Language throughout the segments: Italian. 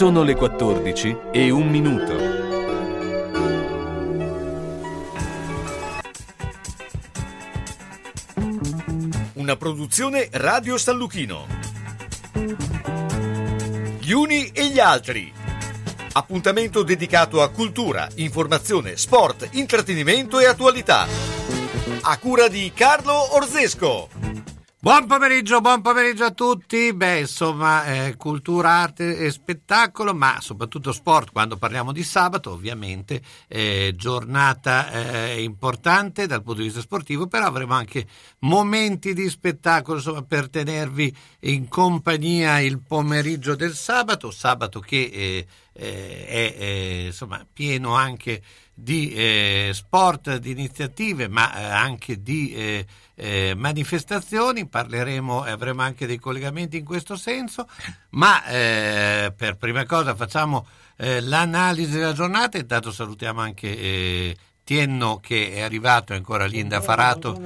Sono le 14:01. Una produzione Radio San Luchino. Gli uni e gli altri. Appuntamento dedicato a cultura, informazione, sport, intrattenimento e attualità. A cura di Carlo Orzesco. Buon pomeriggio a tutti. Cultura, arte e spettacolo, ma soprattutto sport quando parliamo di sabato, ovviamente, giornata importante dal punto di vista sportivo, però avremo anche momenti di spettacolo, per tenervi in compagnia il pomeriggio del sabato che è pieno anche di sport, di iniziative, ma anche di manifestazioni. Parleremo e avremo anche dei collegamenti in questo senso, ma per prima cosa facciamo l'analisi della giornata. Intanto salutiamo anche Tienno, che è arrivato, è ancora lì indafarato,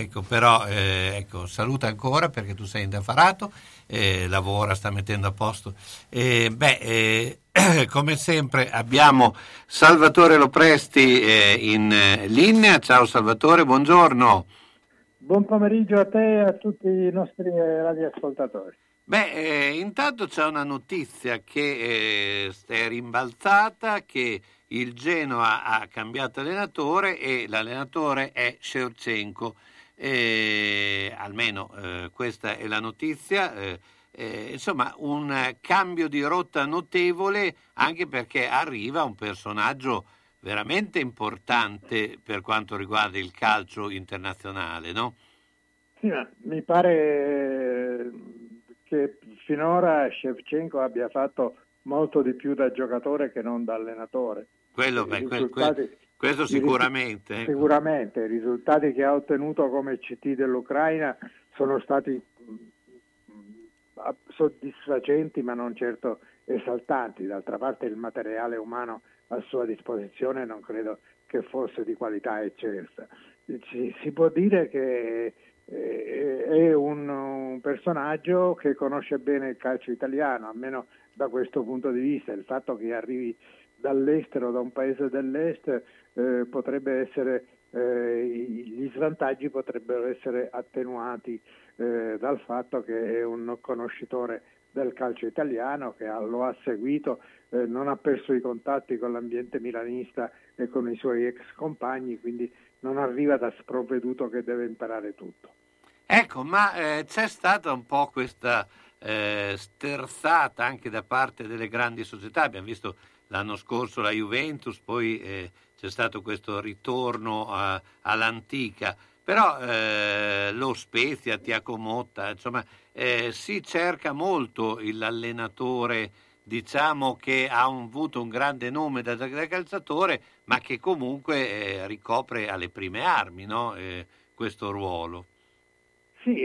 saluta ancora perché tu sei indafarato, lavora, sta mettendo a posto. Come sempre abbiamo Salvatore Lopresti in linea. Ciao Salvatore, buongiorno. Buon pomeriggio a te e a tutti i nostri radioascoltatori. Intanto c'è una notizia che è rimbalzata, che il Genoa ha cambiato allenatore e l'allenatore è Shevchenko. Almeno questa è la notizia. Un cambio di rotta notevole, anche perché arriva un personaggio veramente importante per quanto riguarda il calcio internazionale, no? Sì, ma mi pare che finora Shevchenko abbia fatto molto di più da giocatore che non da allenatore. Questo sicuramente. Sicuramente, i risultati che ha ottenuto come CT dell'Ucraina sono stati soddisfacenti, ma non certo esaltanti. D'altra parte il materiale umano a sua disposizione non credo che fosse di qualità eccelsa. Si può dire che è un personaggio che conosce bene il calcio italiano, almeno da questo punto di vista. Il fatto che arrivi dall'estero, da un paese dell'est, potrebbe essere gli svantaggi potrebbero essere attenuati dal fatto che è un conoscitore del calcio italiano, che lo ha seguito, non ha perso i contatti con l'ambiente milanista e con i suoi ex compagni, quindi non arriva da sprovveduto che deve imparare tutto. Ecco, ma c'è stata un po' questa sterzata anche da parte delle grandi società. Abbiamo visto l'anno scorso la Juventus, poi c'è stato questo ritorno all'antica, però lo Spezia, Tiago Motta, si cerca molto l'allenatore, diciamo, che ha avuto un grande nome da calciatore, ma che comunque ricopre alle prime armi, no? Questo ruolo. Sì,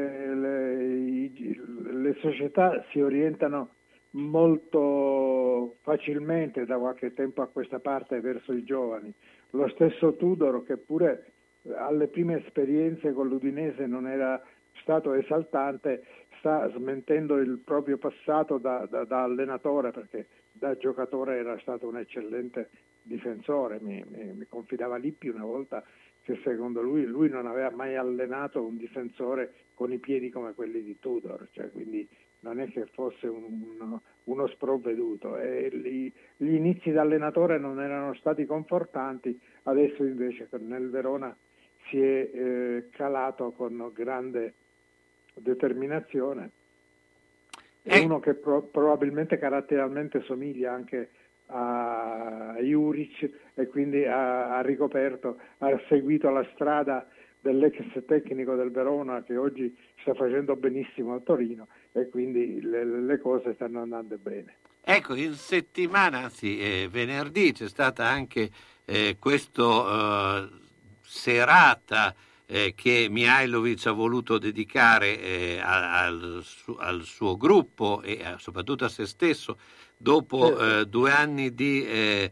le società si orientano molto facilmente da qualche tempo a questa parte verso i giovani. Lo stesso Tudor, che pure alle prime esperienze con l'Udinese non era stato esaltante, sta smentendo il proprio passato da allenatore, perché da giocatore era stato un eccellente difensore. Mi confidava Lippi una volta che secondo lui non aveva mai allenato un difensore con i piedi come quelli di Tudor, quindi non è che fosse uno sprovveduto. Gli inizi da allenatore non erano stati confortanti, adesso invece nel Verona si è calato con grande determinazione. È uno che probabilmente caratterialmente somiglia anche a Juric, e quindi ha seguito la strada dell'ex tecnico del Verona, che oggi sta facendo benissimo al Torino, e quindi le cose stanno andando bene. Ecco, in settimana, anzi venerdì, c'è stata anche questa serata che Mihajlovic ha voluto dedicare al suo gruppo e soprattutto a se stesso, dopo 2 anni di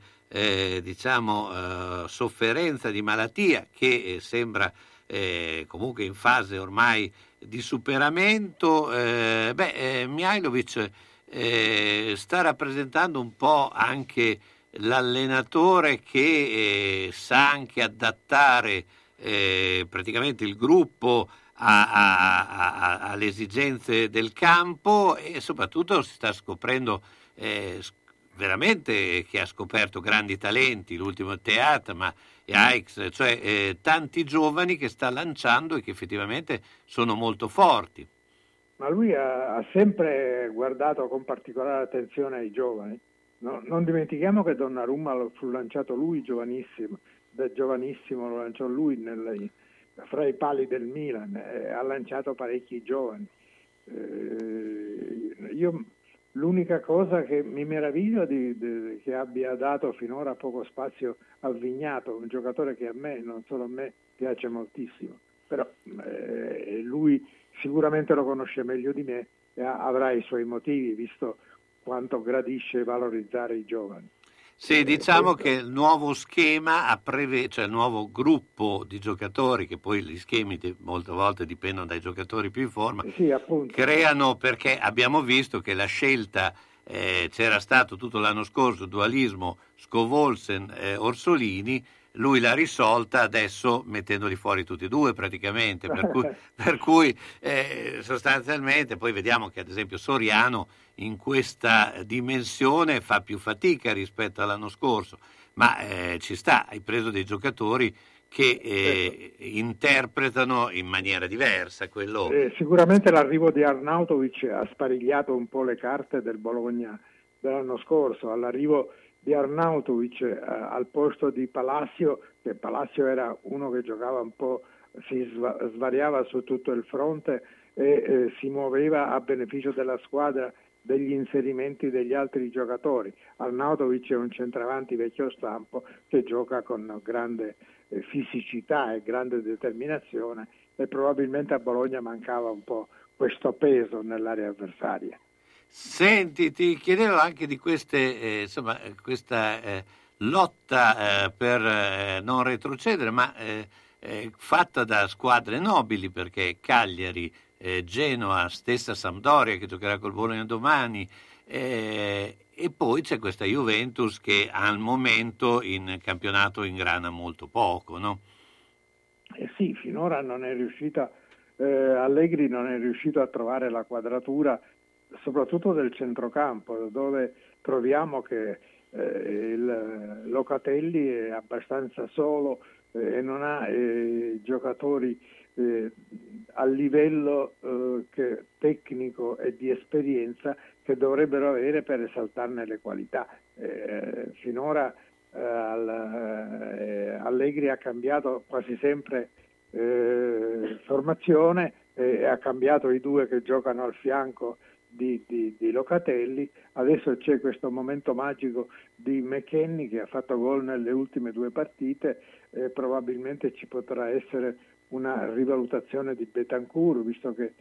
sofferenza, di malattia, che sembra comunque in fase ormai di superamento. Mihajlovic sta rappresentando un po' anche l'allenatore che sa anche adattare praticamente il gruppo alle esigenze del campo, e soprattutto si sta scoprendo veramente che ha scoperto grandi talenti, l'ultimo Teat, ma Aix, cioè tanti giovani che sta lanciando e che effettivamente sono molto forti. Ma lui ha sempre guardato con particolare attenzione ai giovani. No, non dimentichiamo che Donnarumma lo fu lanciato lui giovanissimo, da giovanissimo lo lanciò lui fra i pali del Milan, ha lanciato parecchi giovani. Io l'unica cosa che mi meraviglio che abbia dato finora poco spazio a Vignato, un giocatore che a me, non solo a me, piace moltissimo, però lui sicuramente lo conosce meglio di me e avrà i suoi motivi, visto quanto gradisce valorizzare i giovani. Sì, diciamo che il nuovo schema cioè il nuovo gruppo di giocatori, che poi gli schemi molte volte dipendono dai giocatori più in forma, sì, appunto. Creano, perché abbiamo visto che la scelta c'era stato tutto l'anno scorso, dualismo Scovolsen-Orsolini, lui l'ha risolta adesso mettendoli fuori tutti e due praticamente, per cui sostanzialmente poi vediamo che ad esempio Soriano in questa dimensione fa più fatica rispetto all'anno scorso, ma ci sta, hai preso dei giocatori che interpretano in maniera diversa quello. Sicuramente l'arrivo di Arnautovic ha sparigliato un po' le carte del Bologna dell'anno scorso. All'arrivo di Arnautovic al posto di Palacio, che Palacio era uno che giocava un po', si svariava su tutto il fronte e si muoveva a beneficio della squadra degli inserimenti degli altri giocatori. Arnautovic è un centravanti vecchio stampo che gioca con grande fisicità e grande determinazione, e probabilmente a Bologna mancava un po' questo peso nell'area avversaria. Senti, ti chiedevo anche di questa lotta per non retrocedere, ma fatta da squadre nobili, perché Cagliari, Genoa, stessa Sampdoria che giocherà col Bologna domani, e poi c'è questa Juventus che al momento in campionato ingrana molto poco, no? Sì, finora non è riuscita, Allegri non è riuscito a trovare la quadratura, soprattutto del centrocampo, dove troviamo che il Locatelli è abbastanza solo e non ha giocatori a livello tecnico e di esperienza che dovrebbero avere per esaltarne le qualità. Finora Allegri ha cambiato quasi sempre formazione e ha cambiato i due che giocano al fianco di Locatelli. Adesso c'è questo momento magico di McKennie che ha fatto gol nelle ultime due partite, probabilmente ci potrà essere una rivalutazione di Bentancur, visto che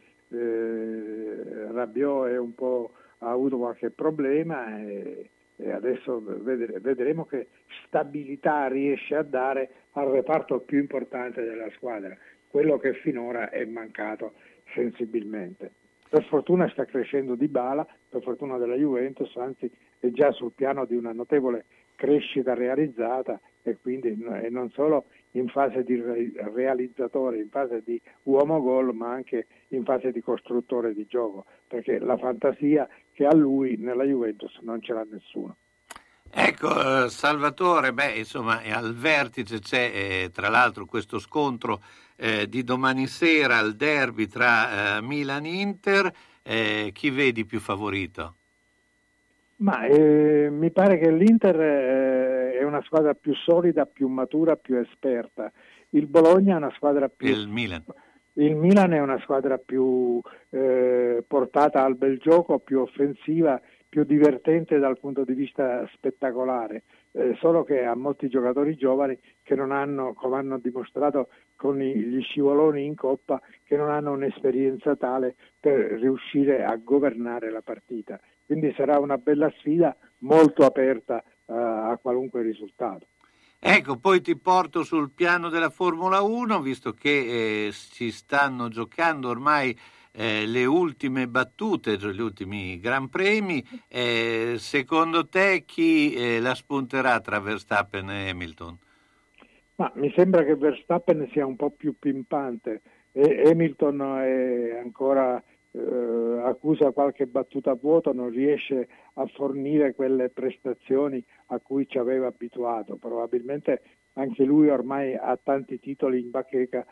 Rabiot ha avuto qualche problema e adesso vedremo che stabilità riesce a dare al reparto più importante della squadra, quello che finora è mancato sensibilmente. Per fortuna sta crescendo Dybala, per fortuna della Juventus, anzi è già sul piano di una notevole crescita realizzata, e quindi non solo in fase di realizzatore, in fase di uomo gol, ma anche in fase di costruttore di gioco, perché la fantasia che ha lui nella Juventus non ce l'ha nessuno. Ecco, Salvatore, insomma, al vertice c'è tra l'altro questo scontro di domani sera, il derby tra Milan e Inter. Chi vedi più favorito? Ma mi pare che l'Inter è una squadra più solida, più matura, più esperta. Il Bologna è una squadra più... Il Milan è una squadra più portata al bel gioco, più offensiva, più divertente dal punto di vista spettacolare, solo che ha molti giocatori giovani che non hanno, come hanno dimostrato con gli scivoloni in Coppa, che non hanno un'esperienza tale per riuscire a governare la partita. Quindi sarà una bella sfida molto aperta a qualunque risultato. Ecco, poi ti porto sul piano della Formula 1, visto che si stanno giocando ormai le ultime battute, cioè gli ultimi Gran Premi. Secondo te chi la spunterà tra Verstappen e Hamilton? Ma mi sembra che Verstappen sia un po' più pimpante e Hamilton è ancora accusa qualche battuta a vuoto, non riesce a fornire quelle prestazioni a cui ci aveva abituato. Probabilmente anche lui ormai ha tanti titoli in bacheca,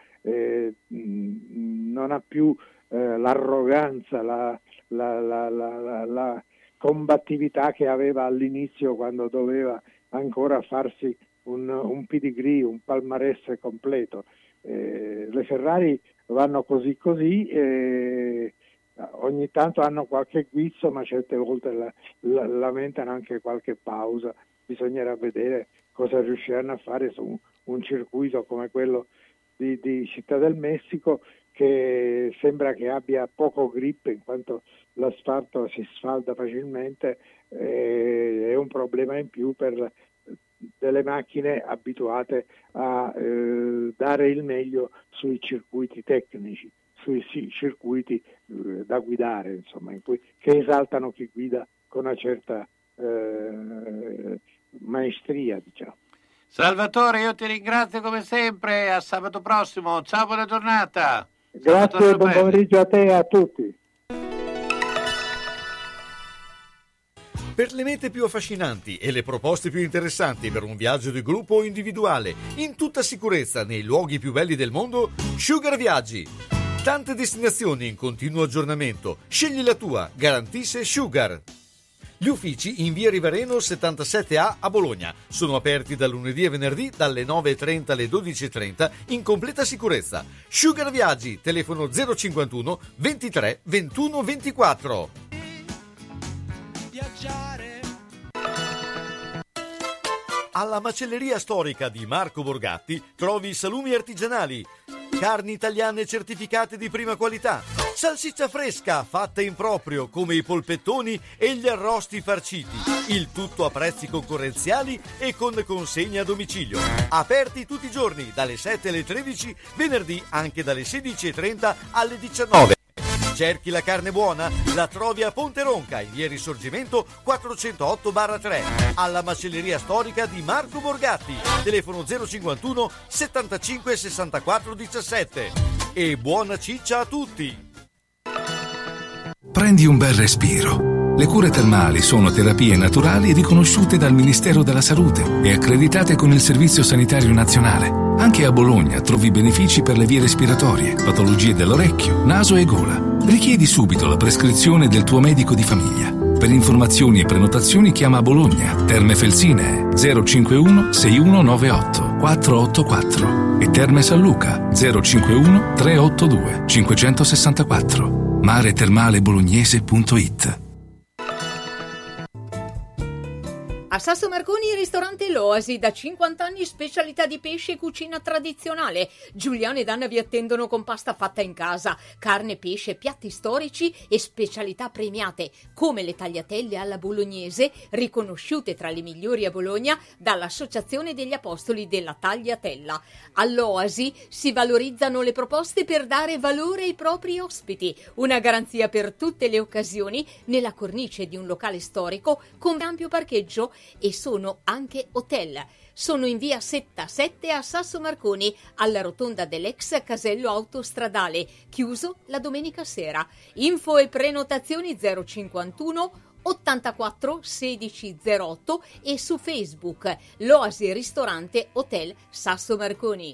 non ha più l'arroganza, la combattività che aveva all'inizio, quando doveva ancora farsi un pedigree, un palmarès completo. Le Ferrari vanno così, ogni tanto hanno qualche guizzo, ma certe volte lamentano anche qualche pausa. Bisognerà vedere cosa riusciranno a fare su un circuito come quello di Città del Messico, che sembra che abbia poco grip, in quanto l'asfalto si sfalda facilmente. È un problema in più per delle macchine abituate a dare il meglio sui circuiti tecnici, sui circuiti da guidare, insomma, che esaltano chi guida con una certa maestria, diciamo. Salvatore, io ti ringrazio come sempre, a sabato prossimo, ciao, buona giornata. Grazie, buon pomeriggio a te e a tutti. Per le mete più affascinanti e le proposte più interessanti per un viaggio di gruppo o individuale, in tutta sicurezza nei luoghi più belli del mondo, Sugar Viaggi. Tante destinazioni in continuo aggiornamento. Scegli la tua, garantisce Sugar. Gli uffici in via Rivareno 77A a Bologna sono aperti da lunedì e venerdì dalle 9.30 alle 12.30 in completa sicurezza. Sugar Viaggi, telefono 051 23 21 24. Alla macelleria storica di Marco Borgatti trovi salumi artigianali, carni italiane certificate di prima qualità, salsiccia fresca fatta in proprio come i polpettoni e gli arrosti farciti, il tutto a prezzi concorrenziali e con consegna a domicilio. Aperti tutti i giorni dalle 7 alle 13, venerdì anche dalle 16.30 alle 19. Cerchi la carne buona? La trovi a Ponte Ronca, in via Risorgimento 408/3, alla macelleria storica di Marco Borgatti, telefono 051 75 64 17. E buona ciccia a tutti! Prendi un bel respiro. Le cure termali sono terapie naturali riconosciute dal Ministero della Salute e accreditate con il Servizio Sanitario Nazionale. Anche a Bologna trovi benefici per le vie respiratorie, patologie dell'orecchio, naso e gola. Richiedi subito la prescrizione del tuo medico di famiglia. Per informazioni e prenotazioni chiama a Bologna, Terme Felsinee 051 6198 484 e Terme San Luca 051 382 564. maretermalebolognese.it. A Sasso Marconi, ristorante L'Oasi, da 50 anni specialità di pesce e cucina tradizionale. Giuliano ed Anna vi attendono con pasta fatta in casa, carne, pesce, piatti storici e specialità premiate, come le tagliatelle alla bolognese, riconosciute tra le migliori a Bologna dall'Associazione degli Apostoli della Tagliatella. All'Oasi si valorizzano le proposte per dare valore ai propri ospiti, una garanzia per tutte le occasioni nella cornice di un locale storico con ampio parcheggio, e sono anche hotel. Sono in via Setta 7 a Sasso Marconi, alla rotonda dell'ex casello autostradale, chiuso la domenica sera. Info e prenotazioni 051 84 16 08 e su Facebook L'Oasi Ristorante Hotel Sasso Marconi.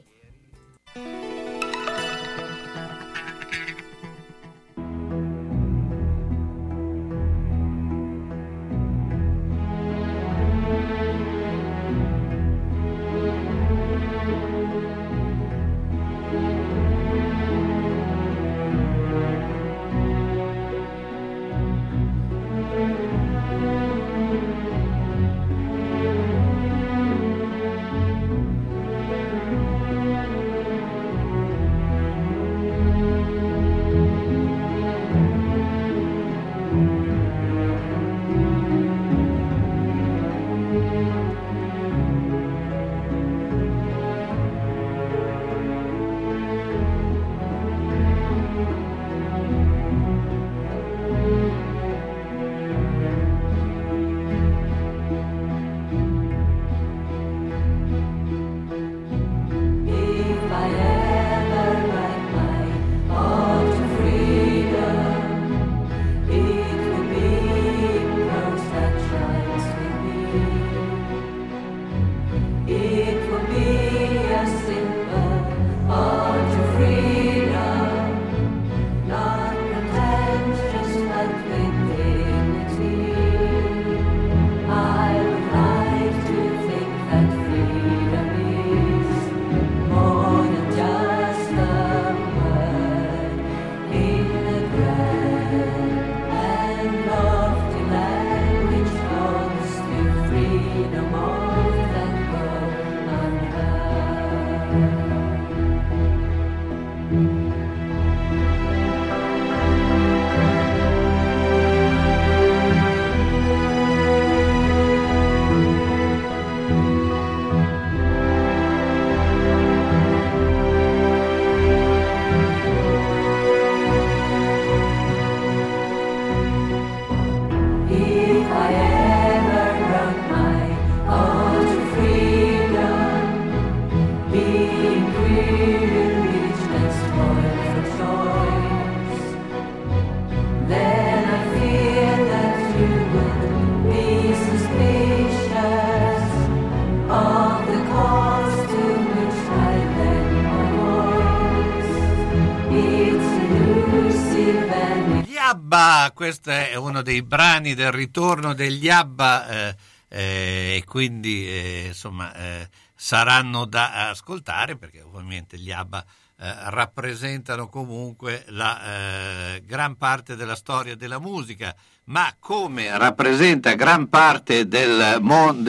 ABBA, questo è uno dei brani del ritorno degli ABBA, e quindi insomma saranno da ascoltare, perché ovviamente gli ABBA rappresentano comunque la gran parte della storia della musica, ma come rappresenta gran parte della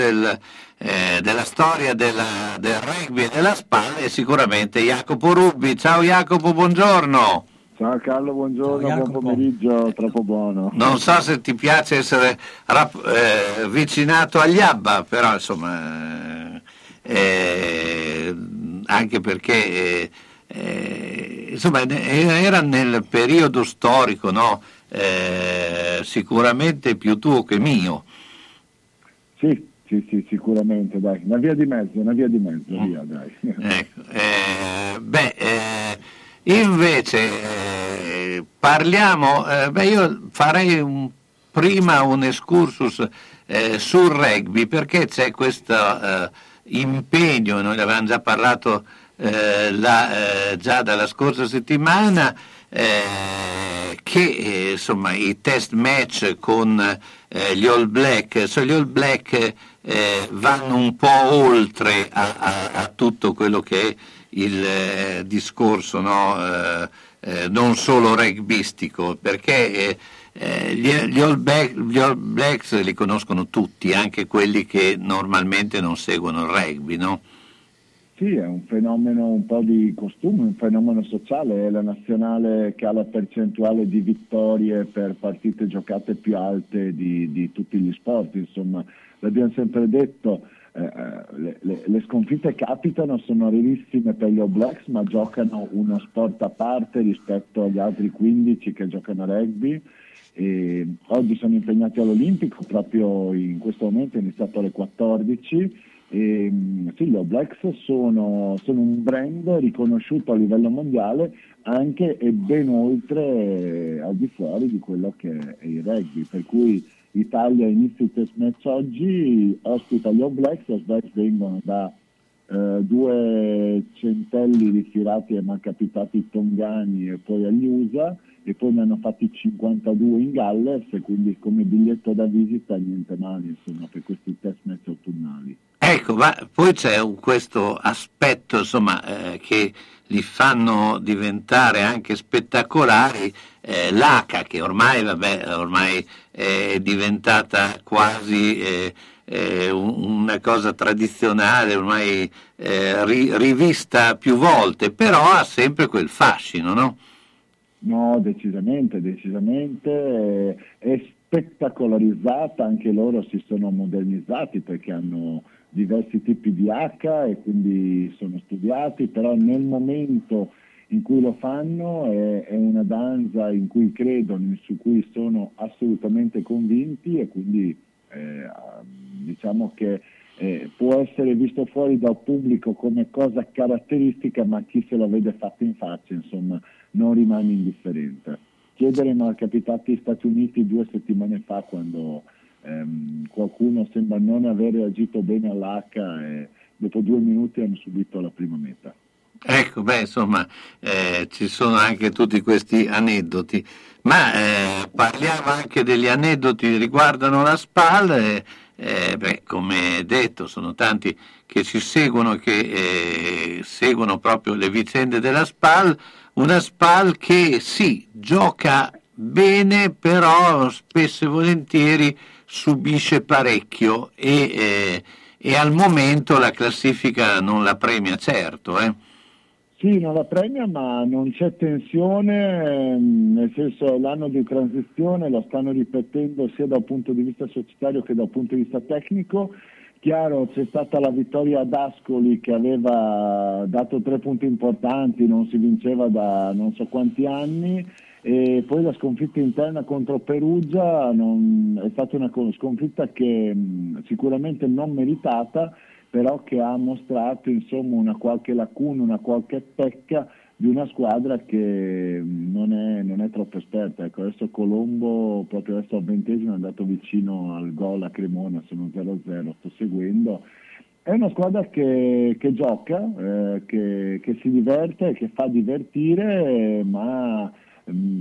storia del rugby e della SPAL è sicuramente Jacopo Rubbi. Ciao Jacopo, buongiorno. Ciao Carlo, buongiorno, buon pomeriggio, troppo buono. Non so se ti piace essere vicinato agli ABBA, però insomma anche perché insomma era nel periodo storico, no? Sicuramente più tuo che mio. Sì, sicuramente, dai, una via di mezzo, via, dai. Ecco, invece parliamo, io farei prima un excursus sul rugby, perché c'è questo impegno, noi ne avevamo già parlato già dalla scorsa settimana, che insomma i test match con gli All Black, gli All Black vanno un po' oltre a tutto quello che è il discorso, no? Non solo rugbystico, perché gli All Blacks li conoscono tutti, anche quelli che normalmente non seguono il rugby, no? Sì, è un fenomeno un po' di costume, un fenomeno sociale, è la nazionale che ha la percentuale di vittorie per partite giocate più alte di tutti gli sport, insomma, l'abbiamo sempre detto, le sconfitte capitano, sono rarissime per gli All Blacks, ma giocano uno sport a parte rispetto agli altri 15 che giocano a rugby. E oggi sono impegnati all'Olimpico, proprio in questo momento è iniziato alle 14. E, sì, gli All Blacks sono un brand riconosciuto a livello mondiale anche e ben oltre al di fuori di quello che è il rugby, per cui Italia inizia il test match oggi, ospita gli All Blacks vengono da due centelli ritirati e malcapitati tongani e poi agli USA, e poi ne hanno fatti 52 in Galles, e quindi come biglietto da visita niente male, insomma, per questi test match autunnali. Ecco, ma poi c'è questo aspetto, insomma, che li fanno diventare anche spettacolari, l'H, che ormai è diventata quasi una cosa tradizionale, ormai rivista più volte, però ha sempre quel fascino, no? No, decisamente, è spettacolarizzata, anche loro si sono modernizzati perché hanno diversi tipi di H e quindi sono studiati, però nel momento in cui lo fanno è una danza in cui credono, su cui sono assolutamente convinti, e quindi diciamo che può essere visto fuori dal pubblico come cosa caratteristica, ma chi se lo vede fatto in faccia, insomma, non rimane indifferente. Chiederemo al capitato degli Stati Uniti 2 settimane fa, quando qualcuno sembra non aver reagito bene all'H e dopo 2 minuti hanno subito la prima meta. Ecco, insomma, ci sono anche tutti questi aneddoti, ma parliamo anche degli aneddoti che riguardano la SPAL. Come detto, sono tanti che ci seguono, che seguono proprio le vicende della SPAL, una SPAL che sì, gioca bene, però spesso e volentieri subisce parecchio e al momento la classifica non la premia certo. Sì, non la premia, ma non c'è tensione, nel senso è l'anno di transizione, lo stanno ripetendo sia dal punto di vista societario che dal punto di vista tecnico. Chiaro, c'è stata la vittoria ad Ascoli che aveva dato 3 punti importanti, non si vinceva da non so quanti anni, e poi la sconfitta interna contro Perugia è stata una sconfitta che sicuramente non meritata, però che ha mostrato insomma una qualche lacuna, una qualche pecca di una squadra che non è troppo esperta. Ecco, adesso Colombo proprio adesso al 20° è andato vicino al gol a Cremona, sono 0-0, sto seguendo. È una squadra che gioca, che si diverte, che fa divertire, ma per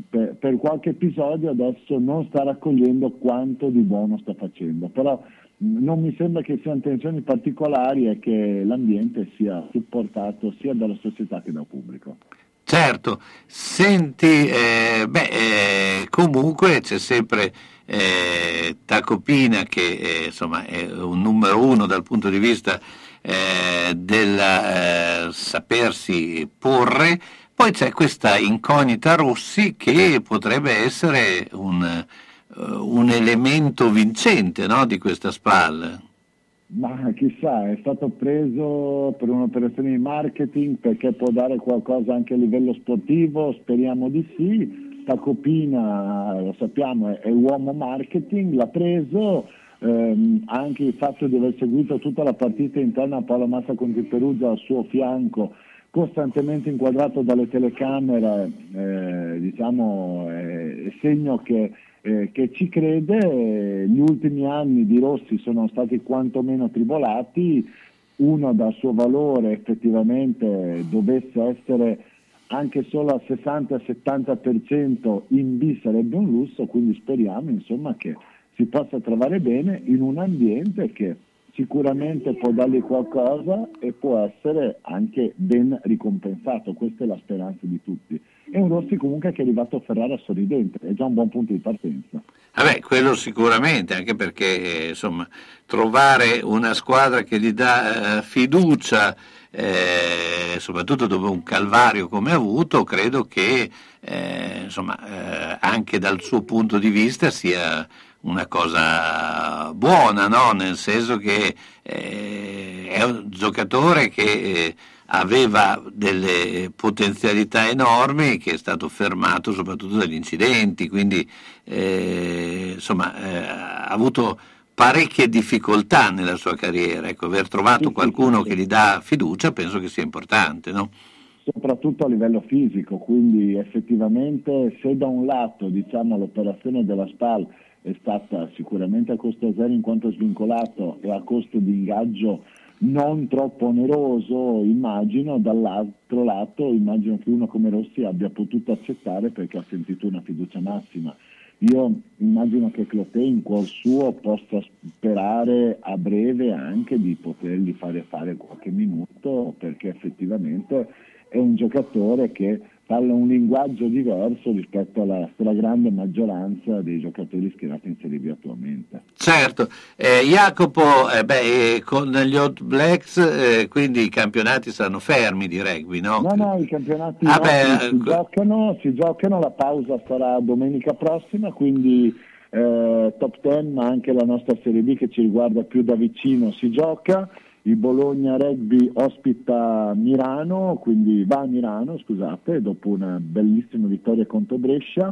per qualche episodio adesso non sta raccogliendo quanto di buono sta facendo, però non mi sembra che siano tensioni particolari e che l'ambiente sia supportato sia dalla società che dal pubblico. Certo, senti, comunque c'è sempre Tacopina che insomma è un numero uno dal punto di vista del sapersi porre. Poi c'è questa incognita Rossi che potrebbe essere un elemento vincente, no, di questa SPAL. Ma chissà, è stato preso per un'operazione di marketing perché può dare qualcosa anche a livello sportivo, speriamo di sì. Tacopina, lo sappiamo, è uomo marketing, l'ha preso, anche il fatto di aver seguito tutta la partita interna a Paolo Massa contro il Perugia al suo fianco, costantemente inquadrato dalle telecamere, è segno che ci crede. Gli ultimi anni di Rossi sono stati quantomeno tribolati, uno dal suo valore effettivamente dovesse essere anche solo al 60-70% in B sarebbe un lusso, quindi speriamo insomma che si possa trovare bene in un ambiente che sicuramente può dargli qualcosa e può essere anche ben ricompensato, questa è la speranza di tutti. È un Rossi comunque che è arrivato a Ferrara sorridente, è già un buon punto di partenza. Vabbè, quello sicuramente, anche perché insomma trovare una squadra che gli dà fiducia, soprattutto dopo un calvario come ha avuto, credo che anche dal suo punto di vista sia una cosa buona, no? Nel senso che è un giocatore che aveva delle potenzialità enormi, che è stato fermato soprattutto dagli incidenti, quindi ha avuto parecchie difficoltà nella sua carriera. Ecco, aver trovato qualcuno che gli dà fiducia penso che sia importante, no? Soprattutto a livello fisico, quindi effettivamente se da un lato l'operazione della SPAL è stata sicuramente a costo zero in quanto svincolato e a costo di ingaggio non troppo oneroso, immagino, dall'altro lato immagino che uno come Rossi abbia potuto accettare perché ha sentito una fiducia massima. Io immagino che Clotet in cuor suo possa sperare a breve anche di potergli fare qualche minuto, perché effettivamente è un giocatore che parla un linguaggio diverso rispetto alla stragrande maggioranza dei giocatori schierati in Serie B attualmente. Certo, Jacopo, con gli All Blacks quindi i campionati saranno fermi di rugby, no? No, i campionati si giocano, la pausa sarà domenica prossima, quindi top 10, ma anche la nostra Serie B che ci riguarda più da vicino si gioca. Il Bologna Rugby ospita Milano, quindi va a Milano, dopo una bellissima vittoria contro Brescia.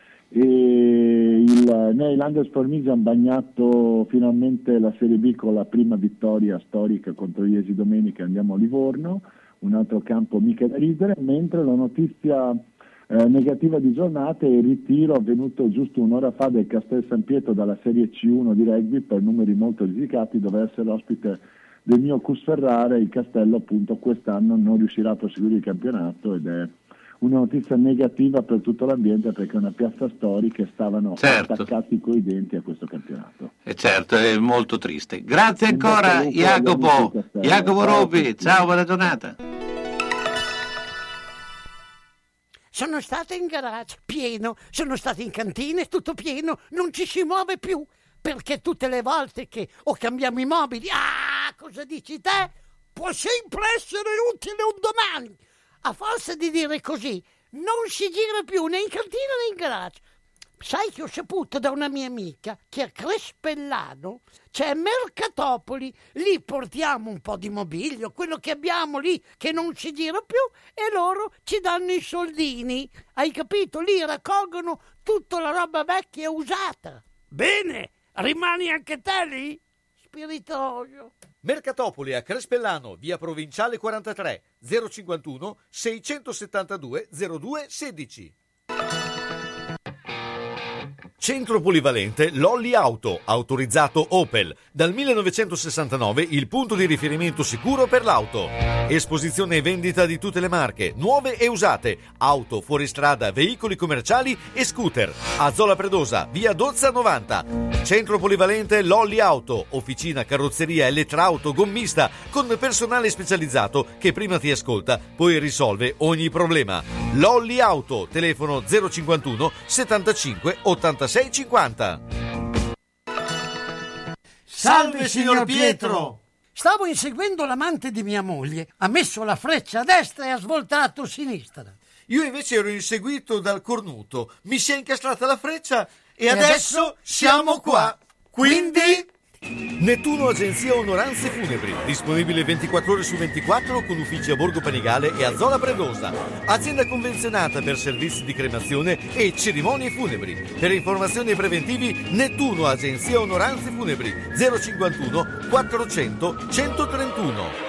Noi Landers Formigio hanno bagnato finalmente la Serie B con la prima vittoria storica contro Iesi domenica, andiamo a Livorno, un altro campo mica da ridere, mentre la notizia negativa di giornata è il ritiro avvenuto giusto un'ora fa del Castel San Pietro dalla Serie C1 di rugby per numeri molto risicati, dove essere ospite del mio Cus Ferrara. Il Castello appunto quest'anno non riuscirà a proseguire il campionato ed è una notizia negativa per tutto l'ambiente, perché è una piazza storica e stavano attaccati coi denti a questo campionato. Certo, è molto triste. Grazie ancora Jacopo Ropi, ciao, buona giornata. Sono stato in garage, pieno, sono stato in cantina, tutto pieno, non ci si muove più, perché tutte le volte che cambiamo i mobili, cosa dici te? Può sempre essere utile un domani. A forza di dire così, non si gira più né in cantina né in garage. Sai che ho saputo da una mia amica che a Crespellano c'è Mercatopoli, lì portiamo un po' di mobilio, quello che abbiamo lì che non si gira più, e loro ci danno i soldini, hai capito? Lì raccolgono tutta la roba vecchia e usata. Bene, rimani anche te lì? Spiritoso. Mercatopoli a Crespellano, via Provinciale 43, 051 672 02 16. Centro polivalente Lolli Auto, autorizzato Opel. Dal 1969 il punto di riferimento sicuro per l'auto. Esposizione e vendita di tutte le marche, nuove e usate, auto, fuoristrada, veicoli commerciali e scooter. A Zola Predosa, via Dozza 90. Centro polivalente Lolli Auto, officina, carrozzeria, elettrauto, gommista, con personale specializzato che prima ti ascolta, poi risolve ogni problema. Lolli Auto, telefono 051 75 86 50. Salve signor Pietro! Stavo inseguendo l'amante di mia moglie. Ha messo la freccia a destra e ha svoltato a sinistra. Io invece ero inseguito dal cornuto. Mi si è incastrata la freccia e adesso siamo qua. Quindi... Nettuno Agenzia Onoranze Funebri, disponibile 24 ore su 24 con uffici a Borgo Panigale e a Zola Predosa. Azienda convenzionata per servizi di cremazione e cerimonie funebri. Per informazioni e preventivi Nettuno Agenzia Onoranze Funebri 051 400 131.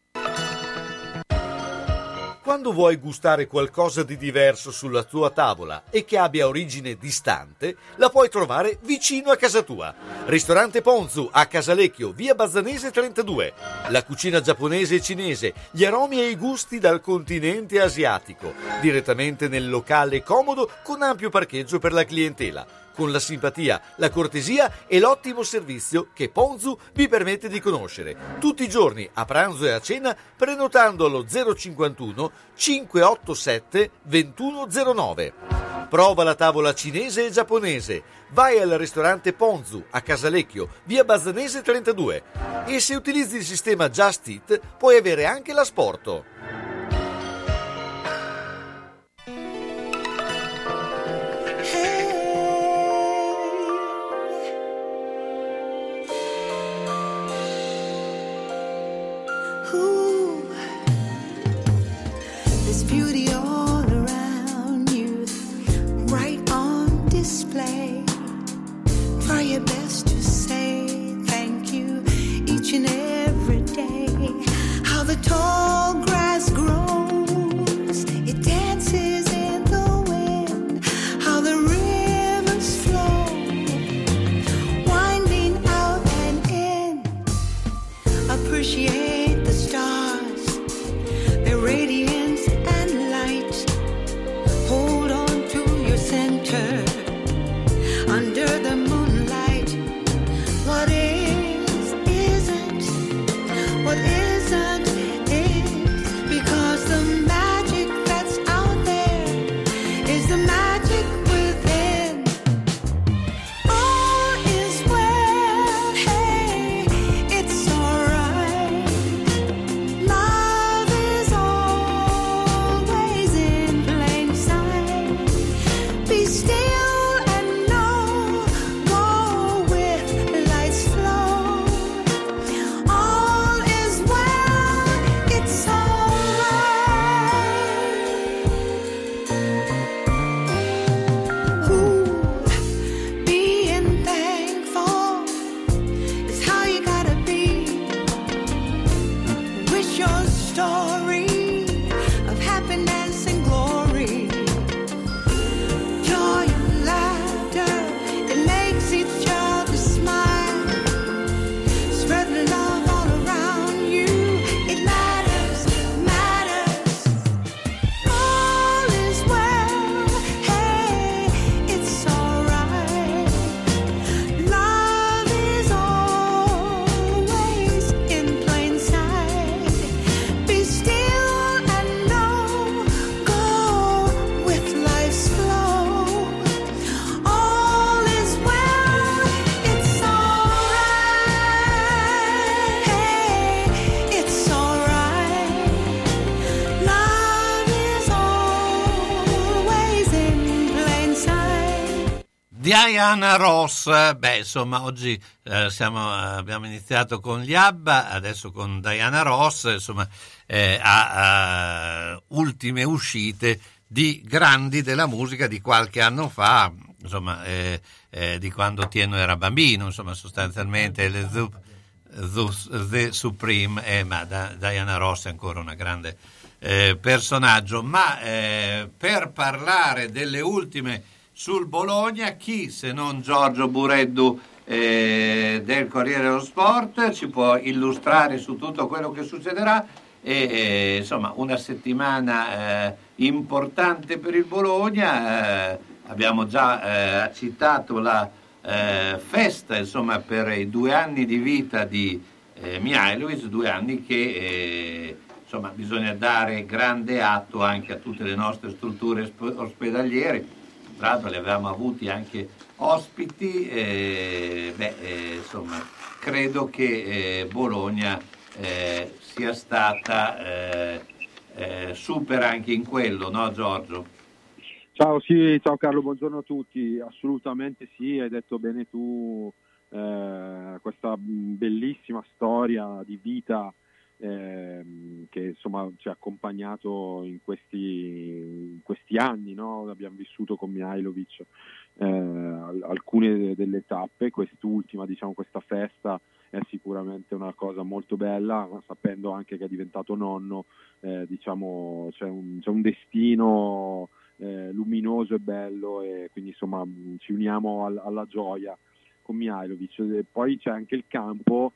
Quando vuoi gustare qualcosa di diverso sulla tua tavola e che abbia origine distante, la puoi trovare vicino a casa tua. Ristorante Ponzu a Casalecchio, via Bazzanese 32. La cucina giapponese e cinese, gli aromi e i gusti dal continente asiatico. Direttamente nel locale comodo con ampio parcheggio per la clientela. Con la simpatia, la cortesia e l'ottimo servizio che Ponzu vi permette di conoscere. Tutti i giorni, a pranzo e a cena, prenotando allo 051 587 2109. Prova la tavola cinese e giapponese. Vai al ristorante Ponzu a Casalecchio, via Bazzanese 32. E se utilizzi il sistema Just Eat, puoi avere anche l'asporto. Beauty all around you, right on display. Try your best to say thank you each and every day. How the tall grass grows, it dances in the wind. How the rivers flow, winding out and in. Appreciate the stars, their radiance. Under the moonlight, what is, isn't, what isn't, is, because the magic that's out there is the magic within. All is well, hey, it's alright. Love is always in plain sight. Be still. Diana Ross, insomma oggi abbiamo iniziato con gli ABBA, adesso con Diana Ross, insomma a ultime uscite di grandi della musica di qualche anno fa, insomma di quando Tieno era bambino, insomma sostanzialmente The Supreme, ma Diana Ross è ancora una grande personaggio, ma per parlare delle ultime sul Bologna, chi se non Giorgio Bureddu del Corriere dello Sport ci può illustrare su tutto quello che succederà insomma una settimana importante per il Bologna. Abbiamo già citato la festa insomma per i 2 anni di vita di Mihajlovic, 2 anni che insomma bisogna dare grande atto anche a tutte le nostre strutture ospedaliere. Tra l'altro li avevamo avuti anche ospiti, insomma credo che Bologna sia stata super anche in quello, no Giorgio? Ciao Carlo, buongiorno a tutti. Assolutamente sì, hai detto bene tu, questa bellissima storia di vita che insomma ci ha accompagnato in questi anni, no? Abbiamo vissuto con Mihajlovic alcune delle tappe, quest'ultima, diciamo, questa festa è sicuramente una cosa molto bella, sapendo anche che è diventato nonno, diciamo c'è un destino luminoso e bello, e quindi insomma ci uniamo alla gioia con Mihajlovic. E poi c'è anche il campo,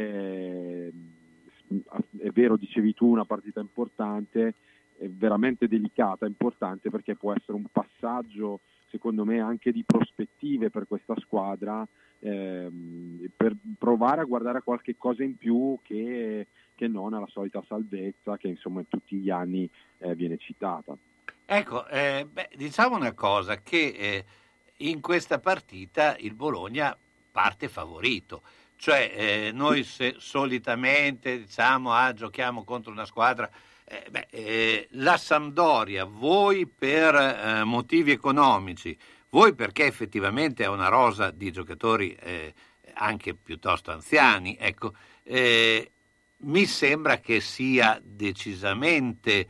è vero, dicevi tu, una partita importante, è veramente delicata, importante, perché può essere un passaggio secondo me anche di prospettive per questa squadra, per provare a guardare a qualche cosa in più che non alla solita salvezza che insomma tutti gli anni viene citata. Ecco, diciamo una cosa, che in questa partita il Bologna parte favorito. Cioè noi solitamente diciamo giochiamo contro una squadra, la Sampdoria, voi per motivi economici, voi perché effettivamente è una rosa di giocatori anche piuttosto anziani, ecco, mi sembra che sia decisamente,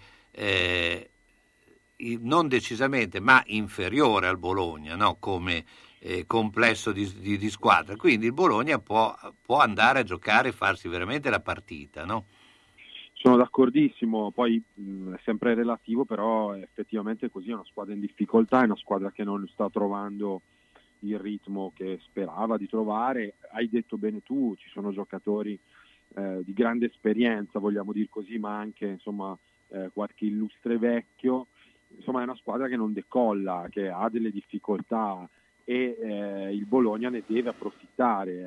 non decisamente, ma inferiore al Bologna, no? Come complesso di squadra, quindi il Bologna può andare a giocare e farsi veramente la partita, no? Sono d'accordissimo, poi è sempre relativo, però effettivamente così è una squadra in difficoltà, è una squadra che non sta trovando il ritmo che sperava di trovare. Hai detto bene tu, ci sono giocatori di grande esperienza, vogliamo dire così, ma anche insomma qualche illustre vecchio. Insomma è una squadra che non decolla, che ha delle difficoltà, e il Bologna ne deve approfittare.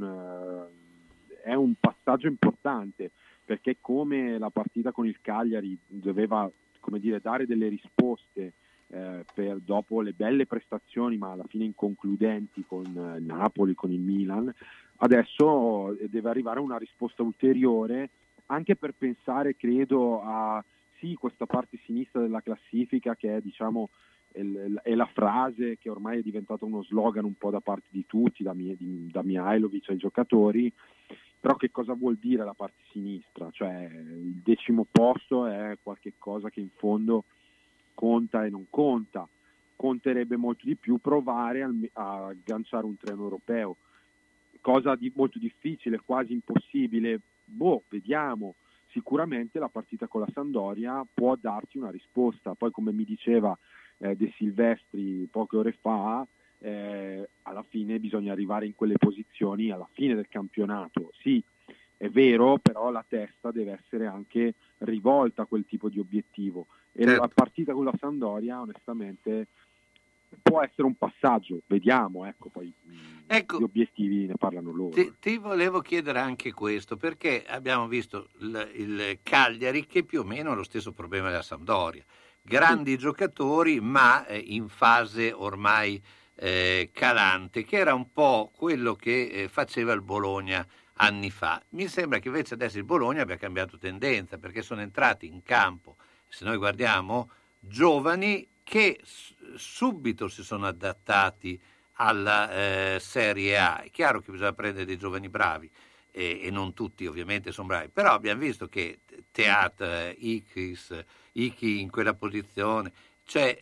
È un passaggio importante, perché come la partita con il Cagliari doveva, come dire, dare delle risposte per dopo le belle prestazioni ma alla fine inconcludenti con il Napoli, con il Milan, adesso deve arrivare una risposta ulteriore, anche per pensare, credo, a questa parte sinistra della classifica, che è, diciamo, è la frase che ormai è diventata uno slogan un po' da parte di tutti, da Mihajlovic ai giocatori. Però che cosa vuol dire la parte sinistra? Cioè il 10° posto è qualche cosa che in fondo conta e non conta. Conterebbe molto di più provare a agganciare un treno europeo, cosa molto difficile, quasi impossibile. Vediamo. Sicuramente la partita con la Sampdoria può darti una risposta. Poi, come mi diceva De Silvestri poche ore fa, alla fine bisogna arrivare in quelle posizioni alla fine del campionato. Sì, è vero, però la testa deve essere anche rivolta a quel tipo di obiettivo, e certo, la partita con la Sampdoria onestamente può essere un passaggio, vediamo, poi gli obiettivi ne parlano loro. Ti volevo chiedere anche questo, perché abbiamo visto il Cagliari che più o meno ha lo stesso problema della Sampdoria, grandi giocatori ma in fase ormai calante, che era un po' quello che faceva il Bologna anni fa. Mi sembra che invece adesso il Bologna abbia cambiato tendenza, perché sono entrati in campo, se noi guardiamo, giovani che subito si sono adattati alla Serie A. È chiaro che bisogna prendere dei giovani bravi, e non tutti ovviamente sono bravi, però abbiamo visto che Teat, Iki in quella posizione, cioè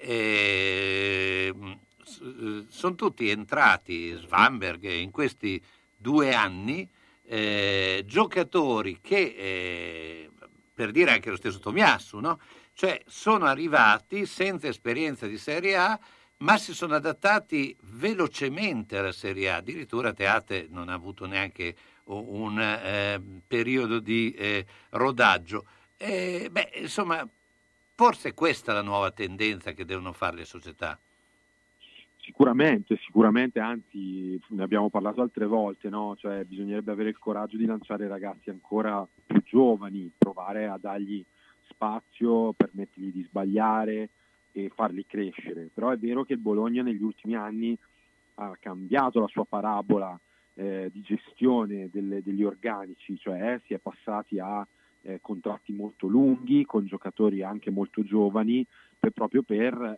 sono tutti entrati, Svanberg, in questi 2 anni, giocatori che, per dire anche lo stesso Tomiassu, no? Cioè sono arrivati senza esperienza di Serie A, ma si sono adattati velocemente alla Serie A, addirittura Teate non ha avuto neanche un periodo di rodaggio. Insomma, forse questa è la nuova tendenza che devono fare le società. Sicuramente, anzi ne abbiamo parlato altre volte, no? Cioè bisognerebbe avere il coraggio di lanciare ragazzi ancora più giovani, provare a dargli spazio, permettergli di sbagliare e farli crescere. Però è vero che il Bologna negli ultimi anni ha cambiato la sua parabola di gestione degli organici, cioè si è passati a contratti molto lunghi con giocatori anche molto giovani proprio per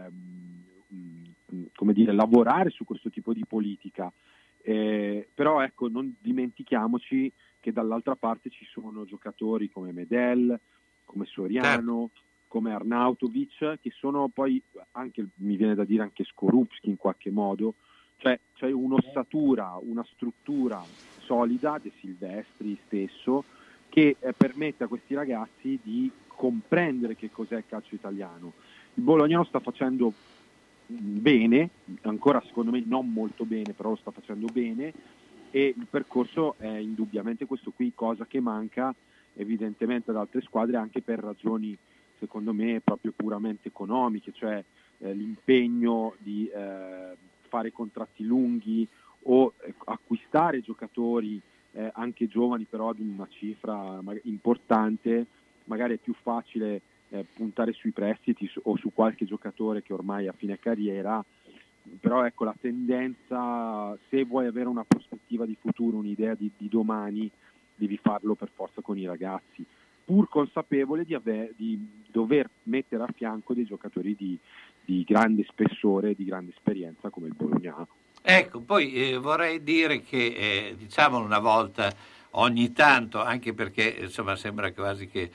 lavorare su questo tipo di politica. Però ecco, non dimentichiamoci che dall'altra parte ci sono giocatori come Medel, come Soriano, come Arnautovic, che sono poi anche, mi viene da dire, anche Skorupski in qualche modo, cioè c'è un'ossatura, una struttura solida, De Silvestri stesso, che permette a questi ragazzi di comprendere che cos'è il calcio italiano. Il Bologna lo sta facendo bene, ancora secondo me non molto bene, però lo sta facendo bene, e il percorso è indubbiamente questo qui, cosa che manca evidentemente ad altre squadre anche per ragioni secondo me proprio puramente economiche, cioè l'impegno di fare contratti lunghi o acquistare giocatori anche giovani però ad una cifra importante. Magari è più facile puntare sui prestiti o su qualche giocatore che ormai è a fine carriera, però ecco, la tendenza, se vuoi avere una prospettiva di futuro, un'idea di domani, devi farlo per forza con i ragazzi, pur consapevole di dover mettere a fianco dei giocatori di grande spessore, di grande esperienza come il Bologna. Ecco, poi vorrei dire che diciamolo una volta ogni tanto, anche perché insomma sembra quasi che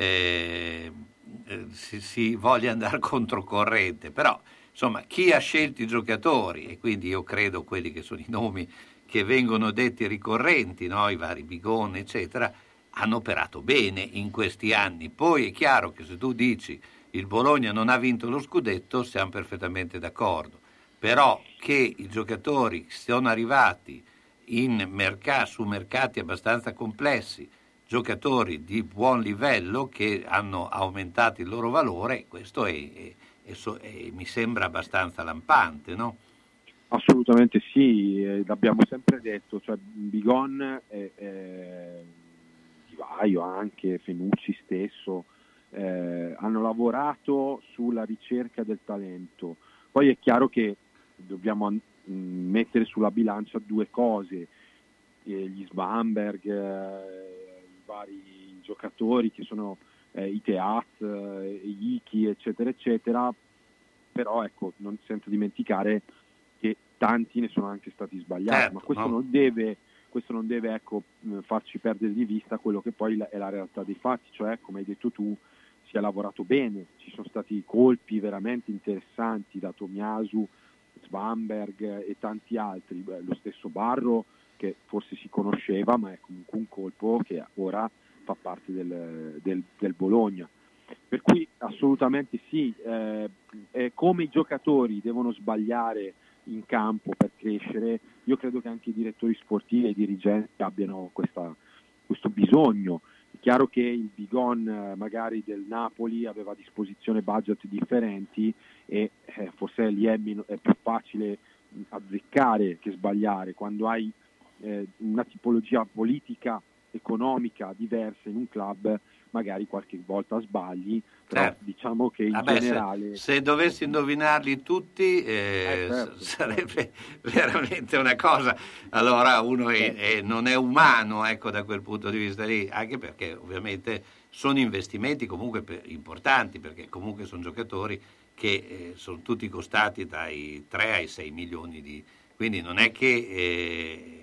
si voglia andare controcorrente, però insomma chi ha scelto i giocatori, e quindi io credo quelli che sono i nomi che vengono detti ricorrenti, no? I vari Bigon eccetera, hanno operato bene in questi anni. Poi è chiaro che se tu dici il Bologna non ha vinto lo scudetto, siamo perfettamente d'accordo, però che i giocatori sono arrivati su mercati abbastanza complessi, giocatori di buon livello che hanno aumentato il loro valore, questo mi sembra abbastanza lampante, no? Assolutamente sì, l'abbiamo sempre detto, cioè Bigon, Di Vaio anche, Fenucci stesso, hanno lavorato sulla ricerca del talento. Poi è chiaro che dobbiamo mettere sulla bilancia due cose, gli Svanberg, i vari giocatori che sono i Teat, gli Iki eccetera eccetera, però ecco, non senza dimenticare che tanti ne sono anche stati sbagliati, ma questo non deve ecco, farci perdere di vista quello che poi è la realtà dei fatti, cioè come hai detto tu, si è lavorato bene, ci sono stati colpi veramente interessanti da Tomiasu, Svanberg e tanti altri, lo stesso Barro che forse si conosceva, ma è comunque un colpo che ora fa parte del Bologna, per cui assolutamente sì, come i giocatori devono sbagliare in campo per crescere, io credo che anche i direttori sportivi e i dirigenti abbiano questo bisogno. È chiaro che il Bigon magari del Napoli aveva a disposizione budget differenti e forse lì è più facile azzeccare che sbagliare. Quando hai una tipologia politica, economica diversa in un club, magari qualche volta sbagli, però diciamo che in generale... Se dovessi indovinarli tutti sarebbe veramente una cosa, allora uno non è umano, ecco, da quel punto di vista lì, anche perché ovviamente sono investimenti comunque importanti, perché comunque sono giocatori che sono tutti costati dai 3 ai 6 milioni quindi non è che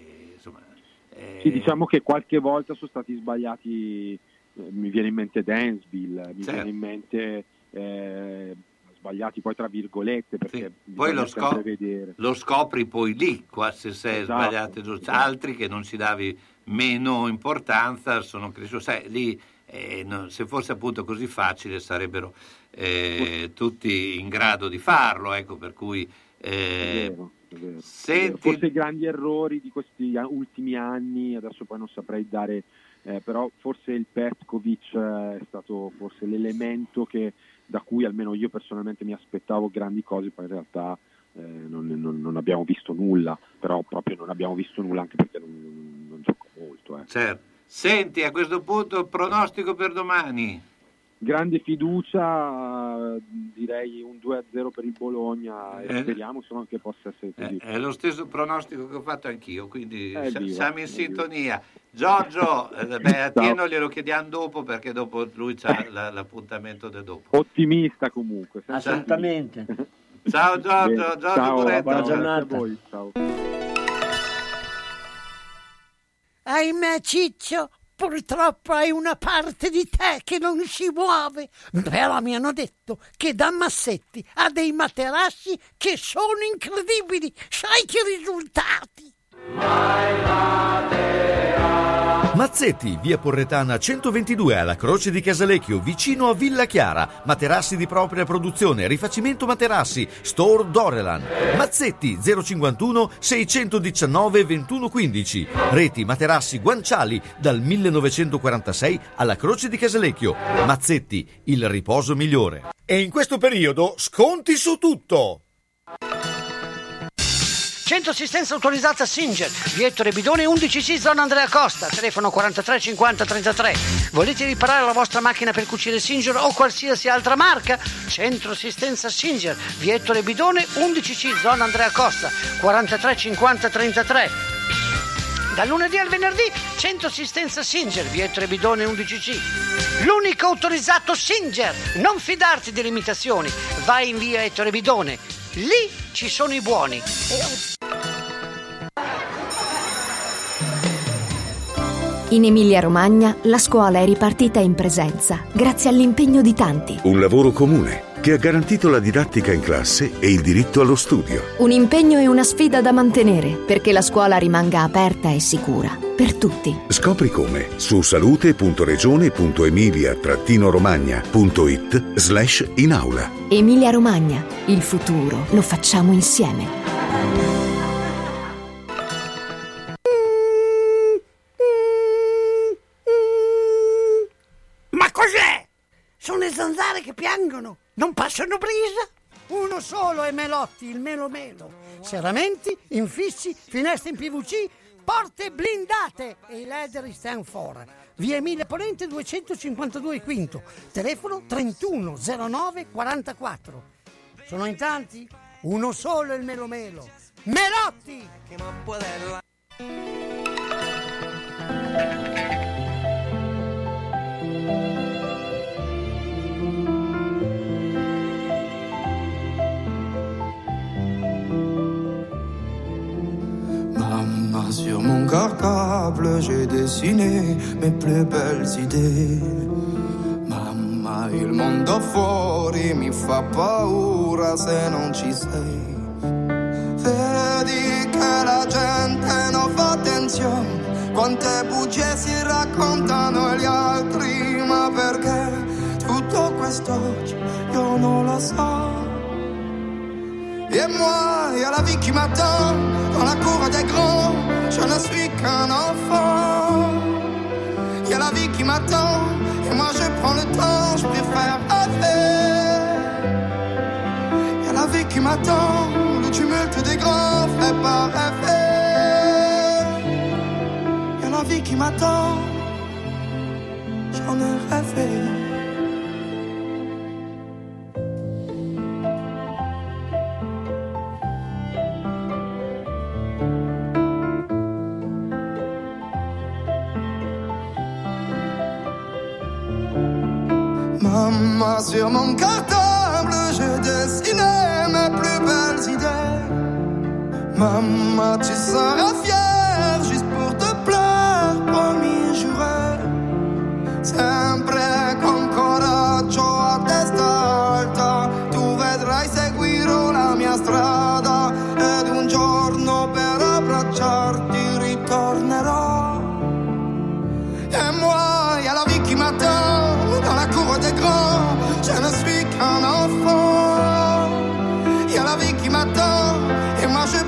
sì, diciamo che qualche volta sono stati sbagliati, mi viene in mente Dansville, mi viene in mente sbagliati poi tra virgolette, perché poi lo scopri poi lì, se sei sbagliato, altri che non ci davi meno importanza sono cresciuti, lì se fosse appunto così facile sarebbero tutti in grado di farlo, ecco, per cui È vero. Senti... Forse i grandi errori di questi ultimi anni, adesso poi non saprei dare, però forse il Petkovic è stato forse l'elemento da cui almeno io personalmente mi aspettavo grandi cose, poi in realtà non abbiamo visto nulla, però proprio non abbiamo visto nulla anche perché non gioco molto. Certo. Senti, a questo punto pronostico per domani. Grande fiducia, direi un 2-0 per il Bologna e speriamo insomma che possa essere così. È lo stesso pronostico che ho fatto anch'io, quindi siamo in sintonia. Giorgio, a Tieno glielo chiediamo dopo perché dopo lui c'ha l'appuntamento del dopo. Ottimista comunque. Assolutamente. Ciao Giorgio, ciao, buona giornata. A voi, ciao. Ahimè Ciccio, purtroppo hai una parte di te che non si muove, però mi hanno detto che da Massetti ha dei materassi che sono incredibili. Sai che risultati? Mazzetti, via Porretana 122 alla Croce di Casalecchio, vicino a Villa Chiara. Materassi di propria produzione, rifacimento materassi, Store Dorelan. Mazzetti 051 619 2115. Reti materassi guanciali dal 1946 alla Croce di Casalecchio. Mazzetti, il riposo migliore. E in questo periodo sconti su tutto. Centro assistenza autorizzata Singer, via Ettore Bidone 11C, zona Andrea Costa, telefono 43 50 33. Volete riparare la vostra macchina per cucire Singer o qualsiasi altra marca? Centro assistenza Singer, via Ettore Bidone 11C, zona Andrea Costa, 43 50 33. Dal lunedì al venerdì, centro assistenza Singer, via Ettore Bidone 11C. L'unico autorizzato Singer. Non fidarti delle imitazioni. Vai in via Ettore Bidone. Lì ci sono i buoni. In Emilia-Romagna la scuola è ripartita in presenza grazie all'impegno di tanti. Un lavoro comune che ha garantito la didattica in classe e il diritto allo studio. Un impegno e una sfida da mantenere perché la scuola rimanga aperta e sicura per tutti. Scopri come su salute.regione.emilia-romagna.it/in aula. Emilia-Romagna, il futuro lo facciamo insieme. Sono le zanzare che piangono, non passano brisa. Uno solo è Melotti, il Melo Melo. Serramenti, infissi, finestre in PVC, porte blindate e i leder stand for. Via Emilia Ponente 252 Quinto, telefono 31 09 44. Sono in tanti? Uno solo è il Melo Melo. Melotti! Sur mon cartable, j'ai dessiné mes plus belles idées. Mamma, il mondo fuori mi fa paura se non ci sei. Vedi che la gente non fa attenzione, quante bugie si raccontano gli altri, ma perché tutto quest'oggi io non lo so. Et moi, y'a la vie qui m'attend dans la cour des grands, je ne suis qu'un enfant. Y'a la vie qui m'attend et moi je prends le temps, je préfère rêver. Y'a la vie qui m'attend, le tumulte des grands fait pas rêver. Y'a la vie qui m'attend, j'en ai rêvé. Maman, sur mon cartable, j'ai dessiné mes plus belles idées. Maman, tu seras fière juste pour te plaire, promis, juré. Sempre con coraggio a testa alta, tu vedrai seguirò la mia strada ed un giorno per abbracciarti ritornerò. E moi, y'a la vie qui m'attend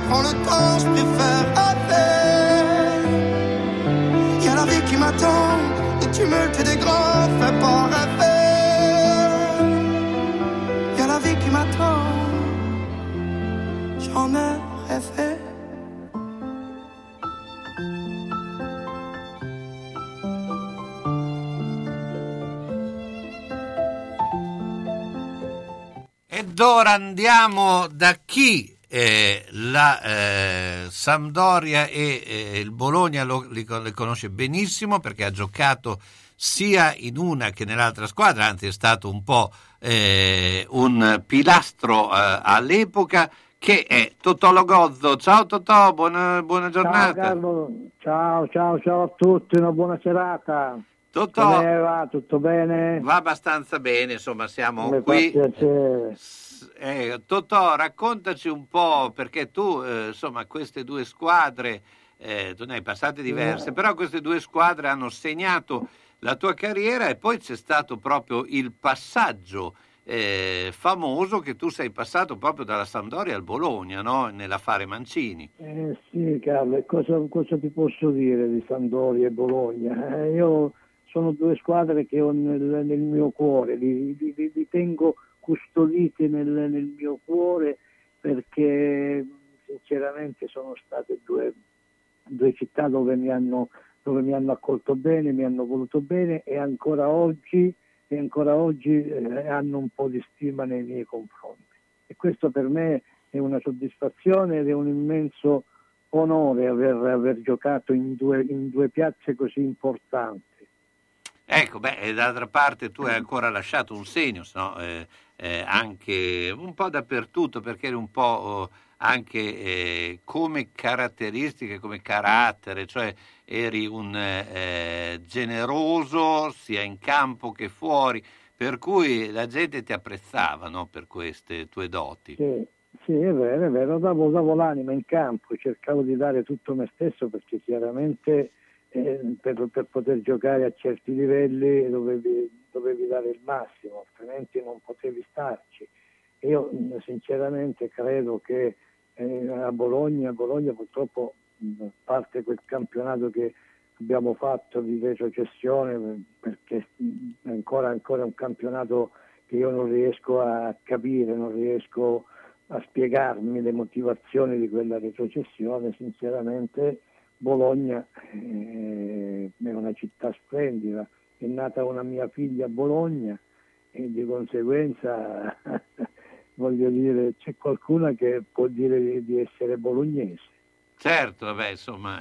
prends le temps, je préfère rêver. Y'a la vie qui m'attend, le tumulte des grands fait pas rêver. Y'a la vie qui m'attend, j'en ai rêvé. Ed ora andiamo da chi la Sampdoria e il Bologna li conosce benissimo, perché ha giocato sia in una che nell'altra squadra, anzi è stato un po' un pilastro all'epoca, che è Totò Logozzo. Ciao Totò, buona giornata. Ciao Carlo, ciao a tutti, una buona serata. Totò, come va? Tutto bene? Va abbastanza bene, insomma, siamo Mi qui. fa piacere. Totò, raccontaci un po', perché tu, insomma, queste due squadre, tu ne hai passate diverse, però queste due squadre hanno segnato la tua carriera, e poi c'è stato proprio il passaggio famoso, che tu sei passato proprio dalla Sampdoria al Bologna, no? Nell'affare Mancini. Sì, Carlo, cosa ti posso dire di Sampdoria e Bologna? Io sono due squadre che ho nel mio cuore, li tengo custodite nel mio cuore, perché sinceramente sono state due città dove mi hanno accolto bene, mi hanno voluto bene, e ancora oggi hanno un po' di stima nei miei confronti, e questo per me è una soddisfazione ed è un immenso onore aver giocato in due piazze così importanti. Ecco, d'altra parte tu hai ancora lasciato un segno, no? Anche un po' dappertutto, perché eri un po' anche come caratteristiche, come carattere, cioè eri un generoso sia in campo che fuori, per cui la gente ti apprezzava, no? Per queste tue doti. Sì, è vero, davo l'anima in campo, cercavo di dare tutto me stesso, perché chiaramente per poter giocare a certi livelli dovevi dare il massimo, altrimenti non potevi starci. Io sinceramente credo che a Bologna purtroppo, a parte quel campionato che abbiamo fatto di retrocessione, perché è ancora un campionato che io non riesco a capire, non riesco a spiegarmi le motivazioni di quella retrocessione. Sinceramente Bologna è una città splendida, è nata una mia figlia a Bologna, e di conseguenza voglio dire, c'è qualcuno che può dire di essere bolognese. Certo, insomma,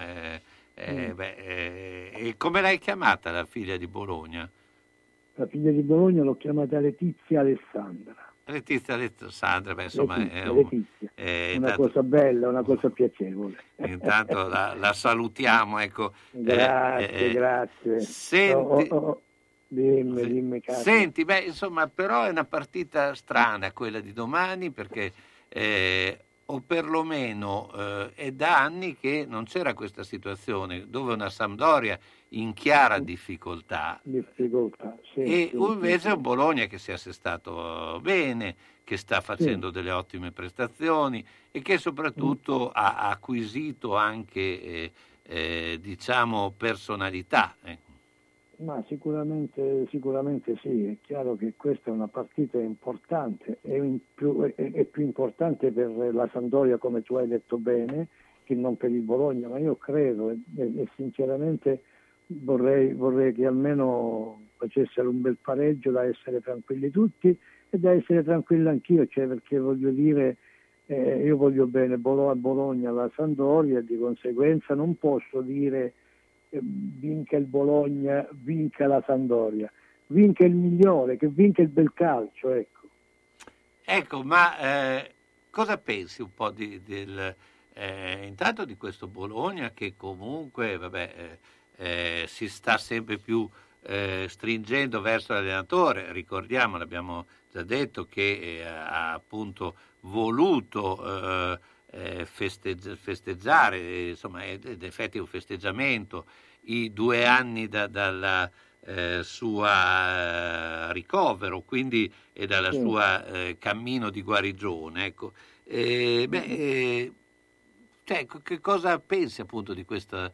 e come l'hai chiamata la figlia di Bologna? La figlia di Bologna l'ho chiamata Letizia Alessandra. Letizia Alessandra, insomma, Letizia. Una cosa bella, una cosa piacevole. Intanto la salutiamo, ecco. Grazie. Senti, dimmi Carlo. Senti, insomma, però è una partita strana quella di domani, perché o perlomeno è da anni che non c'era questa situazione dove una Sampdoria in chiara difficoltà e invece un Bologna che si è assestato bene, che sta facendo delle ottime prestazioni e che soprattutto ha acquisito anche diciamo personalità. Ma sicuramente sì, è chiaro che questa è una partita importante, è più importante per la Sampdoria, come tu hai detto bene, che non per il Bologna, ma io credo e sinceramente vorrei che almeno facessero un bel pareggio, da essere tranquilli tutti e da essere tranquillo anch'io, cioè, perché voglio dire, io voglio bene a Bologna, alla Sampdoria, e di conseguenza non posso dire vinca il Bologna, vinca la Sampdoria, vinca il migliore, che vinca il bel calcio, Ecco, ma cosa pensi un po' intanto di questo Bologna che comunque si sta sempre più stringendo verso l'allenatore? Ricordiamo, l'abbiamo già detto, che ha appunto voluto festeggiare, insomma, ed effetti un festeggiamento, i 2 anni dalla sua ricovero, quindi, e dalla sua cammino di guarigione, ecco. cioè, che cosa pensi appunto di questa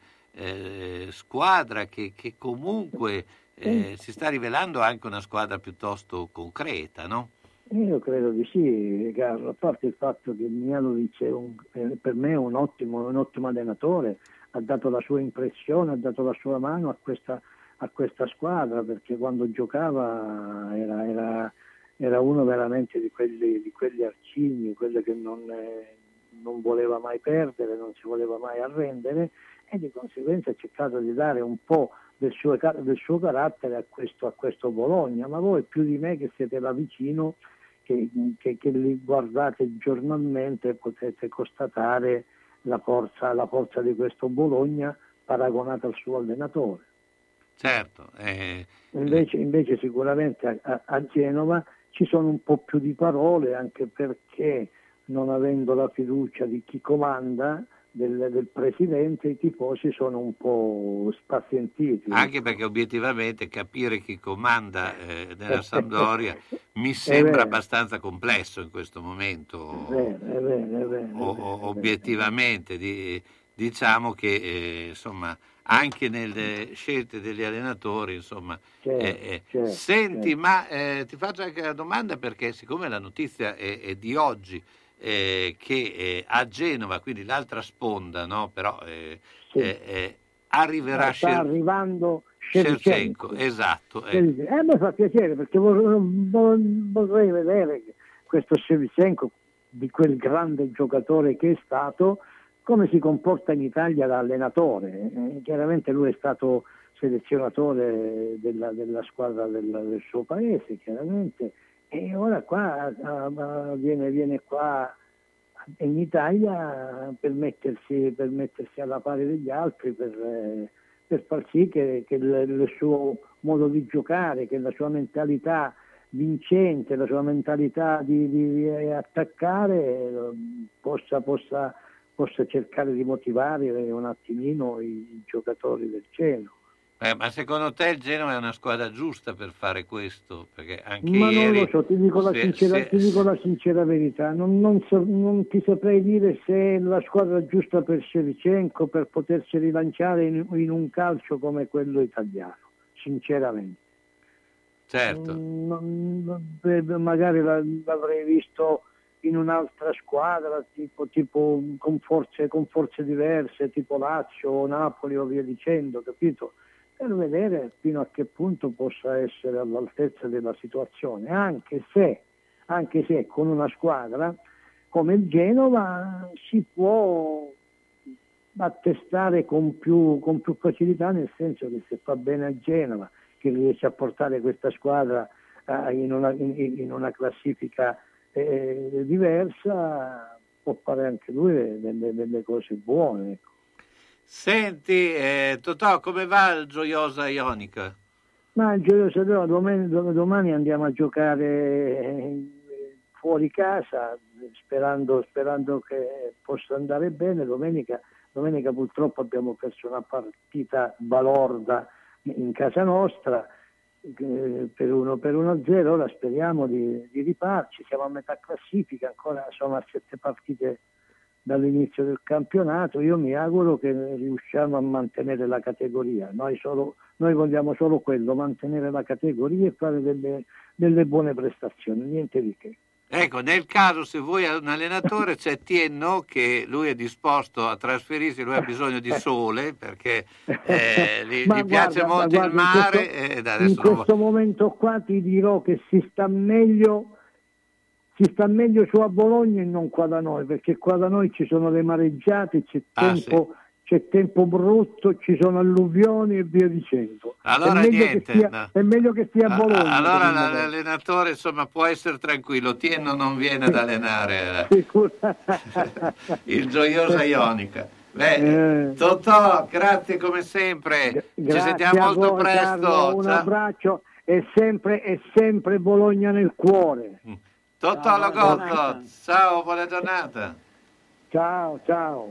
squadra che comunque si sta rivelando anche una squadra piuttosto concreta, no? Io credo di sì, Carlo, a parte il fatto che Mijatovic per me è un ottimo allenatore, ha dato la sua impressione, ha dato la sua mano a questa squadra, perché quando giocava era uno veramente di quelli arcigni, quelli che non voleva mai perdere, non si voleva mai arrendere, e di conseguenza ha cercato di dare un po' del suo carattere a questo Bologna. Ma voi più di me che siete là vicino, che li guardate giornalmente, potete constatare la forza di questo Bologna paragonata al suo allenatore. Certo. Invece sicuramente a Genova ci sono un po' più di parole, anche perché non avendo la fiducia di chi comanda, del presidente, i tifosi sono un po' spazientiti. Anche perché obiettivamente capire chi comanda nella Sampdoria mi sembra abbastanza complesso in questo momento. È vero. Obiettivamente diciamo che insomma anche nelle scelte degli allenatori, insomma. Certo. Senti, ma ti faccio anche una domanda, perché siccome la notizia è di oggi, che a Genova, quindi l'altra sponda, no? Però arriverà sta arrivando Shevchenko, esatto. A me fa piacere, perché vorrei vedere questo Shevchenko, di quel grande giocatore che è stato, come si comporta in Italia da allenatore. Chiaramente lui è stato selezionatore della squadra del suo paese, chiaramente, e ora qua viene qua in Italia per mettersi alla pari degli altri, per far sì che il suo modo di giocare, che la sua mentalità vincente, la sua mentalità di attaccare possa cercare di motivare un attimino i giocatori del Genoa. Ma secondo te il Genoa è una squadra giusta per fare questo? Perché anche Ma ieri... non lo so, ti dico la sincera verità, non ti saprei dire se è la squadra giusta per Shevchenko per potersi rilanciare in un calcio come quello italiano, sinceramente. Certo. Magari l'avrei visto in un'altra squadra, tipo con forze diverse, tipo Lazio o Napoli o via dicendo, capito? Per vedere fino a che punto possa essere all'altezza della situazione, anche se con una squadra come il Genova si può attestare con più facilità, nel senso che se fa bene a Genova, che riesce a portare questa squadra in una classifica diversa, può fare anche lui delle cose buone, ecco. Senti, Totò, come va il Gioiosa Ionica? Ma il Gioiosa domani andiamo a giocare fuori casa, sperando che possa andare bene. Domenica purtroppo abbiamo perso una partita balorda in casa nostra per 1-0. Ora speriamo di riparci, siamo a metà classifica, ancora sono a 7 partite dall'inizio del campionato. Io mi auguro che riusciamo a mantenere la categoria. Noi vogliamo solo quello, mantenere la categoria e fare delle buone prestazioni, niente di che. Ecco, nel caso se vuoi un allenatore c'è Tienno, che lui è disposto a trasferirsi, lui ha bisogno di sole perché gli piace molto il mare. In questo momento qua ti dirò che si sta meglio su a Bologna e non qua da noi, perché qua da noi ci sono le mareggiate, c'è tempo brutto, ci sono alluvioni e via dicendo. Allora è meglio che stia a Bologna. Allora l'allenatore insomma può essere tranquillo, Tienno non viene ad allenare il Gioiosa Ionica. Beh, Totò, grazie come sempre, ci sentiamo molto presto. Carlo, un abbraccio, è sempre Bologna nel cuore. Totò Logotto, ciao, buona giornata. Ciao.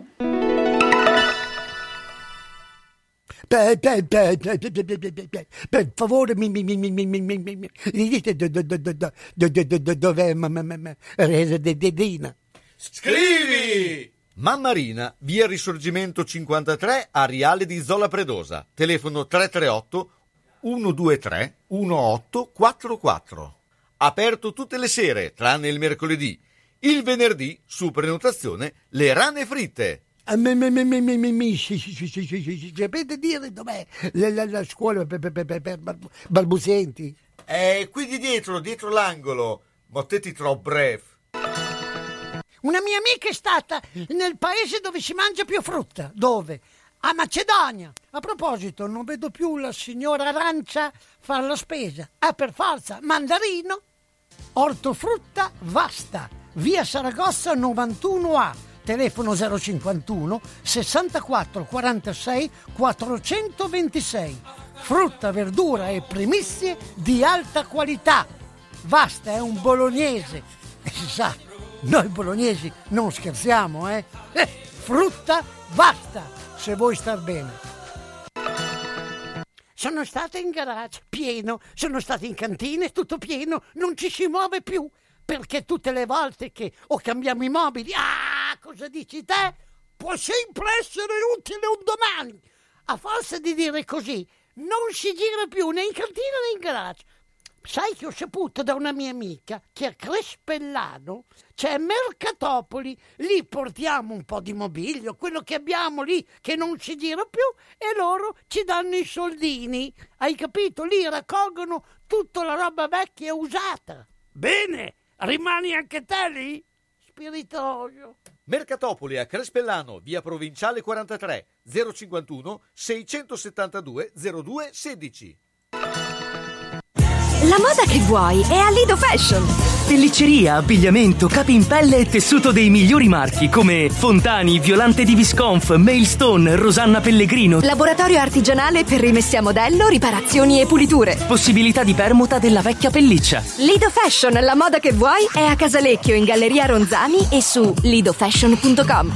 Per favore mi dite dov'è Redina? Scrivi Mammarina, via Risorgimento 53 a Riale di Zola Predosa. Telefono 338 123 1844. Aperto tutte le sere, tranne il mercoledì. Il venerdì, su prenotazione, le rane fritte. Sapete dire dov'è la scuola per balbuzienti? Qui di dietro l'angolo. Mottetti troppo breve. Una mia amica è stata nel paese dove si mangia più frutta. Dove? A Macedonia. A proposito, non vedo più la signora Arancia fare la spesa. Per forza, mandarino, ortofrutta Vasta, via Saragossa 91A, telefono 051 64 46 426. Frutta, verdura e primizie di alta qualità. Vasta è un bolognese. E si sa, noi bolognesi non scherziamo, frutta Vasta, se vuoi star bene. Sono stata in garage, pieno. Sono stata in cantina, tutto pieno. Non ci si muove più, perché tutte le volte che cambiamo i mobili, cosa dici te? Può sempre essere utile un domani. A forza di dire così, non si gira più né in cantina né in garage. Sai che ho saputo da una mia amica che a Crespellano c'è Mercatopoli, lì portiamo un po' di mobilio, quello che abbiamo lì che non si gira più, e loro ci danno i soldini. Hai capito? Lì raccolgono tutta la roba vecchia e usata. Bene, rimani anche te lì? Spiritoso. Mercatopoli a Crespellano, via Provinciale 43, 051 672 02 16. La moda che vuoi è a Lido Fashion. Pellicceria, abbigliamento, capi in pelle e tessuto dei migliori marchi come Fontani, Violante di Visconf, Mailstone, Rosanna Pellegrino. Laboratorio artigianale per rimessi a modello, riparazioni e puliture. Possibilità di permuta della vecchia pelliccia. Lido Fashion, la moda che vuoi è a Casalecchio in Galleria Ronzani e su lidofashion.com.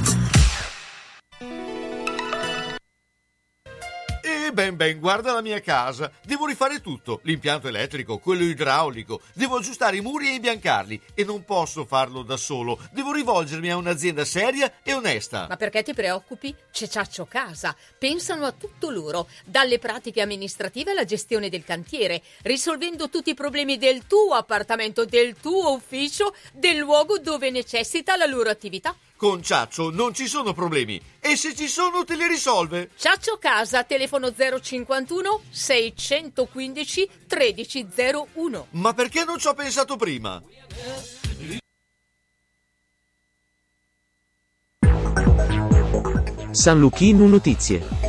Ben, guarda la mia casa. Devo rifare tutto, l'impianto elettrico, quello idraulico. Devo aggiustare i muri e imbiancarli. E non posso farlo da solo. Devo rivolgermi a un'azienda seria e onesta. Ma perché ti preoccupi? C'è Ciaccio Casa. Pensano a tutto loro, dalle pratiche amministrative alla gestione del cantiere, risolvendo tutti i problemi del tuo appartamento, del tuo ufficio, del luogo dove necessita la loro attività. Con Ciaccio non ci sono problemi, e se ci sono te li risolve. Ciaccio Casa, telefono 051 615 1301. Ma perché non ci ho pensato prima? San Luchino Notizie.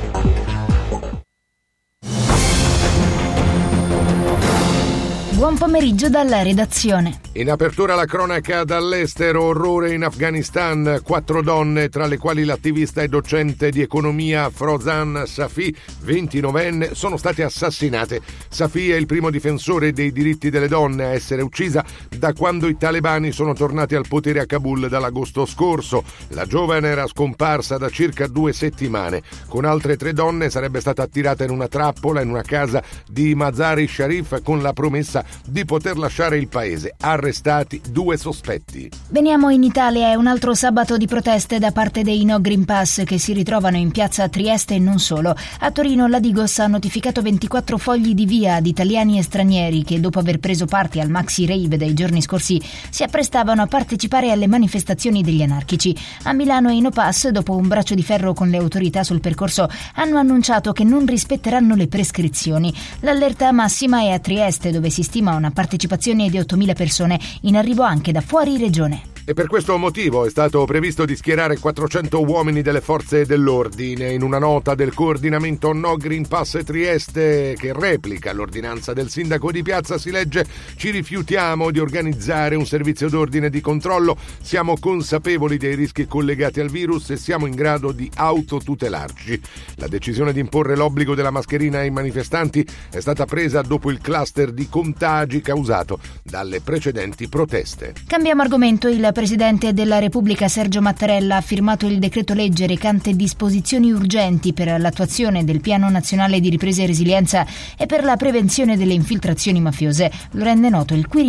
Buon pomeriggio dalla redazione. In apertura la cronaca dall'estero, orrore in Afghanistan, 4 donne, tra le quali l'attivista e docente di economia Frozan Safi, 29enne, sono state assassinate. Safi è il primo difensore dei diritti delle donne a essere uccisa da quando i talebani sono tornati al potere a Kabul dall'agosto scorso. La giovane era scomparsa da circa 2 settimane. Con altre 3 donne sarebbe stata attirata in una trappola in una casa di Mazar-i Sharif con la promessa di poter lasciare il paese. Arrestati 2 sospetti. Veniamo in Italia. È un altro sabato di proteste da parte dei No Green Pass che si ritrovano in piazza Trieste e non solo. A Torino la Digos ha notificato 24 fogli di via ad italiani e stranieri che, dopo aver preso parte al Maxi Rave dei giorni scorsi, si apprestavano a partecipare alle manifestazioni degli anarchici. A Milano i No Pass, dopo un braccio di ferro con le autorità sul percorso, hanno annunciato che non rispetteranno le prescrizioni. L'allerta massima è a Trieste, dove si stima una partecipazione di 8.000 persone, in arrivo anche da fuori regione. E per questo motivo è stato previsto di schierare 400 uomini delle forze dell'ordine. In una nota del coordinamento No Green Pass Trieste, che replica l'ordinanza del sindaco di piazza, si legge: ci rifiutiamo di organizzare un servizio d'ordine di controllo, siamo consapevoli dei rischi collegati al virus e siamo in grado di autotutelarci. La decisione di imporre l'obbligo della mascherina ai manifestanti è stata presa dopo il cluster di contagi causato dalle precedenti proteste. Cambiamo argomento. Il Presidente della Repubblica Sergio Mattarella ha firmato il decreto legge recante disposizioni urgenti per l'attuazione del Piano Nazionale di Ripresa e Resilienza e per la prevenzione delle infiltrazioni mafiose. Lo rende noto il Quirinale.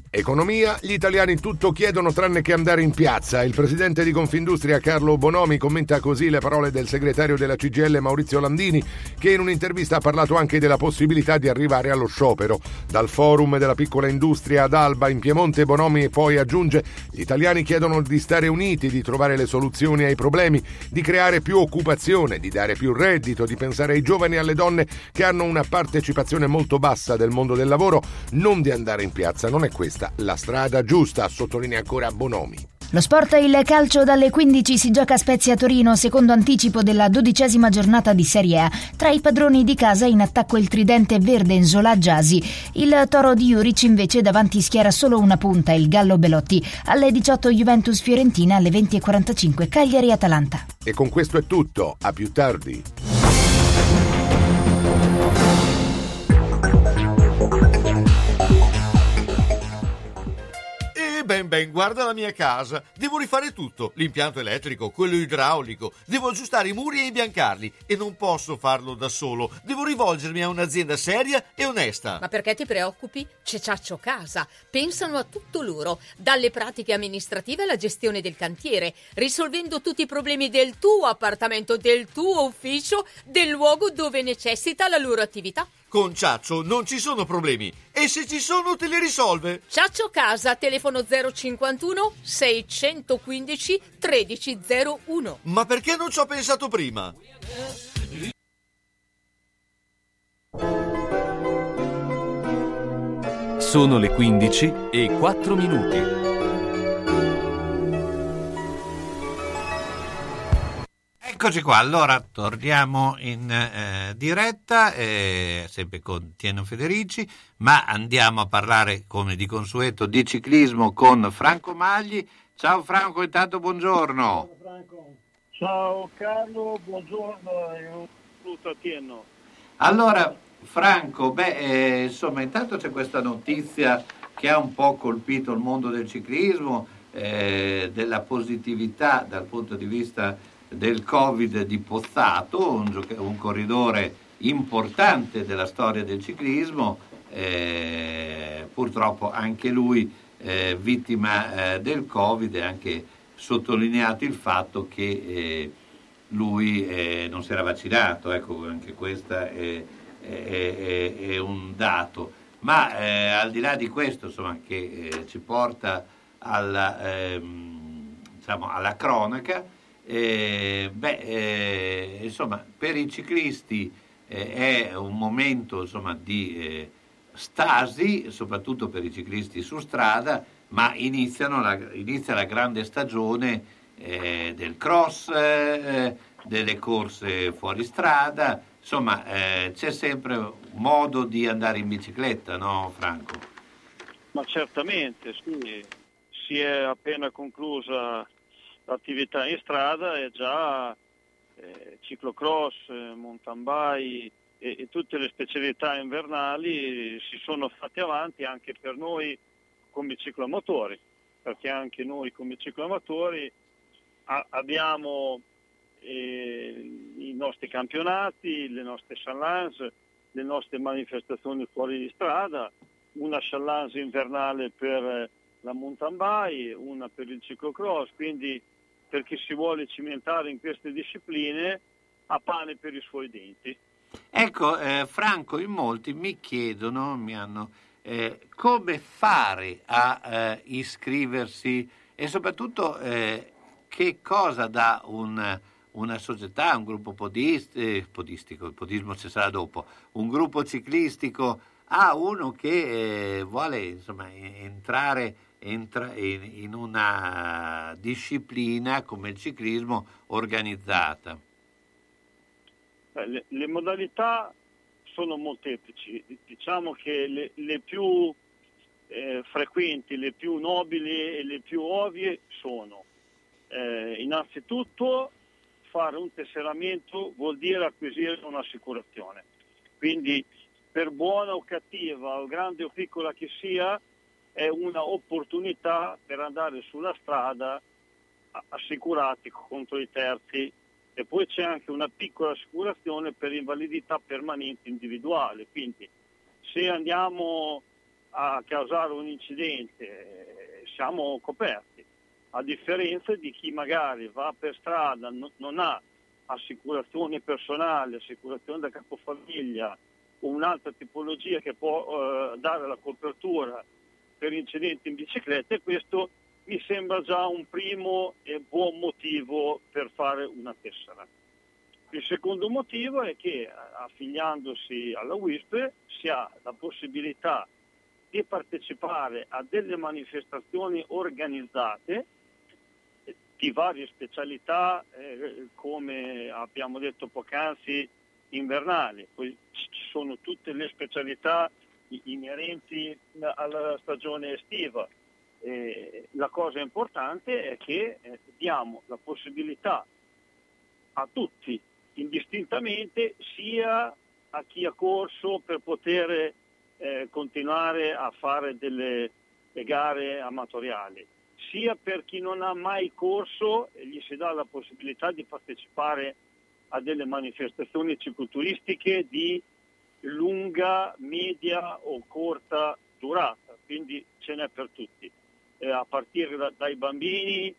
Economia, gli italiani tutto chiedono tranne che andare in piazza. Il presidente di Confindustria Carlo Bonomi commenta così le parole del segretario della CGIL Maurizio Landini, che in un'intervista ha parlato anche della possibilità di arrivare allo sciopero. Dal forum della piccola industria ad Alba in Piemonte, Bonomi poi aggiunge: gli italiani chiedono di stare uniti, di trovare le soluzioni ai problemi, di creare più occupazione, di dare più reddito, di pensare ai giovani e alle donne che hanno una partecipazione molto bassa del mondo del lavoro, non di andare in piazza. Non è questa la strada giusta, sottolinea ancora Bonomi. Lo sport, il calcio, dalle 15 si gioca a Spezia Torino, secondo anticipo della 12ª giornata di Serie A. Tra i padroni di casa in attacco il tridente verde Nzola Giasi. Il Toro di Juric invece davanti schiera solo una punta, il Gallo Belotti. Alle 18 Juventus Fiorentina, alle 20:45 Cagliari Atalanta. E con questo è tutto, a più tardi. Ben, guarda la mia casa. Devo rifare tutto, l'impianto elettrico, quello idraulico. Devo aggiustare i muri e imbiancarli e non posso farlo da solo. Devo rivolgermi a un'azienda seria e onesta. Ma perché ti preoccupi? C'è Ciaccio Casa. Pensano a tutto loro, dalle pratiche amministrative alla gestione del cantiere, risolvendo tutti i problemi del tuo appartamento, del tuo ufficio, del luogo dove necessita la loro attività. Con Ciaccio non ci sono problemi e se ci sono te li risolve. Ciaccio Casa, telefono 051 615 1301. Ma perché non ci ho pensato prima? Sono le 15:04. Eccoci qua, allora torniamo in diretta, sempre con Tieno Federici, ma andiamo a parlare, come di consueto, di ciclismo con Franco Magli. Ciao Franco, intanto buongiorno. Ciao Franco. Ciao Carlo, buongiorno e un saluto a Tieno. Allora Franco, insomma, intanto c'è questa notizia che ha un po' colpito il mondo del ciclismo, della positività dal punto di vista del Covid di Pozzato, un corridore importante della storia del ciclismo, purtroppo anche lui vittima del Covid, e anche sottolineato il fatto che lui non si era vaccinato. Ecco, anche questo è un dato, ma al di là di questo, insomma, che ci porta alla cronaca, insomma, per i ciclisti è un momento, insomma, di stasi, soprattutto per i ciclisti su strada, ma inizia la grande stagione del cross, delle corse fuori strada, insomma, c'è sempre modo di andare in bicicletta, no Franco? Ma certamente, sì, si è appena conclusa l'attività in strada e già ciclocross, mountain bike e tutte le specialità invernali si sono fatti avanti anche per noi come cicloamatori, perché anche noi come cicloamatori abbiamo i nostri campionati, le nostre challenge, le nostre manifestazioni fuori di strada, una challenge invernale per la mountain bike, una per il ciclocross, quindi per chi si vuole cimentare in queste discipline ha pane per i suoi denti. Ecco, Franco, in molti mi chiedono, come fare a iscriversi e soprattutto che cosa dà una società, un gruppo podistico, il podismo ci sarà dopo, un gruppo ciclistico a uno che vuole, insomma, entrare in una disciplina come il ciclismo organizzata. Le modalità sono molteplici, diciamo che le più frequenti, le più nobili e le più ovvie sono innanzitutto fare un tesseramento vuol dire acquisire un'assicurazione, quindi per buona o cattiva o grande o piccola che sia è una opportunità per andare sulla strada assicurati contro i terzi. E poi c'è anche una piccola assicurazione per invalidità permanente individuale, quindi se andiamo a causare un incidente, siamo coperti, a differenza di chi magari va per strada, non ha assicurazione personale, assicurazione da capofamiglia o un'altra tipologia che può dare la copertura per incidenti in bicicletta, e questo mi sembra già un primo e buon motivo per fare una tessera. Il secondo motivo è che affiliandosi alla WISP si ha la possibilità di partecipare a delle manifestazioni organizzate di varie specialità, come abbiamo detto poc'anzi, invernali. Poi ci sono tutte le specialità inerenti alla stagione estiva. La cosa importante è che diamo la possibilità a tutti, indistintamente, sia a chi ha corso per poter continuare a fare delle gare amatoriali, sia per chi non ha mai corso e gli si dà la possibilità di partecipare a delle manifestazioni cicloturistiche di lunga, media o corta durata, quindi ce n'è per tutti, a partire dai bambini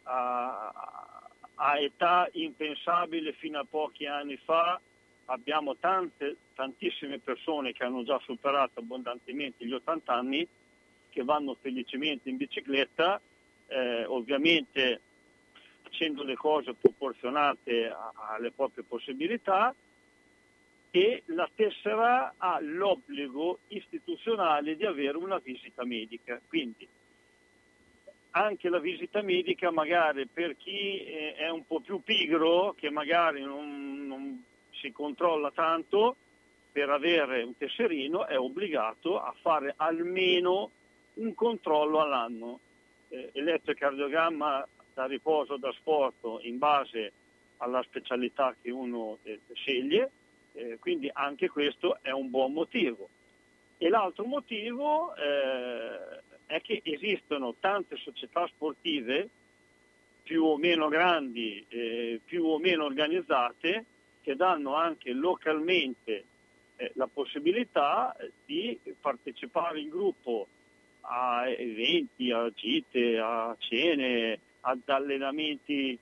a età impensabile fino a pochi anni fa. Abbiamo tantissime persone che hanno già superato abbondantemente gli 80 anni, che vanno felicemente in bicicletta, ovviamente facendo le cose proporzionate alle proprie possibilità, e la tessera ha l'obbligo istituzionale di avere una visita medica. Quindi anche la visita medica, magari per chi è un po' più pigro, che magari non si controlla tanto, per avere un tesserino è obbligato a fare almeno un controllo all'anno, elettrocardiogramma da riposo, da sport, in base alla specialità che uno sceglie, quindi anche questo è un buon motivo. E l'altro motivo è che esistono tante società sportive, più o meno grandi, più o meno organizzate, che danno anche localmente la possibilità di partecipare in gruppo a eventi, a gite, a cene, ad allenamenti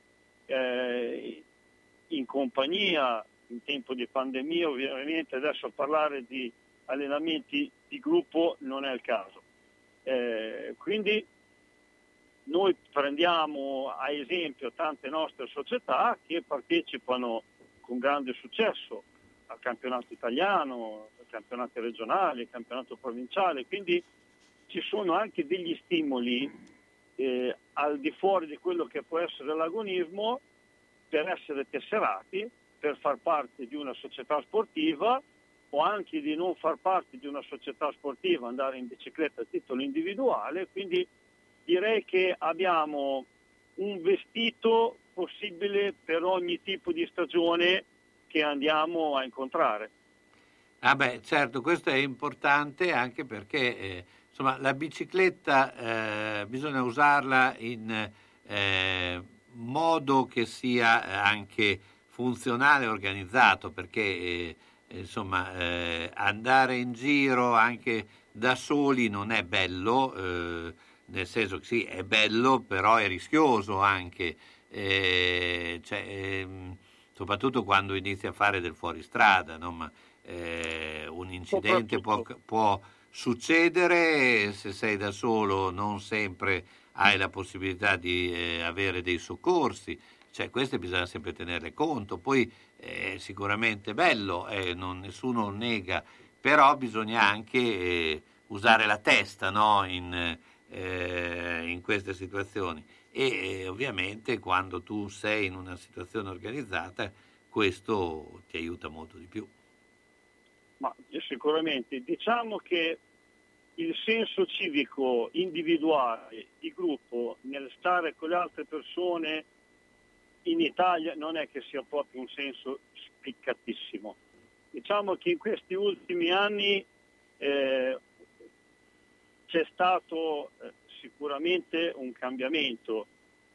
in compagnia. In tempo di pandemia, ovviamente, adesso parlare di allenamenti di gruppo non è il caso. Quindi noi prendiamo a esempio tante nostre società che partecipano con grande successo al campionato italiano, ai campionati regionali, al campionato provinciale, quindi ci sono anche degli stimoli al di fuori di quello che può essere l'agonismo, per essere tesserati, per far parte di una società sportiva, o anche di non far parte di una società sportiva, andare in bicicletta a titolo individuale. Quindi direi che abbiamo un vestito possibile per ogni tipo di stagione che andiamo a incontrare. Certo, questo è importante anche perché insomma, la bicicletta bisogna usarla in modo che sia anche funzionale e organizzato, perché insomma andare in giro anche da soli non è bello, nel senso che sì, è bello, però è rischioso anche, soprattutto quando inizi a fare del fuoristrada, no? Ma un incidente può succedere, se sei da solo non sempre hai la possibilità di avere dei soccorsi, queste bisogna sempre tenerle conto. Poi è sicuramente bello, nessuno nega, però bisogna anche usare la testa, no? in queste situazioni, e ovviamente quando tu sei in una situazione organizzata questo ti aiuta molto di più. Ma sicuramente, diciamo che il senso civico individuale, di gruppo, nel stare con le altre persone in Italia non è che sia proprio un senso spiccatissimo. Diciamo che in questi ultimi anni c'è stato sicuramente un cambiamento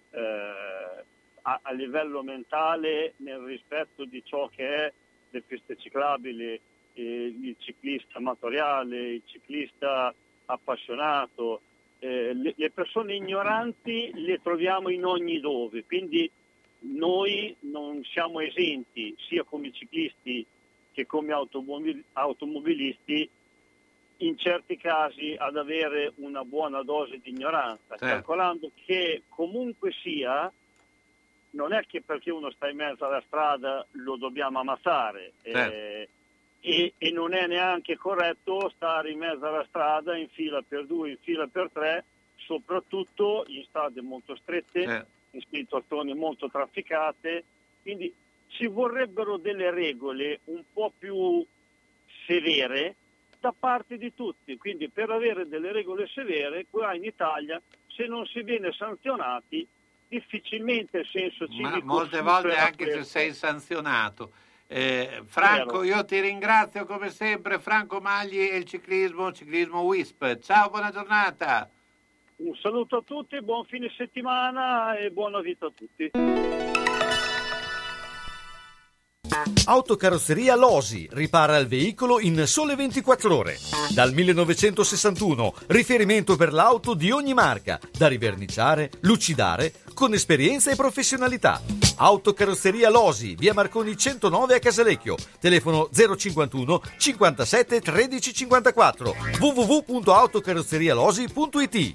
a livello mentale, nel rispetto di ciò che è le piste ciclabili, il ciclista amatoriale, il ciclista appassionato. Le persone ignoranti le troviamo in ogni dove, quindi noi non siamo esenti, sia come ciclisti che come automobilisti, in certi casi ad avere una buona dose di ignoranza, calcolando che comunque sia, non è che perché uno sta in mezzo alla strada lo dobbiamo ammazzare, e non è neanche corretto stare in mezzo alla strada in fila per 2, in fila per 3, soprattutto in strade molto strette, in situazioni molto trafficate. Quindi ci vorrebbero delle regole un po' più severe da parte di tutti. Quindi per avere delle regole severe qua in Italia, se non si viene sanzionati, difficilmente il senso civico... Ma molte volte anche se sei sanzionato. Franco, io ti ringrazio come sempre. Franco Magli e il ciclismo WISP. Ciao, buona giornata. Un saluto a tutti, buon fine settimana e buona vita a tutti. Autocarrozzeria Losi ripara il veicolo in sole 24 ore. Dal 1961, riferimento per l'auto di ogni marca, da riverniciare, lucidare, con esperienza e professionalità. Autocarrozzeria Losi, via Marconi 109 a Casalecchio, telefono 051 57 13 54, www.autocarrozzerialosi.it.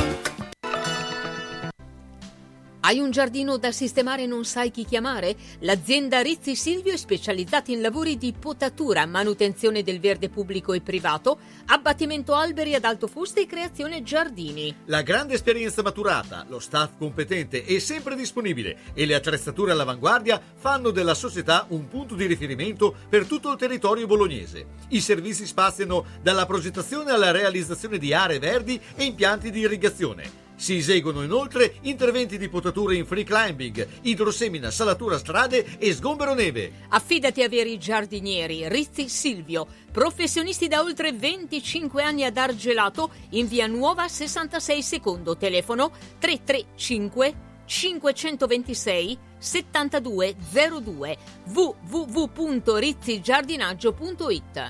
Hai un giardino da sistemare e non sai chi chiamare? L'azienda Rizzi Silvio è specializzata in lavori di potatura, manutenzione del verde pubblico e privato, abbattimento alberi ad alto fusto e creazione giardini. La grande esperienza maturata, lo staff competente e sempre disponibile e le attrezzature all'avanguardia fanno della società un punto di riferimento per tutto il territorio bolognese. I servizi spaziano dalla progettazione alla realizzazione di aree verdi e impianti di irrigazione. Si eseguono inoltre interventi di potatura in free climbing, idrosemina, salatura strade e sgombero neve. Affidati a veri giardinieri. Rizzi Silvio, professionisti da oltre 25 anni ad Argelato, in via Nuova 66 secondo, telefono 335 526 7202, www.rizzigiardinaggio.it.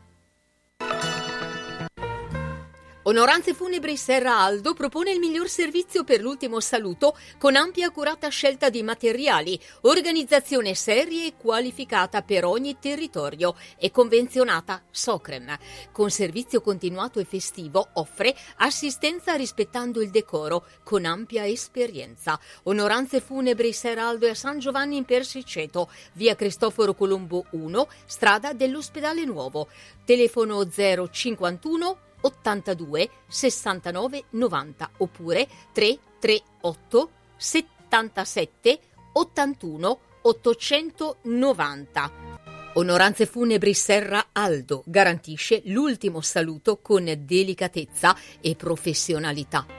Onoranze Funebri Serra Aldo propone il miglior servizio per l'ultimo saluto con ampia e accurata scelta di materiali, organizzazione seria e qualificata per ogni territorio e convenzionata Socrem. Con servizio continuato e festivo offre assistenza rispettando il decoro con ampia esperienza. Onoranze Funebri Serra Aldo è a San Giovanni in Persiceto, via Cristoforo Colombo 1, strada dell'Ospedale Nuovo. Telefono 051 82 69 90 oppure 338 77 81 890. Onoranze Funebri Serra Aldo garantisce l'ultimo saluto con delicatezza e professionalità.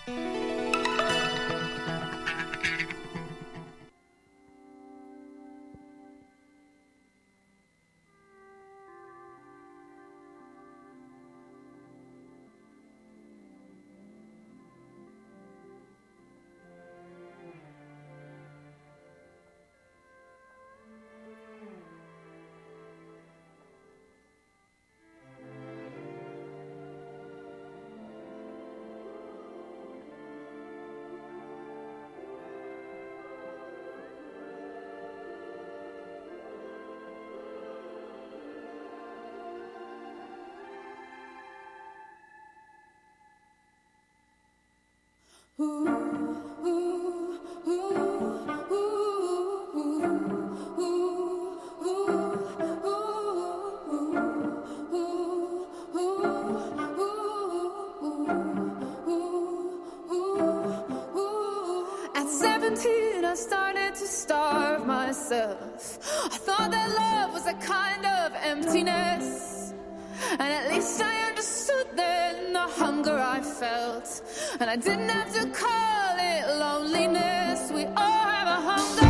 At 17 I started to starve myself. I thought that love was a kind of emptiness, and at least I understood then the hunger I felt, and I didn't have to call it loneliness. We all have a hunger.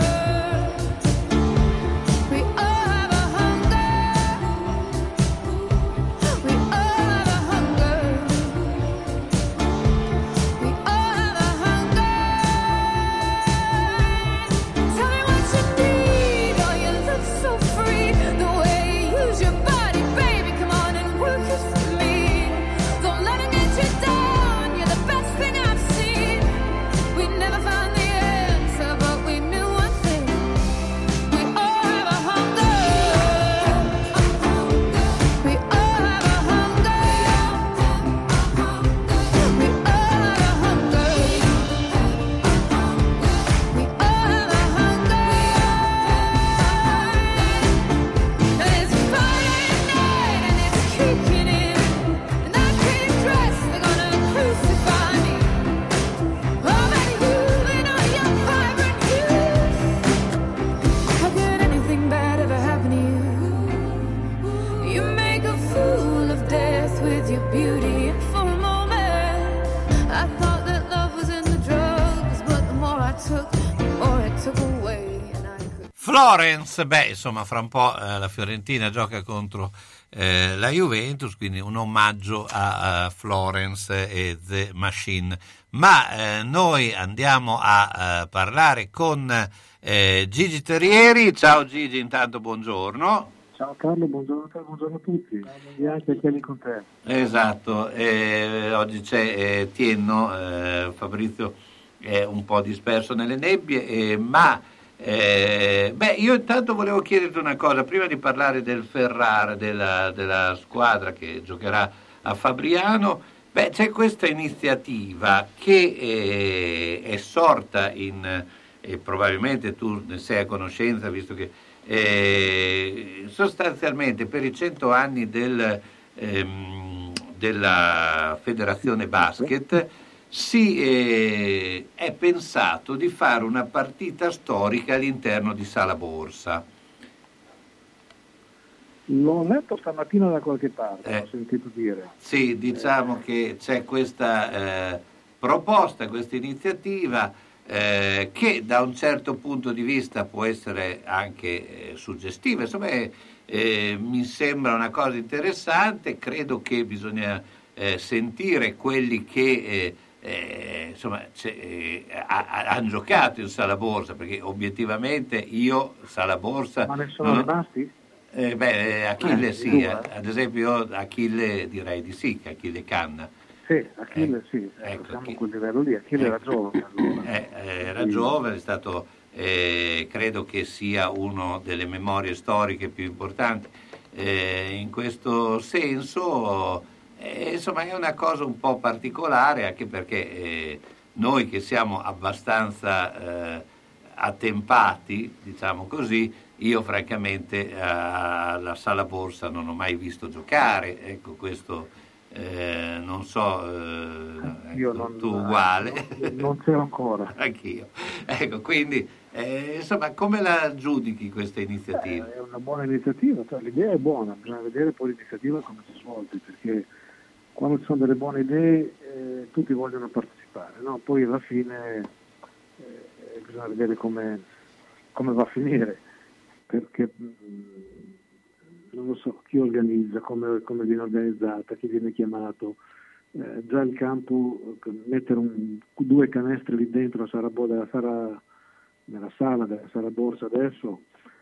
We all have a hunger. We all have a hunger. We all have a hunger. Tell me what you need. Oh, you look so free. The way you use your body, baby. Come on and work it for me. Don't Florence, insomma, fra un po' la Fiorentina gioca contro la Juventus, quindi un omaggio a Florence e The Machine. Ma noi andiamo a parlare con Gigi Terrieri. Ciao Gigi, intanto buongiorno. Ciao Carlo, buongiorno a te, buongiorno a tutti, e anche a quelli con te. Esatto, oggi c'è Tienno, Fabrizio è un po' disperso nelle nebbie, ma io intanto volevo chiederti una cosa, prima di parlare del Ferrara, della squadra che giocherà a Fabriano. C'è questa iniziativa che è sorta e probabilmente tu ne sei a conoscenza, visto che sostanzialmente per i 100 anni della Federazione Basket è pensato di fare una partita storica all'interno di Sala Borsa. L'ho letto stamattina da qualche parte, ho sentito dire. Sì, diciamo che c'è questa proposta, questa iniziativa che da un certo punto di vista può essere anche suggestiva, insomma mi sembra una cosa interessante. Credo che bisogna sentire quelli che hanno giocato in Sala Borsa, perché obiettivamente io Sala Borsa... Ma ne sono rimasti? Achille sì, ad esempio Achille direi di sì, che Achille Canna. Sì, Achille sì, siamo a quel livello lì. Achille era giovane allora. Era giovane, è stato, credo che sia una delle memorie storiche più importanti in questo senso. Insomma è una cosa un po' particolare, anche perché noi che siamo abbastanza attempati, diciamo così, io francamente alla Sala Borsa non ho mai visto giocare, ecco questo non so, tu uguale. Non c'ero ancora. Anch'io. Ecco, quindi insomma come la giudichi questa iniziativa? È una buona iniziativa, l'idea è buona, bisogna vedere poi l'iniziativa come si svolge, perché quando ci sono delle buone idee tutti vogliono partecipare, no? Poi alla fine bisogna vedere come va a finire, perché non lo so chi organizza, come viene organizzata, chi viene chiamato, già il campo, mettere 2 canestri lì dentro nella sala della Sala Borsa adesso,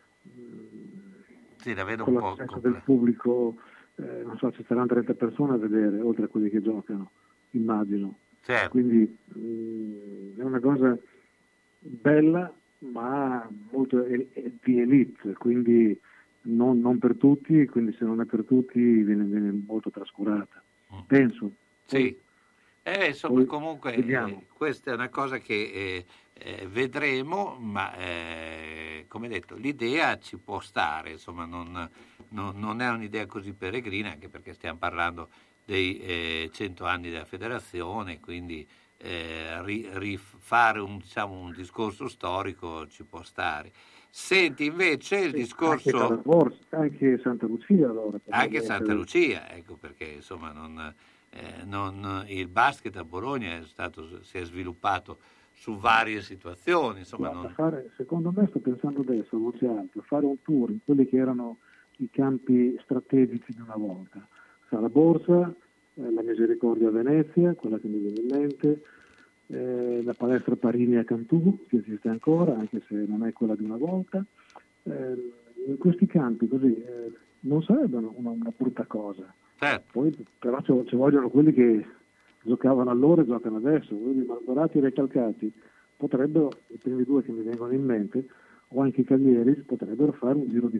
sì, la vedo con un po' l'assenso del pubblico, non so, ci saranno 30 persone a vedere, oltre a quelli che giocano, immagino. Certo. Quindi è una cosa bella, ma molto di elite, quindi non per tutti, quindi se non è per tutti viene molto trascurata, penso. Sì, insomma, poi comunque questa è una cosa che vedremo, ma come detto l'idea ci può stare, insomma non è un'idea così peregrina, anche perché stiamo parlando dei 100 anni della federazione, quindi rifare un discorso storico ci può stare. Senti invece il discorso anche Santa Lucia, allora, anche Santa Lucia, ecco, perché insomma il basket a Bologna si è sviluppato su varie situazioni, insomma secondo me, sto pensando adesso a voce alta, fare un tour in quelli che erano i campi strategici di una volta, Sala Borsa, la Misericordia a Venezia, quella che mi viene in mente, la palestra Parini a Cantù, che esiste ancora, anche se non è quella di una volta. In questi campi così non sarebbe una brutta cosa. Certo. Poi però ci vogliono quelli che giocavano allora e giocano adesso, quindi Martorati e Recalcati potrebbero, i primi 2 che mi vengono in mente, o anche i Caglieri, potrebbero fare un giro di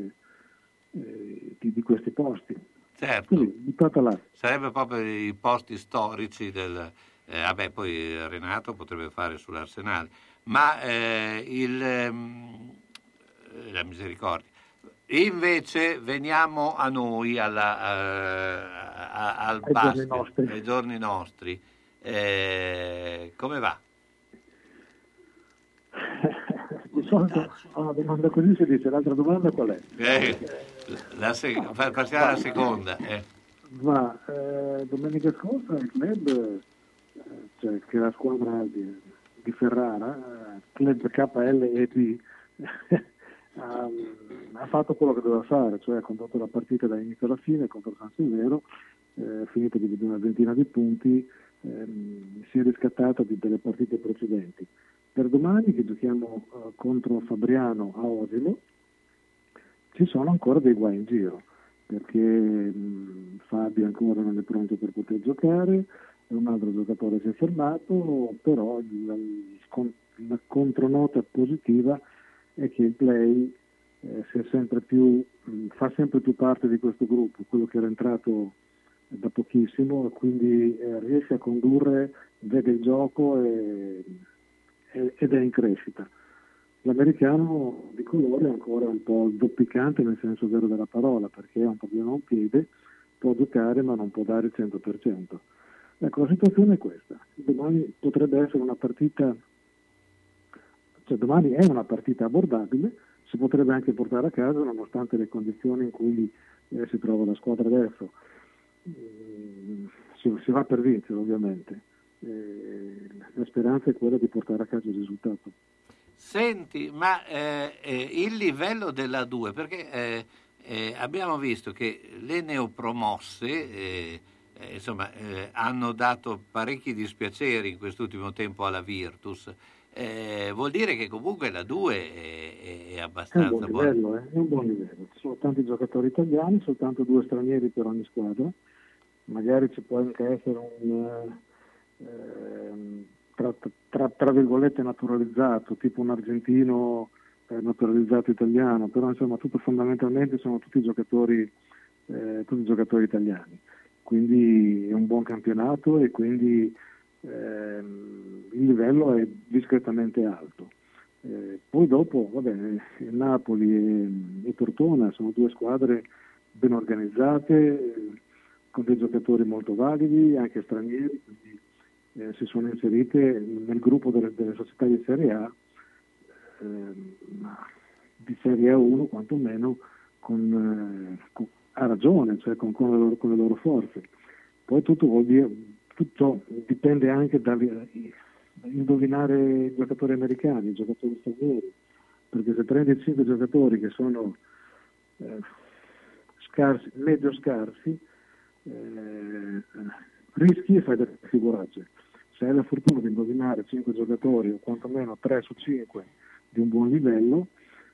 questi posti. Certo. Quindi, sarebbe proprio i posti storici poi Renato potrebbe fare sull'Arsenale, ma la Misericordia. Invece veniamo a noi al basket, ai giorni nostri. Come va? Di solito una domanda così si dice, l'altra domanda qual è? Passiamo alla seconda. Ma domenica scorsa il club, che è la squadra di Ferrara, club KLEP, ha fatto quello che doveva fare, cioè ha condotto la partita dall'inizio alla fine contro San Severo, finita di una ventina di punti, si è riscattata delle partite precedenti. Per domani, che giochiamo contro Fabriano a Osimo, ci sono ancora dei guai in giro, perché Fabio ancora non è pronto per poter giocare, un altro giocatore si è fermato, però la contronota positiva è che il play fa sempre più parte di questo gruppo, quello che era entrato da pochissimo, quindi riesce a condurre, vede il gioco ed è in crescita. L'americano di colore è ancora un po' zoppicante nel senso vero della parola, perché ha un problema a un piede, può giocare ma non può dare il 100%. Ecco, la situazione è questa. Domani potrebbe essere una partita, cioè domani è una partita abbordabile, si potrebbe anche portare a casa nonostante le condizioni in cui si trova la squadra adesso. Si va per vincere ovviamente. La speranza è quella di portare a casa il risultato. Senti, ma il livello della 2, perché abbiamo visto che le neopromosse hanno dato parecchi dispiaceri in quest'ultimo tempo alla Virtus. Vuol dire che comunque la 2 è abbastanza buona. È un buon livello. Ci sono tanti giocatori italiani, soltanto 2 stranieri per ogni squadra. Magari ci può anche essere un tra virgolette naturalizzato, tipo un argentino naturalizzato italiano, però insomma fondamentalmente sono tutti giocatori italiani, quindi è un buon campionato e quindi il livello è discretamente alto. Poi dopo il Napoli e Tortona sono 2 squadre ben organizzate, con dei giocatori molto validi, anche stranieri, quindi si sono inserite nel gruppo delle società di Serie A, di Serie A1 quantomeno, a ragione, cioè con le loro forze. Poi tutto dipende anche dall'indovinare i giocatori americani, i giocatori stranieri, perché se prendi 5 giocatori che sono medio scarsi, rischi e fai delle figuracce. Se hai la fortuna di indovinare 5 giocatori o quantomeno 3 su 5 di un buon livello,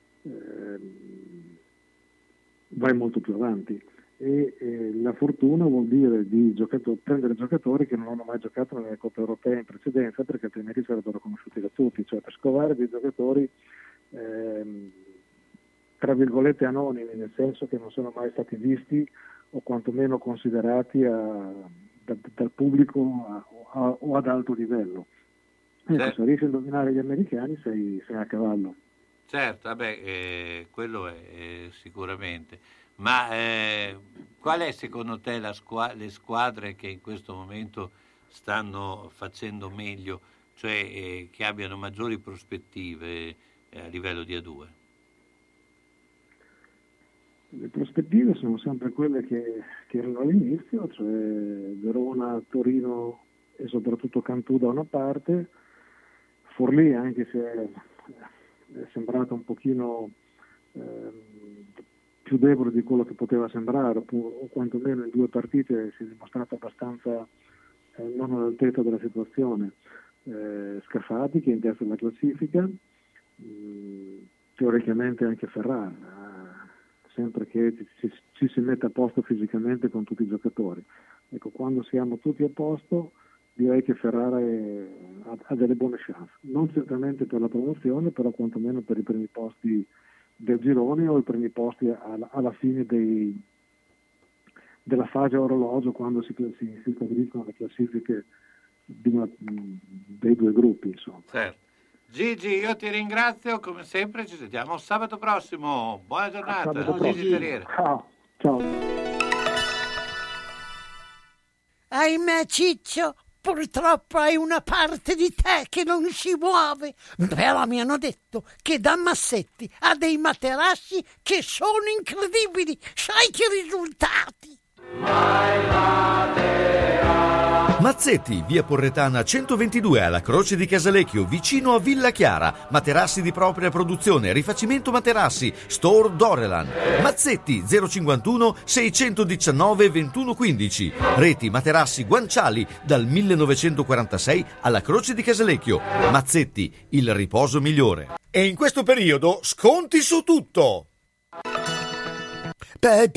vai molto più avanti. E la fortuna vuol dire prendere giocatori che non hanno mai giocato nelle coppe europee in precedenza, perché altrimenti sarebbero conosciuti da tutti, cioè per scovare dei giocatori tra virgolette anonimi, nel senso che non sono mai stati visti o quantomeno considerati dal pubblico o ad alto livello. Ecco, se riesci a indovinare gli americani sei a cavallo. Certo, quello è sicuramente. Ma qual è secondo te le squadre che in questo momento stanno facendo meglio, cioè che abbiano maggiori prospettive a livello di A2? Le prospettive sono sempre quelle che erano all'inizio, cioè Verona, Torino e soprattutto Cantù da una parte, Forlì, anche se è sembrato un pochino più debole di quello che poteva sembrare, o quantomeno in 2 partite si è dimostrato abbastanza non all'altezza della situazione. Scafati, che è in testa della classifica, teoricamente anche Ferrara, sempre che ci si metta a posto fisicamente con tutti i giocatori. Ecco, quando siamo tutti a posto, direi che Ferrara ha delle buone chance, non certamente per la promozione, però quantomeno per i primi posti del girone o i primi posti alla fine della fase a orologio, quando si stabiliscono le classifiche dei 2 gruppi, insomma. Certo. Gigi, io ti ringrazio, come sempre ci sentiamo sabato prossimo. Buona giornata. Gigi Terriere. Ciao. Ahimè, Ciccio, purtroppo hai una parte di te che non si muove, però mi hanno detto che da Massetti ha dei materassi che sono incredibili. Sai che risultati? My Matera. Mazzetti, via Porretana 122 alla Croce di Casalecchio, vicino a Villa Chiara. Materassi di propria produzione, rifacimento materassi, Store Dorelan. Mazzetti 051 619 2115. Reti materassi guanciali dal 1946 alla Croce di Casalecchio. Mazzetti, il riposo migliore. E in questo periodo sconti su tutto. Per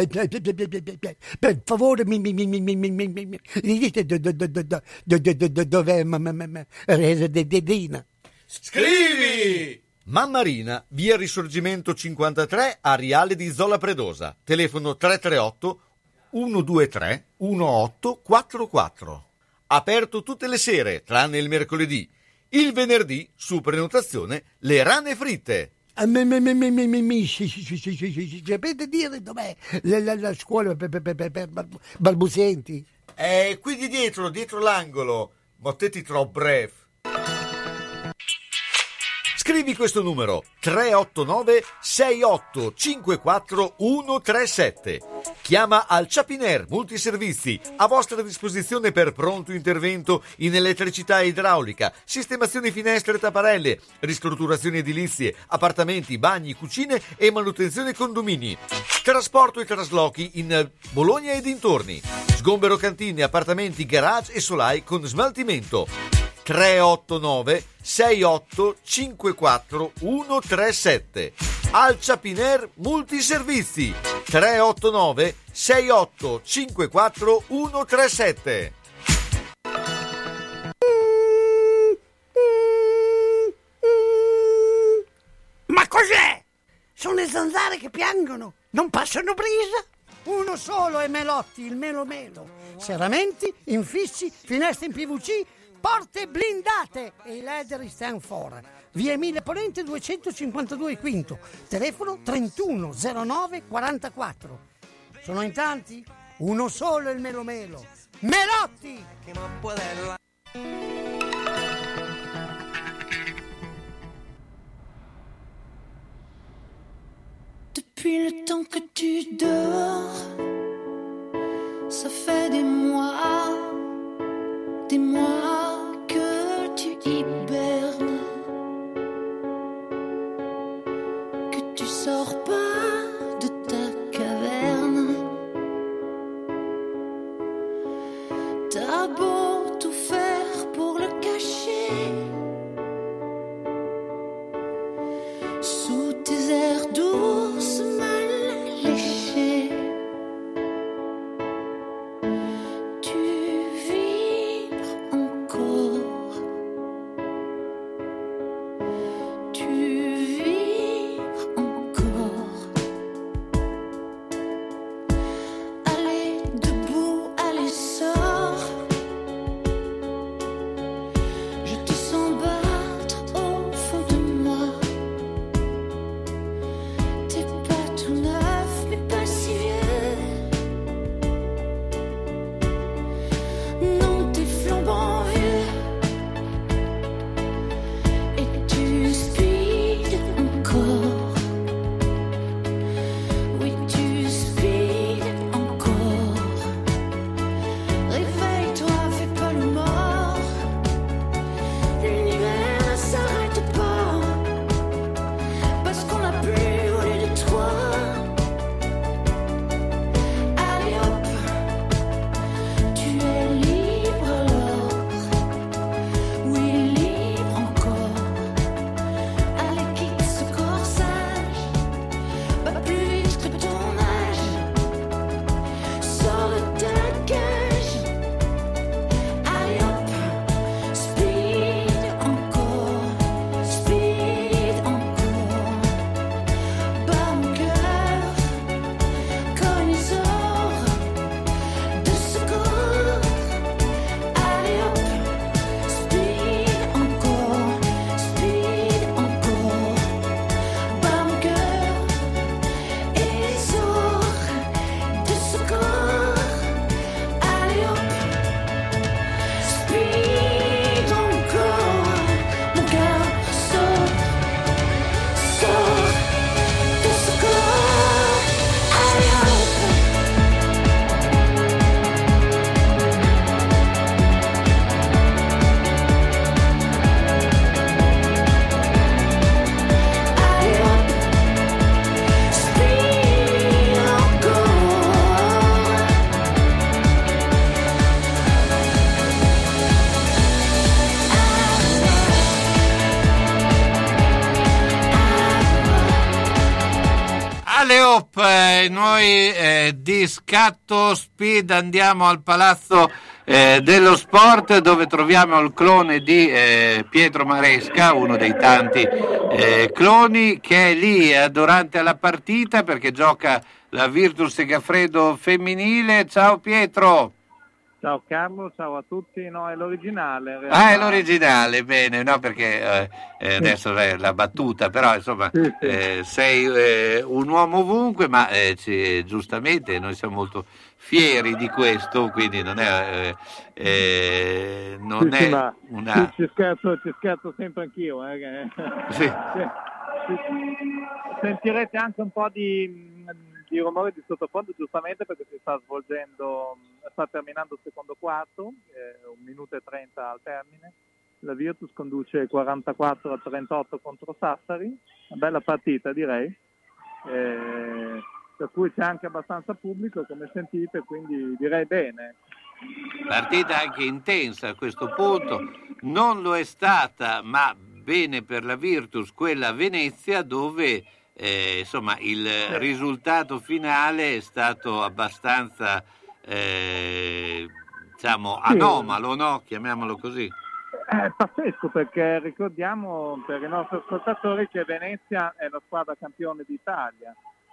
favore, mi dite dov'è Dedina? Scrivi! Mammarina, via Risorgimento 53, Ariale di Zola Predosa. Telefono 338 123 1844. Aperto tutte le sere, tranne il mercoledì. Il venerdì, su prenotazione, le rane fritte. Sapete dire dov'è la scuola per balbuzienti? È qui di dietro l'angolo. Mottetti troppo breve. Scrivi questo numero 389 6854 137. Chiama al Chapiner Multiservizi, a vostra disposizione per pronto intervento in elettricità e idraulica, sistemazioni finestre e tapparelle, ristrutturazioni edilizie, appartamenti, bagni, cucine e manutenzione condomini. Trasporto e traslochi in Bologna e dintorni. Sgombero cantine, appartamenti, garage e solai con smaltimento. 389 6854 137. Al Chapiner Multiservizi 389 6854 137. Ma cos'è? Sono le zanzare che piangono, non passano brisa. Uno solo è Melotti, il Melo Melo. Serramenti, infissi, finestre in PVC, porte blindate e i leder stand for. Via Emilia Ponente 252 Quinto, telefono 31 09 44. Sono in tanti? Uno solo è il Melo Melo. Melotti! Depuis le temps que tu dors, ça fait des mois que tu hibernes, que tu sors pas de ta caverne. T'as beau tout faire pour le cacher, sous tes airs d'ours mal léchés. Ale Hop, noi di Scatto Speed andiamo al Palazzo dello Sport, dove troviamo il clone di Pietro Maresca, uno dei tanti cloni che è lì durante la partita perché gioca la Virtus Segafredo femminile. Ciao Pietro. Ciao Carlo, ciao a tutti. No, è l'originale. In realtà. Ah, è l'originale, bene, no, perché adesso è la battuta, però insomma sei un uomo ovunque, ma giustamente noi siamo molto fieri di questo, quindi non è una... Ci scherzo sempre anch'io. Sì. Sentirete anche un po' di rumore di sottofondo, giustamente perché sta terminando il secondo quarto, 1 minuto e 30 al termine. La Virtus conduce 44-38 contro Sassari, una bella partita direi, per cui c'è anche abbastanza pubblico come sentite, quindi direi bene. Partita anche intensa a questo punto, non lo è stata, ma bene per la Virtus quella a Venezia, dove insomma il risultato finale è stato abbastanza diciamo anomalo, no? Chiamiamolo così. È pazzesco, perché ricordiamo per i nostri ascoltatori che Venezia è la squadra campione d'Italia,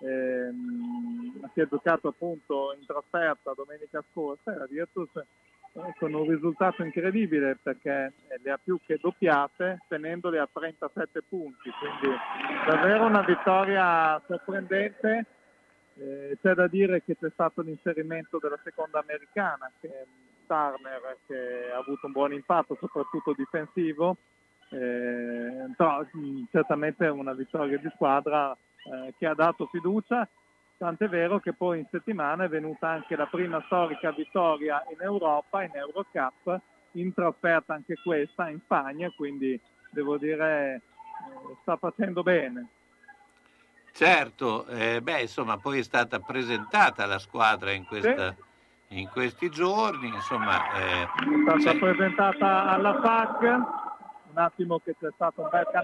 si è giocato appunto in trasferta domenica scorsa e la Virtus con un risultato incredibile, perché le ha più che doppiate tenendole a 37 punti, quindi davvero una vittoria sorprendente. C'è da dire che c'è stato l'inserimento della seconda americana, che è Turner, che ha avuto un buon impatto soprattutto difensivo, però certamente una vittoria di squadra che ha dato fiducia. Tant'è vero che poi in settimana è venuta anche la prima storica vittoria in Europa, in Eurocup, in trasferta anche questa in Spagna, quindi devo dire sta facendo bene. Certo, insomma poi è stata presentata la squadra in questi giorni, insomma. È stata presentata alla FAC, un attimo che c'è stato un bel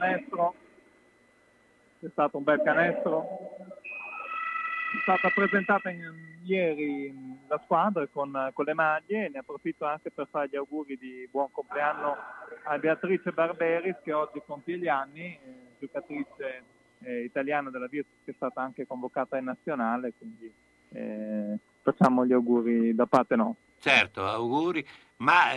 canestro. È stata presentata ieri la squadra con le maglie, e ne approfitto anche per fare gli auguri di buon compleanno a Beatrice Barberis, che oggi compie gli anni, giocatrice italiana della Virtus, che è stata anche convocata in nazionale, quindi facciamo gli auguri da parte nostra. Certo, auguri, ma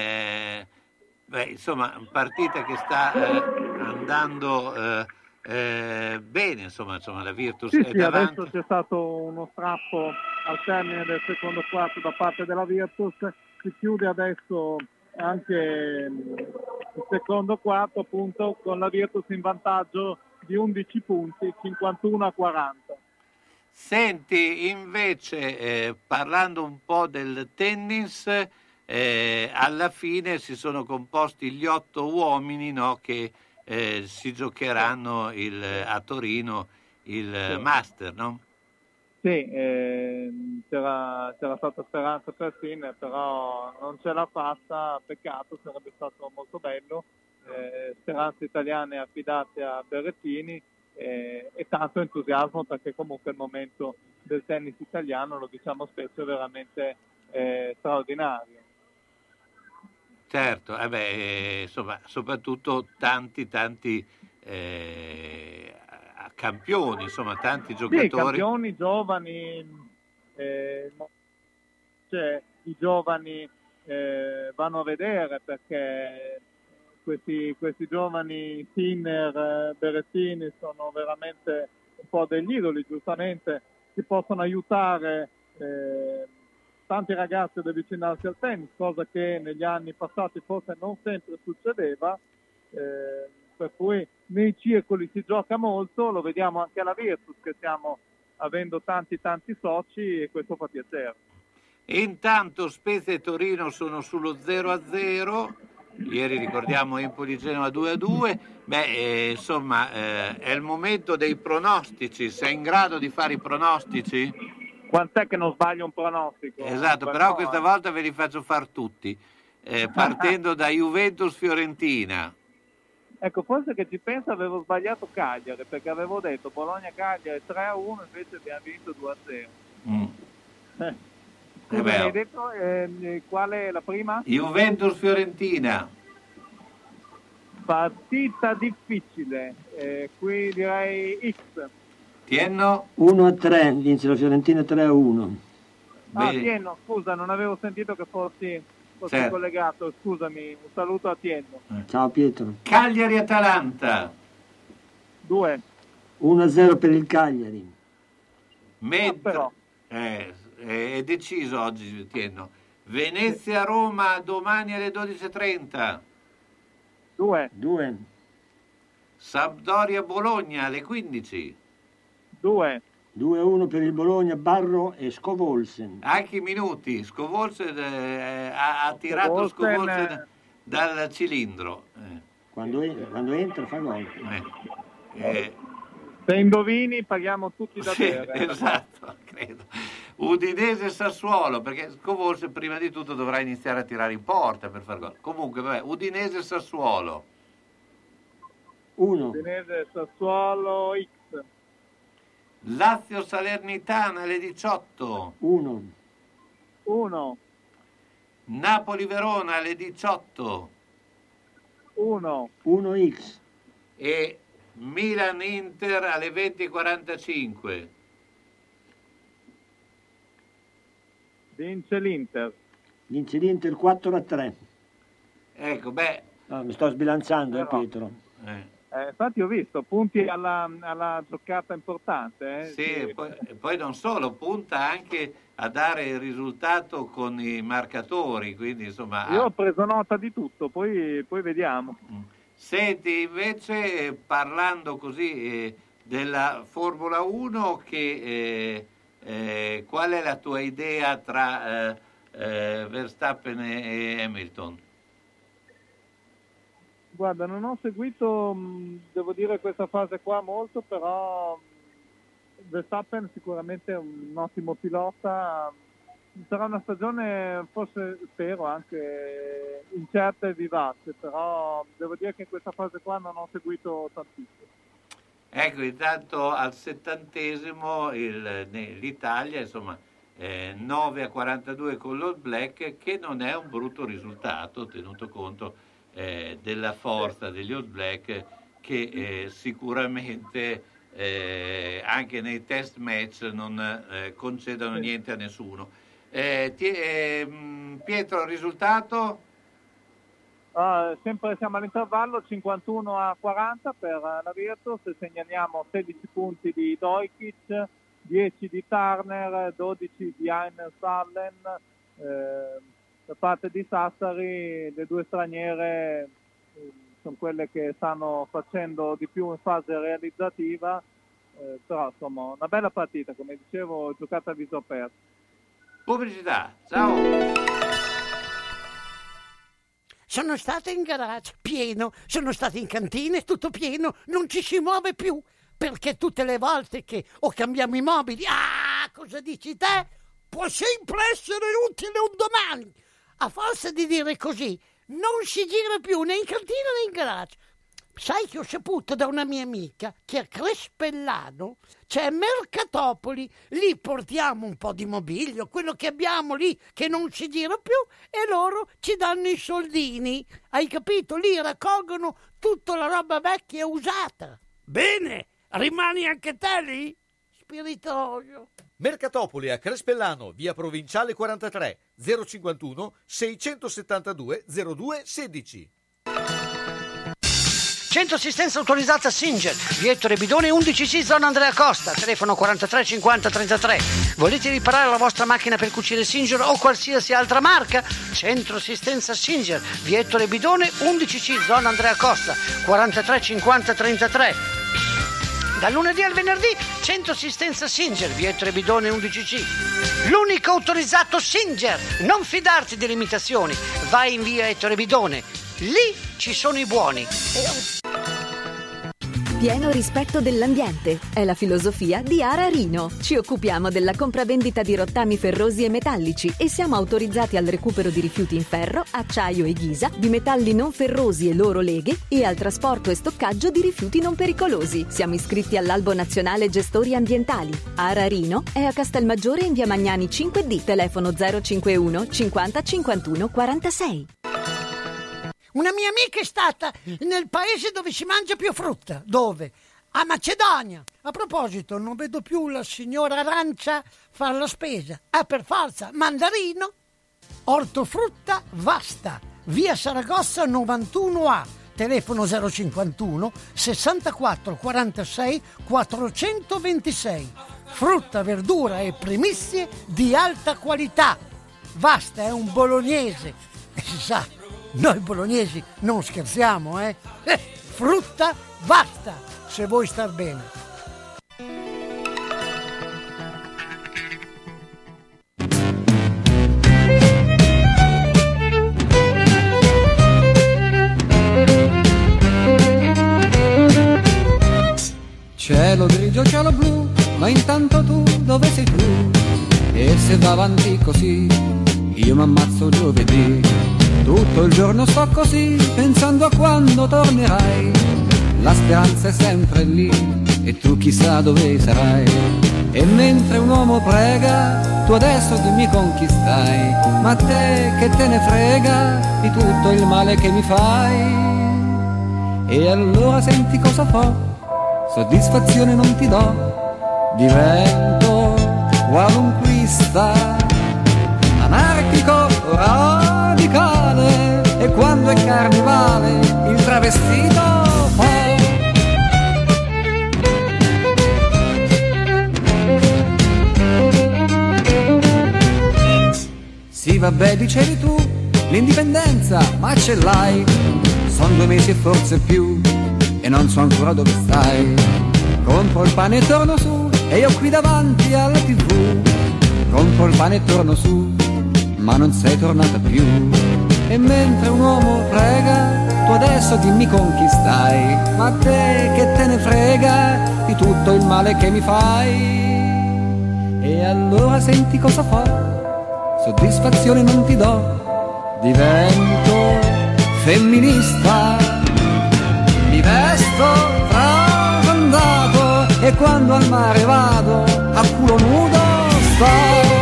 insomma partita che sta andando bene, insomma la Virtus è davanti. Adesso c'è stato uno strappo al termine del secondo quarto da parte della Virtus, si chiude adesso anche il secondo quarto appunto con la Virtus in vantaggio di 11 punti, 51-40. Senti, invece parlando un po' del tennis, alla fine si sono composti gli 8 uomini, no, che si giocheranno a Torino il Master, no? Sì, c'era stata speranza per Sinner, però non ce l'ha fatta, peccato, sarebbe stato molto bello. Speranze italiane affidate a Berrettini e tanto entusiasmo, perché comunque il momento del tennis italiano, lo diciamo spesso, è veramente straordinario. Certo, insomma, soprattutto tanti campioni, insomma, tanti giocatori. Sì, campioni giovani, i giovani vanno a vedere, perché questi giovani Sinner, Berrettini sono veramente un po' degli idoli, giustamente, che possono aiutare tanti ragazzi ad avvicinarsi al tennis, cosa che negli anni passati forse non sempre succedeva, per cui nei circoli si gioca molto, lo vediamo anche alla Virtus, che stiamo avendo tanti soci, e questo fa piacere. Intanto Spezia e Torino sono sullo 0-0, ieri ricordiamo Empoli-Genova 2-2, insomma è il momento dei pronostici, sei in grado di fare i pronostici? Quant'è che non sbaglio un pronostico? Esatto, però questa volta ve li faccio fare tutti, partendo da Juventus-Fiorentina. Ecco, forse che ci penso avevo sbagliato Cagliari, perché avevo detto Bologna-Cagliari 3-1, invece abbiamo vinto 2-0. Scusa, hai detto qual è la prima? Juventus-Fiorentina. Partita difficile, qui direi X. Tienno? 1-3, vince la Fiorentina 3-1. Tienno, scusa, non avevo sentito che fossi collegato, scusami, un saluto a Tienno. Ciao Pietro. Cagliari-Atalanta. 2. 1-0 per il Cagliari. Però. È deciso oggi, Tienno. Venezia-Roma domani alle 12:30. 2. Sampdoria-Bologna alle 15. 2. 2-1 per il Bologna, Barro e Scovolsen. Anche i minuti. Scovolsen ha tirato Scovolsen dal cilindro. Quando entra fa gol. Se indovini paghiamo tutti da terra. Esatto, credo. Udinese-Sassuolo, perché Scovolsen prima di tutto dovrà iniziare a tirare in porta per far gol. Comunque, vabbè, Udinese-Sassuolo. 1. Udinese-Sassuolo X. Lazio-Salernitana alle 18. 1. Napoli-Verona alle 18. 1. 1X. E Milan-Inter alle 20:45. Vince l'Inter. Vince l'Inter 4-3. Ecco, beh. No, mi sto sbilanciando, Pietro. Infatti ho visto, punti alla giocata importante. Sì, e poi non solo, punta anche a dare il risultato con i marcatori, quindi insomma... Io ho preso nota di tutto, poi vediamo. Senti, invece, parlando così della Formula 1, qual è la tua idea tra Verstappen e Hamilton? Guarda, non ho seguito, devo dire, questa fase qua molto, però Verstappen sicuramente è un ottimo pilota. Sarà una stagione, forse spero, anche incerta e vivace, però devo dire che in questa fase qua non ho seguito tantissimo. Ecco, intanto al 70° l'Italia, insomma, 9-42 con l'All Black, che non è un brutto risultato, tenuto conto della forza degli All Black, che sicuramente anche nei test match non concedono niente a nessuno. Pietro, risultato? Sempre siamo all'intervallo 51-40 per la Virtus, segnaliamo 16 punti di Dojkic, 10 di Turner, 12 di Heinz Allen. Da parte di Sassari le due straniere sono quelle che stanno facendo di più in fase realizzativa, però insomma una bella partita, come dicevo, giocata a viso aperto. Pubblicità, ciao! Sono stata in garage, pieno, sono stata in cantina, tutto pieno, non ci si muove più, perché tutte le volte che o cambiamo i mobili, cosa dici te? Può sempre essere utile un domani. A forza di dire così, non si gira più né in cantina né in garage. Sai che ho saputo da una mia amica che a Crespellano c'è Mercatopoli, lì portiamo un po' di mobilio, quello che abbiamo lì che non si gira più, e loro ci danno i soldini. Hai capito? Lì raccolgono tutta la roba vecchia e usata. Bene, rimani anche te lì? Spiritoso. Mercatopoli a Crespellano, via Provinciale 43, 051 672 0216. Centro assistenza autorizzata Singer, via Ettore Bidone 11C, zona Andrea Costa, telefono 43 50 33. Volete riparare la vostra macchina per cucire Singer o qualsiasi altra marca? Centro assistenza Singer, via Ettore Bidone 11C, zona Andrea Costa, 43 50 33. Dal lunedì al venerdì, centro assistenza Singer, via Ettore Bidone 11C. L'unico autorizzato Singer. Non fidarti delle imitazioni. Vai in via Ettore Bidone. Lì ci sono i buoni. Pieno rispetto dell'ambiente è la filosofia di Ara Rino. Ci occupiamo della compravendita di rottami ferrosi e metallici e siamo autorizzati al recupero di rifiuti in ferro, acciaio e ghisa, di metalli non ferrosi e loro leghe e al trasporto e stoccaggio di rifiuti non pericolosi. Siamo iscritti all'Albo Nazionale Gestori Ambientali. Ara Rino è a Castelmaggiore in via Magnani 5D, telefono 051 50 51 46. Una mia amica è stata nel paese dove si mangia più frutta. Dove? A Macedonia. A proposito, non vedo più la signora Arancia fare la spesa. Per forza, mandarino, ortofrutta Vasta, via Saragossa 91A, telefono 051 64 46 426. Frutta, verdura e primizie di alta qualità. Vasta è un bolognese e si sa, noi bolognesi non scherziamo, frutta Vasta, se vuoi star bene. Cielo grigio, cielo blu, ma intanto tu dove sei tu? E se va avanti così, io m'ammazzo giovedì. Tutto il giorno sto così, pensando a quando tornerai. La speranza è sempre lì, e tu chissà dove sarai. E mentre un uomo prega, tu adesso mi conquistai. Ma a te che te ne frega di tutto il male che mi fai? E allora senti cosa fa? Soddisfazione non ti do, divento qualunquista, anarchico, radicale, e quando è carnevale il travestito fa. Sì, vabbè, dicevi tu, l'indipendenza, ma ce l'hai, son 2 mesi e forse più, e non so ancora dove stai. Compro il pane e torno su, e io qui davanti alla TV. Compro il pane e torno su, ma non sei tornata più. E mentre un uomo prega, tu adesso dimmi con chi stai. Ma a te che te ne frega di tutto il male che mi fai? E allora senti cosa fa? Soddisfazione non ti do, divento femminista. Mi vesto trasandato e quando al mare vado a culo nudo sto.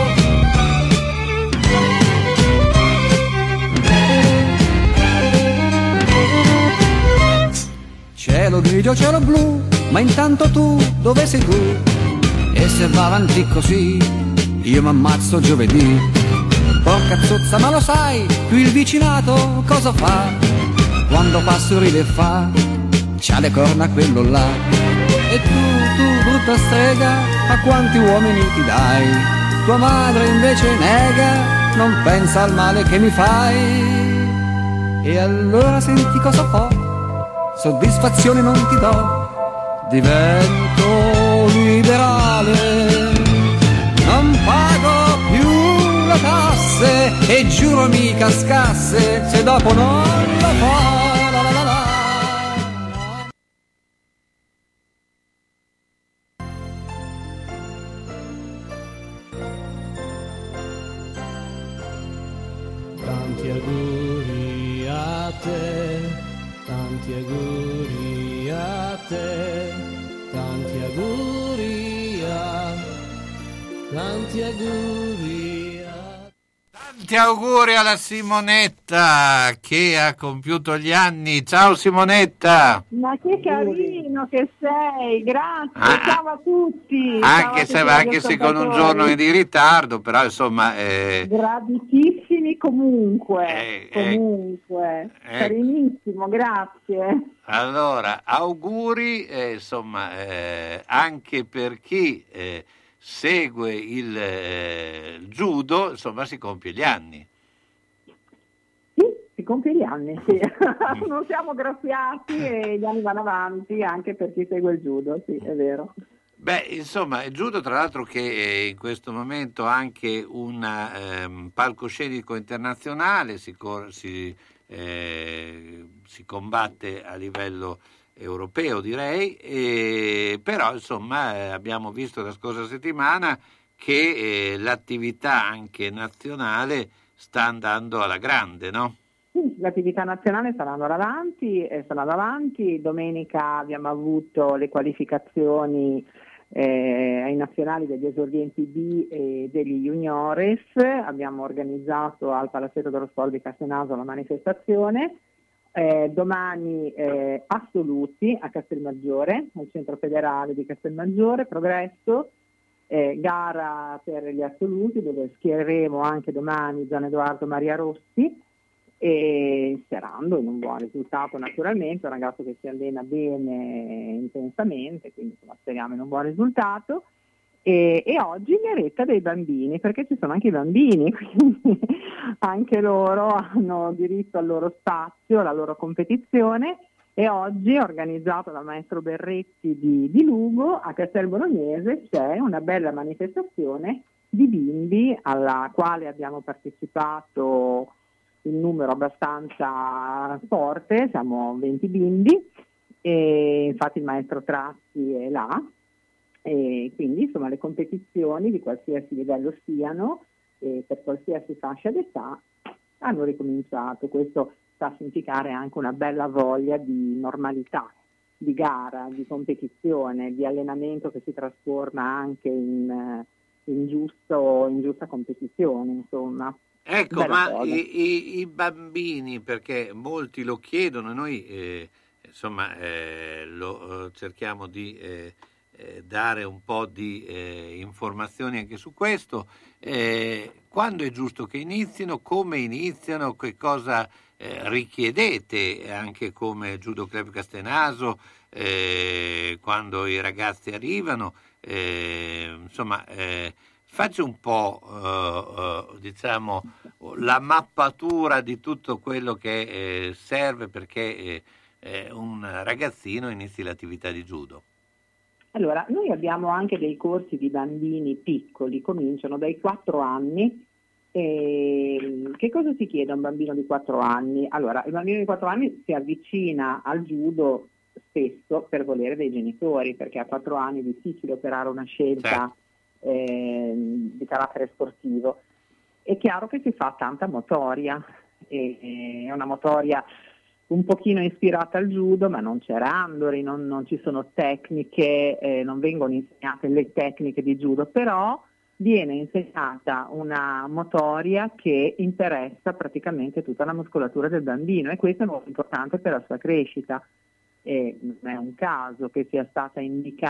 Cielo grigio, cielo blu, ma intanto tu dove sei tu? E se va avanti così, io m'ammazzo giovedì. Porca zozza, ma lo sai, qui il vicinato cosa fa? Quando passo ride e fa, c'ha le corna quello là. E tu brutta strega, a quanti uomini ti dai? Tua madre invece nega, non pensa al male che mi fai. E allora senti cosa fa? Soddisfazione non ti do, divento liberale. Non pago più le tasse e giuro mica scasse se dopo non lo fa. Tanti auguri a te, tanti auguri a te, tanti auguri a, tanti auguri a. Tanti auguri alla Simonetta che ha compiuto gli anni. Ciao Simonetta. Ma che carino che sei, grazie, ciao a tutti. Anche se con un giorno di ritardo, però insomma... Graditissimi comunque, carinissimo, grazie. Allora, auguri, insomma, anche per chi segue il judo, insomma, si compie gli anni. Sì, si compie gli anni, sì. Non siamo graziati e gli anni vanno avanti anche per chi segue il judo, sì, è vero. Beh, insomma, il judo, tra l'altro, che in questo momento ha anche un palcoscenico internazionale, si combatte a livello europeo direi, però insomma abbiamo visto la scorsa settimana che l'attività anche nazionale sta andando alla grande, no? Sì, l'attività nazionale sta andando avanti. Domenica abbiamo avuto le qualificazioni ai nazionali degli esordienti B e degli juniores. Abbiamo organizzato al Palazzetto dello Sport di Castenaso la manifestazione. Domani assoluti a Castelmaggiore, al centro federale di Castelmaggiore, Progresso, gara per gli assoluti dove schiereremo anche domani Gian Edoardo Maria Rossi, e sperando in un buon risultato naturalmente, un ragazzo che si allena bene intensamente, quindi insomma, speriamo in un buon risultato. E oggi garetta dei bambini, perché ci sono anche i bambini, quindi anche loro hanno diritto al loro spazio, alla loro competizione, e oggi, organizzato dal maestro Berretti di Lugo, a Castel Bolognese c'è una bella manifestazione di bimbi alla quale abbiamo partecipato in numero abbastanza forte, siamo 20 bimbi, e infatti il maestro Trazzi è là. E quindi insomma le competizioni di qualsiasi livello siano, per qualsiasi fascia d'età, hanno ricominciato. Questo sta a significare anche una bella voglia di normalità, di gara, di competizione, di allenamento che si trasforma anche in giusta competizione, insomma. Ecco, ma i bambini, perché molti lo chiedono, noi lo cerchiamo di dare un po' di informazioni anche su questo. Quando è giusto che inizino, come iniziano, che cosa richiedete anche come Judo Club Castenaso quando i ragazzi arrivano, faccia un po' diciamo la mappatura di tutto quello che serve perché un ragazzino inizi l'attività di judo. Allora, noi abbiamo anche dei corsi di bambini piccoli, cominciano dai 4 anni. Che cosa si chiede a un bambino di 4 anni? Allora, il bambino di 4 anni si avvicina al judo spesso per volere dei genitori, perché a 4 anni è difficile operare una scelta di carattere sportivo. È chiaro che si fa tanta motoria, è una motoria un pochino ispirata al judo, ma non c'è randori, non ci sono tecniche, non vengono insegnate le tecniche di judo, però viene insegnata una motoria che interessa praticamente tutta la muscolatura del bambino, e questo è molto importante per la sua crescita. Non è un caso che sia stata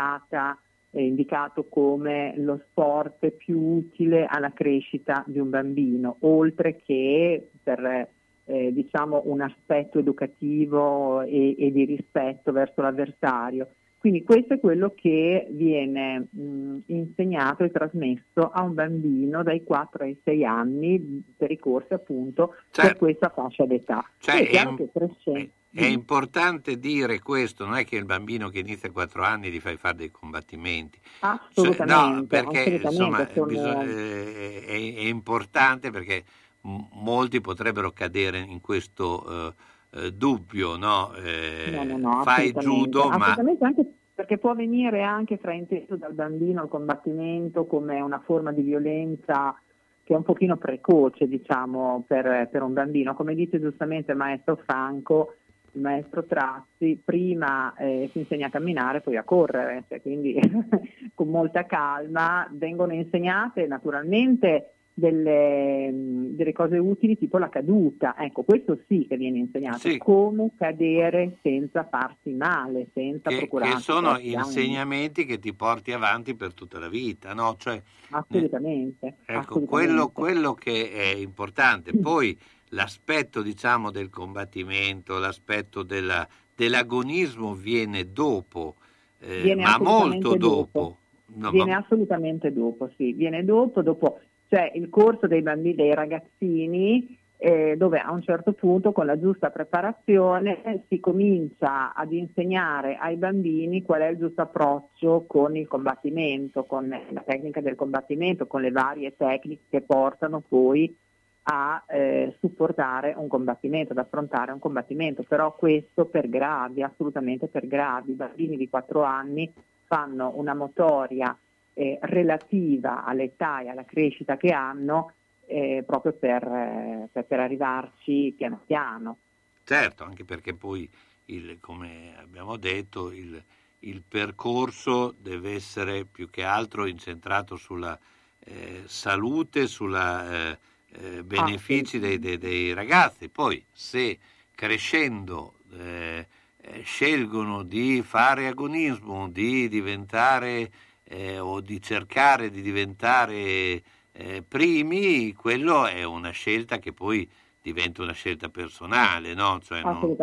indicato come lo sport più utile alla crescita di un bambino, oltre che per un aspetto educativo e di rispetto verso l'avversario. Quindi questo è quello che viene insegnato e trasmesso a un bambino dai 4 ai 6 anni per i corsi appunto per questa fascia d'età. È importante dire questo, non è che il bambino che inizia a 4 anni gli fai fare dei combattimenti. Assolutamente. No, perché assolutamente, è importante, perché molti potrebbero cadere in questo dubbio, no? No, fai judo, ma anche perché può venire anche frainteso dal bambino il combattimento come una forma di violenza che è un pochino precoce, diciamo, per un bambino. Come dice giustamente il maestro Franco, il maestro Trazzi, prima si insegna a camminare, poi a correre, quindi con molta calma vengono insegnate naturalmente delle cose utili, tipo la caduta. Ecco, questo sì che viene insegnato, come cadere senza farsi male, senza procurarsi. Che sono insegnamenti che ti porti avanti per tutta la vita, no? Cioè, assolutamente. Ecco, quello che è importante. Poi l'aspetto, diciamo, del combattimento, l'aspetto dell'agonismo viene dopo, ma molto dopo. Viene assolutamente dopo, sì, viene dopo. C'è il corso dei bambini, dei ragazzini, dove a un certo punto con la giusta preparazione si comincia ad insegnare ai bambini qual è il giusto approccio con il combattimento, con la tecnica del combattimento, con le varie tecniche che portano poi a supportare un combattimento, ad affrontare un combattimento, però questo per gravi, assolutamente per gravi. I bambini di 4 anni fanno una motoria relativa all'età e alla crescita che hanno, proprio per arrivarci piano piano. Certo, anche perché poi, come abbiamo detto, il percorso deve essere più che altro incentrato sulla salute, sulla benefici dei ragazzi. Poi se crescendo scelgono di fare agonismo, di diventare o di cercare di diventare primi, quello è una scelta che poi diventa una scelta personale, no? Cioè,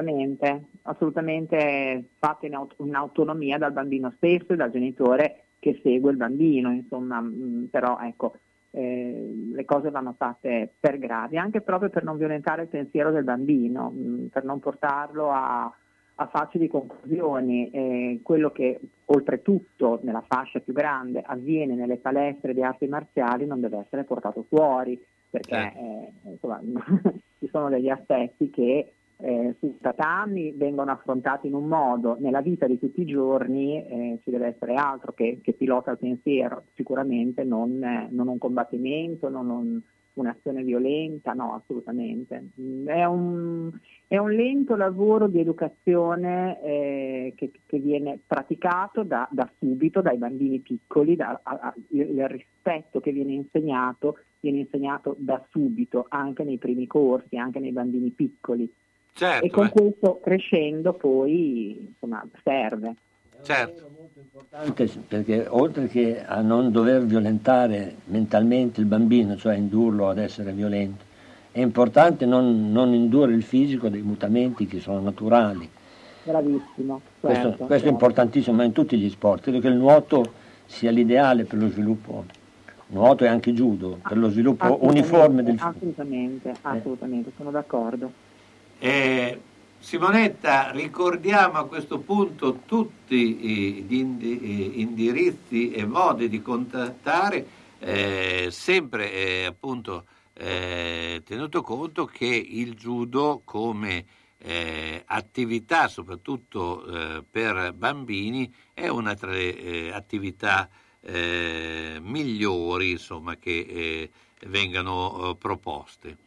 assolutamente fatta in autonomia dal bambino stesso e dal genitore che segue il bambino, insomma, però ecco, le cose vanno fatte per gradi, anche proprio per non violentare il pensiero del bambino, per non portarlo a facili conclusioni. Quello che oltretutto nella fascia più grande avviene nelle palestre di arti marziali non deve essere portato fuori, perché insomma, ci sono degli aspetti che su tatami vengono affrontati in un modo, nella vita di tutti i giorni ci deve essere altro che pilota il pensiero, sicuramente non un combattimento, non un'azione violenta, no, assolutamente. È un lento lavoro di educazione che viene praticato da subito dai bambini piccoli, il rispetto che viene insegnato da subito, anche nei primi corsi, anche nei bambini piccoli. Certo, e con questo crescendo poi insomma serve. Certo. Molto importante, perché oltre che a non dover violentare mentalmente il bambino, cioè indurlo ad essere violento, è importante non indurre il fisico dei mutamenti che sono naturali. Bravissimo. Questo è importantissimo, ma in tutti gli sport. Credo che il nuoto sia l'ideale per lo sviluppo. Nuoto e anche judo, per lo sviluppo uniforme del fisico. Assolutamente, sono d'accordo. Simonetta, ricordiamo a questo punto tutti gli indirizzi e modi di contattare, sempre appunto tenuto conto che il judo come attività, soprattutto per bambini, è una tra le attività migliori, insomma, che vengano proposte.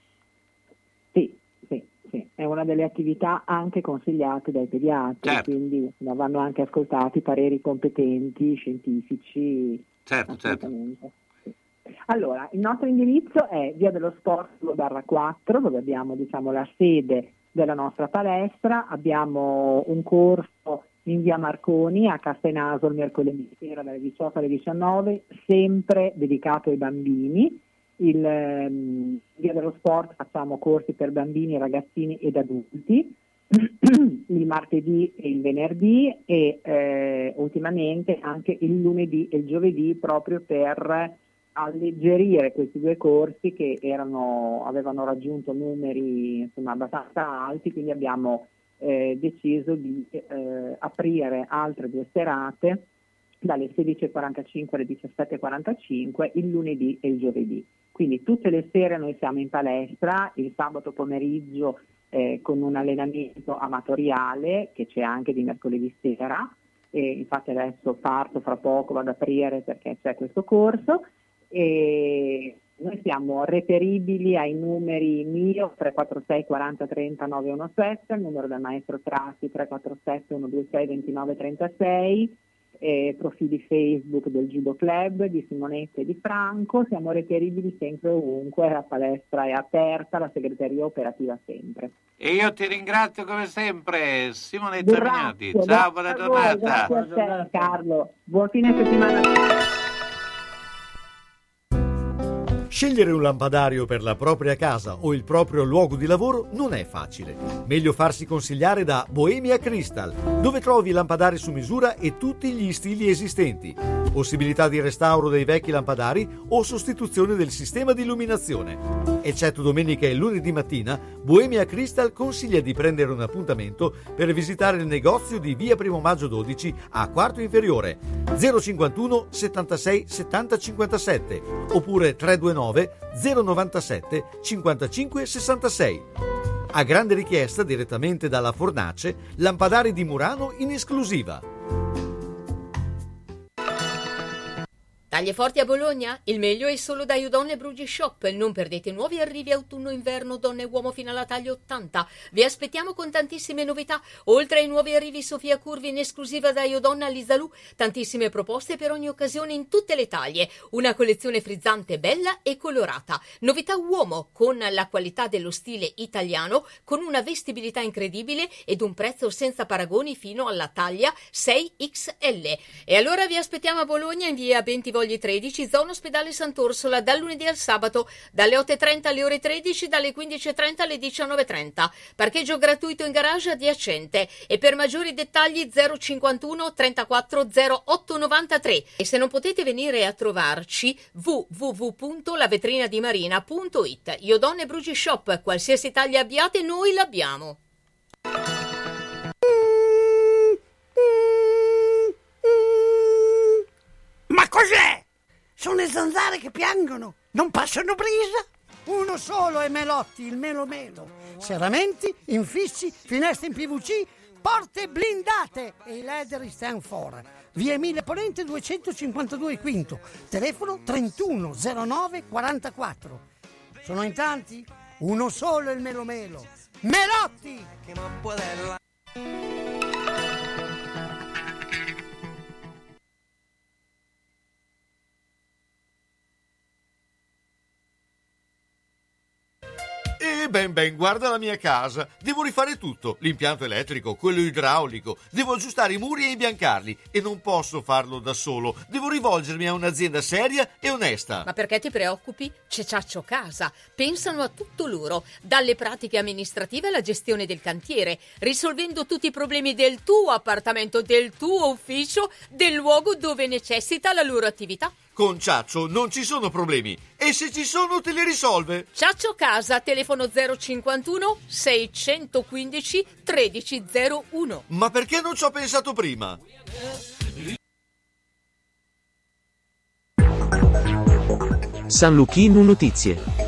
Sì, è una delle attività anche consigliate dai pediatri, certo. Quindi vanno anche ascoltati pareri competenti, scientifici. Certo. Sì. Allora, il nostro indirizzo è Via dello Sport 2/4, dove abbiamo la sede della nostra palestra. Abbiamo un corso in Via Marconi a Castenaso il mercoledì sera dalle 18 alle 19, sempre dedicato ai bambini. Via dello Sport facciamo corsi per bambini, ragazzini ed adulti il martedì e il venerdì e ultimamente anche il lunedì e il giovedì, proprio per alleggerire questi due corsi che avevano raggiunto numeri abbastanza alti, quindi abbiamo deciso di aprire altre 2 serate dalle 16.45 alle 17.45 il lunedì e il giovedì. Quindi tutte le sere noi siamo in palestra, il sabato pomeriggio con un allenamento amatoriale che c'è anche di mercoledì sera, e infatti adesso parto fra poco, vado ad aprire perché c'è questo corso, e noi siamo reperibili ai numeri mio 346 40 30 917, il numero del maestro Tratti 347 126 29 36, profili Facebook del Judo Club, di Simonetta e di Franco. Siamo reperibili sempre ovunque, la palestra è aperta, la segreteria operativa sempre. E io ti ringrazio come sempre, Simonetta Mignotti. Ciao, buona giornata. Grazie a te, Carlo. Buon fine settimana. Scegliere un lampadario per la propria casa o il proprio luogo di lavoro non è facile. Meglio farsi consigliare da Bohemia Crystal, dove trovi lampadari su misura e tutti gli stili esistenti. Possibilità di restauro dei vecchi lampadari o sostituzione del sistema di illuminazione. Eccetto domenica e lunedì mattina, Bohemia Crystal consiglia di prendere un appuntamento per visitare il negozio di via 1 Maggio 12 a Quarto Inferiore 051 76 70 57 oppure 329 097 55 66. A grande richiesta direttamente dalla fornace, lampadari di Murano in esclusiva. Taglie forti a Bologna? Il meglio è solo da Iodonne Brugi Shop. Non perdete nuovi arrivi autunno-inverno donna e uomo fino alla taglia 80. Vi aspettiamo con tantissime novità. Oltre ai nuovi arrivi Sofia Curvi in esclusiva da Iodonna all'Isalù, tantissime proposte per ogni occasione in tutte le taglie. Una collezione frizzante bella e colorata. Novità uomo con la qualità dello stile italiano, con una vestibilità incredibile ed un prezzo senza paragoni fino alla taglia 6XL. E allora vi aspettiamo a Bologna in via Bentivogli 13, zona ospedale Sant'Orsola, dal lunedì al sabato, dalle 8.30 alle ore 13, dalle 15.30 alle 19.30. Parcheggio gratuito in garage adiacente. E per maggiori dettagli 051 34 08 93. E se non potete venire a trovarci, www.lavetrinadimarina.it. Iodonne Brugi Shop, qualsiasi taglia abbiate noi l'abbiamo. Ma cos'è? Sono le zanzare che piangono, non passano brisa. Uno solo è Melotti, il Melo Melo. Serramenti, infissi, finestre in PVC, porte blindate e i leder stand for. Via Emile Ponente 252 Quinto, telefono 31 09 44. Sono in tanti? Uno solo è il Melo Melo. Melotti! Ben, guarda la mia casa. Devo rifare tutto, l'impianto elettrico, quello idraulico. Devo aggiustare i muri e imbiancarli e non posso farlo da solo. Devo rivolgermi a un'azienda seria e onesta. Ma perché ti preoccupi? C'è Ciaccio Casa. Pensano a tutto loro, dalle pratiche amministrative alla gestione del cantiere, risolvendo tutti i problemi del tuo appartamento, del tuo ufficio, del luogo dove necessita la loro attività. Con Ciaccio non ci sono problemi e se ci sono te li risolve. Ciaccio Casa, telefono 051 615 1301. Ma perché non ci ho pensato prima? San Luchino Notizie.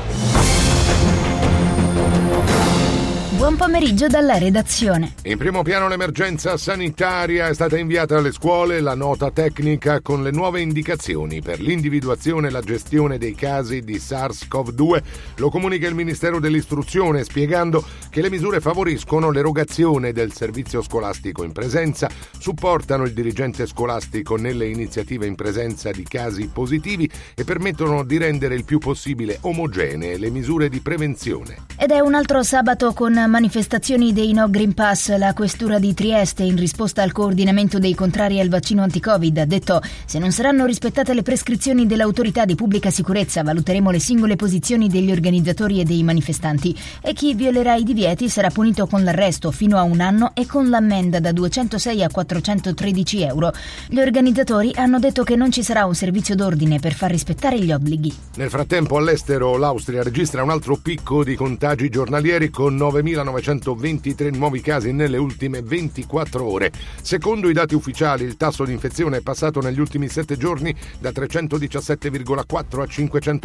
Buon pomeriggio dalla redazione. In primo piano l'emergenza sanitaria. È stata inviata alle scuole la nota tecnica con le nuove indicazioni per l'individuazione e la gestione dei casi di SARS-CoV-2. Lo comunica il Ministero dell'Istruzione, spiegando che le misure favoriscono l'erogazione del servizio scolastico in presenza, supportano il dirigente scolastico nelle iniziative in presenza di casi positivi e permettono di rendere il più possibile omogenee le misure di prevenzione. Ed è un altro sabato con manifestazioni dei No Green Pass. La questura di Trieste, in risposta al coordinamento dei contrari al vaccino anti-Covid, ha detto: se non saranno rispettate le prescrizioni dell'autorità di pubblica sicurezza, valuteremo le singole posizioni degli organizzatori e dei manifestanti, e chi violerà i divieti sarà punito con l'arresto fino a 1 anno e con l'ammenda da 206 a 413 euro. Gli organizzatori hanno detto che non ci sarà un servizio d'ordine per far rispettare gli obblighi. Nel frattempo all'estero l'Austria registra un altro picco di contagi giornalieri con 9.923 nuovi casi nelle ultime 24 ore. Secondo i dati ufficiali, il tasso di infezione è passato negli ultimi 7 giorni da 317,4 a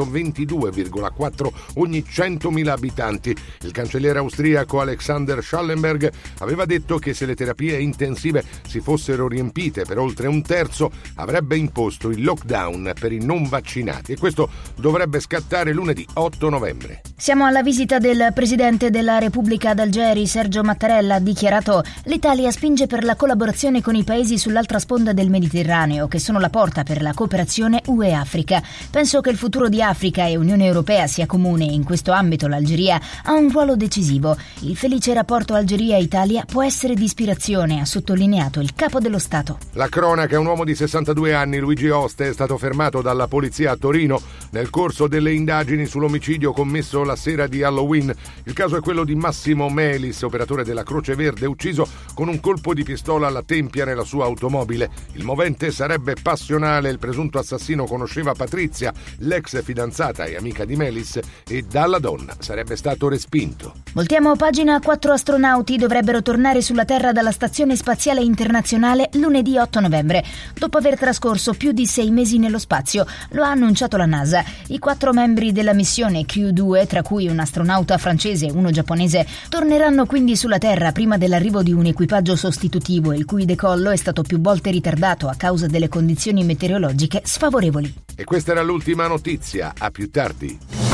522,4 ogni 100.000 abitanti. Il cancelliere austriaco Alexander Schallenberg aveva detto che se le terapie intensive si fossero riempite per oltre un terzo, avrebbe imposto il lockdown per i non vaccinati, e questo dovrebbe scattare lunedì 8 novembre. Siamo alla visita del presidente della Repubblica d'Algeri, Sergio Mattarella. Ha dichiarato: l'Italia spinge per la collaborazione con i paesi sull'altra sponda del Mediterraneo, che sono la porta per la cooperazione UE-Africa. Penso che il futuro di Africa e Unione Europea sia comune e in questo ambito l'Algeria ha un ruolo decisivo. Il felice rapporto Algeria-Italia può essere di ispirazione, ha sottolineato il capo dello Stato. La cronaca: un uomo di 62 anni, Luigi Oste, è stato fermato dalla polizia a Torino nel corso delle indagini sull'omicidio commesso la sera di Halloween. Il caso è quello di Massimo Massimo Melis, operatore della Croce Verde, ucciso con un colpo di pistola alla tempia nella sua automobile. Il movente sarebbe passionale, il presunto assassino conosceva Patrizia, l'ex fidanzata e amica di Melis, e dalla donna sarebbe stato respinto. Voltiamo pagina. 4 astronauti dovrebbero tornare sulla Terra dalla Stazione Spaziale Internazionale lunedì 8 novembre, dopo aver trascorso più di 6 mesi nello spazio. Lo ha annunciato la NASA. I 4 membri della missione Q2, tra cui un astronauta francese e uno giapponese, torneranno quindi sulla Terra prima dell'arrivo di un equipaggio sostitutivo, il cui decollo è stato più volte ritardato a causa delle condizioni meteorologiche sfavorevoli. E questa era l'ultima notizia. A più tardi.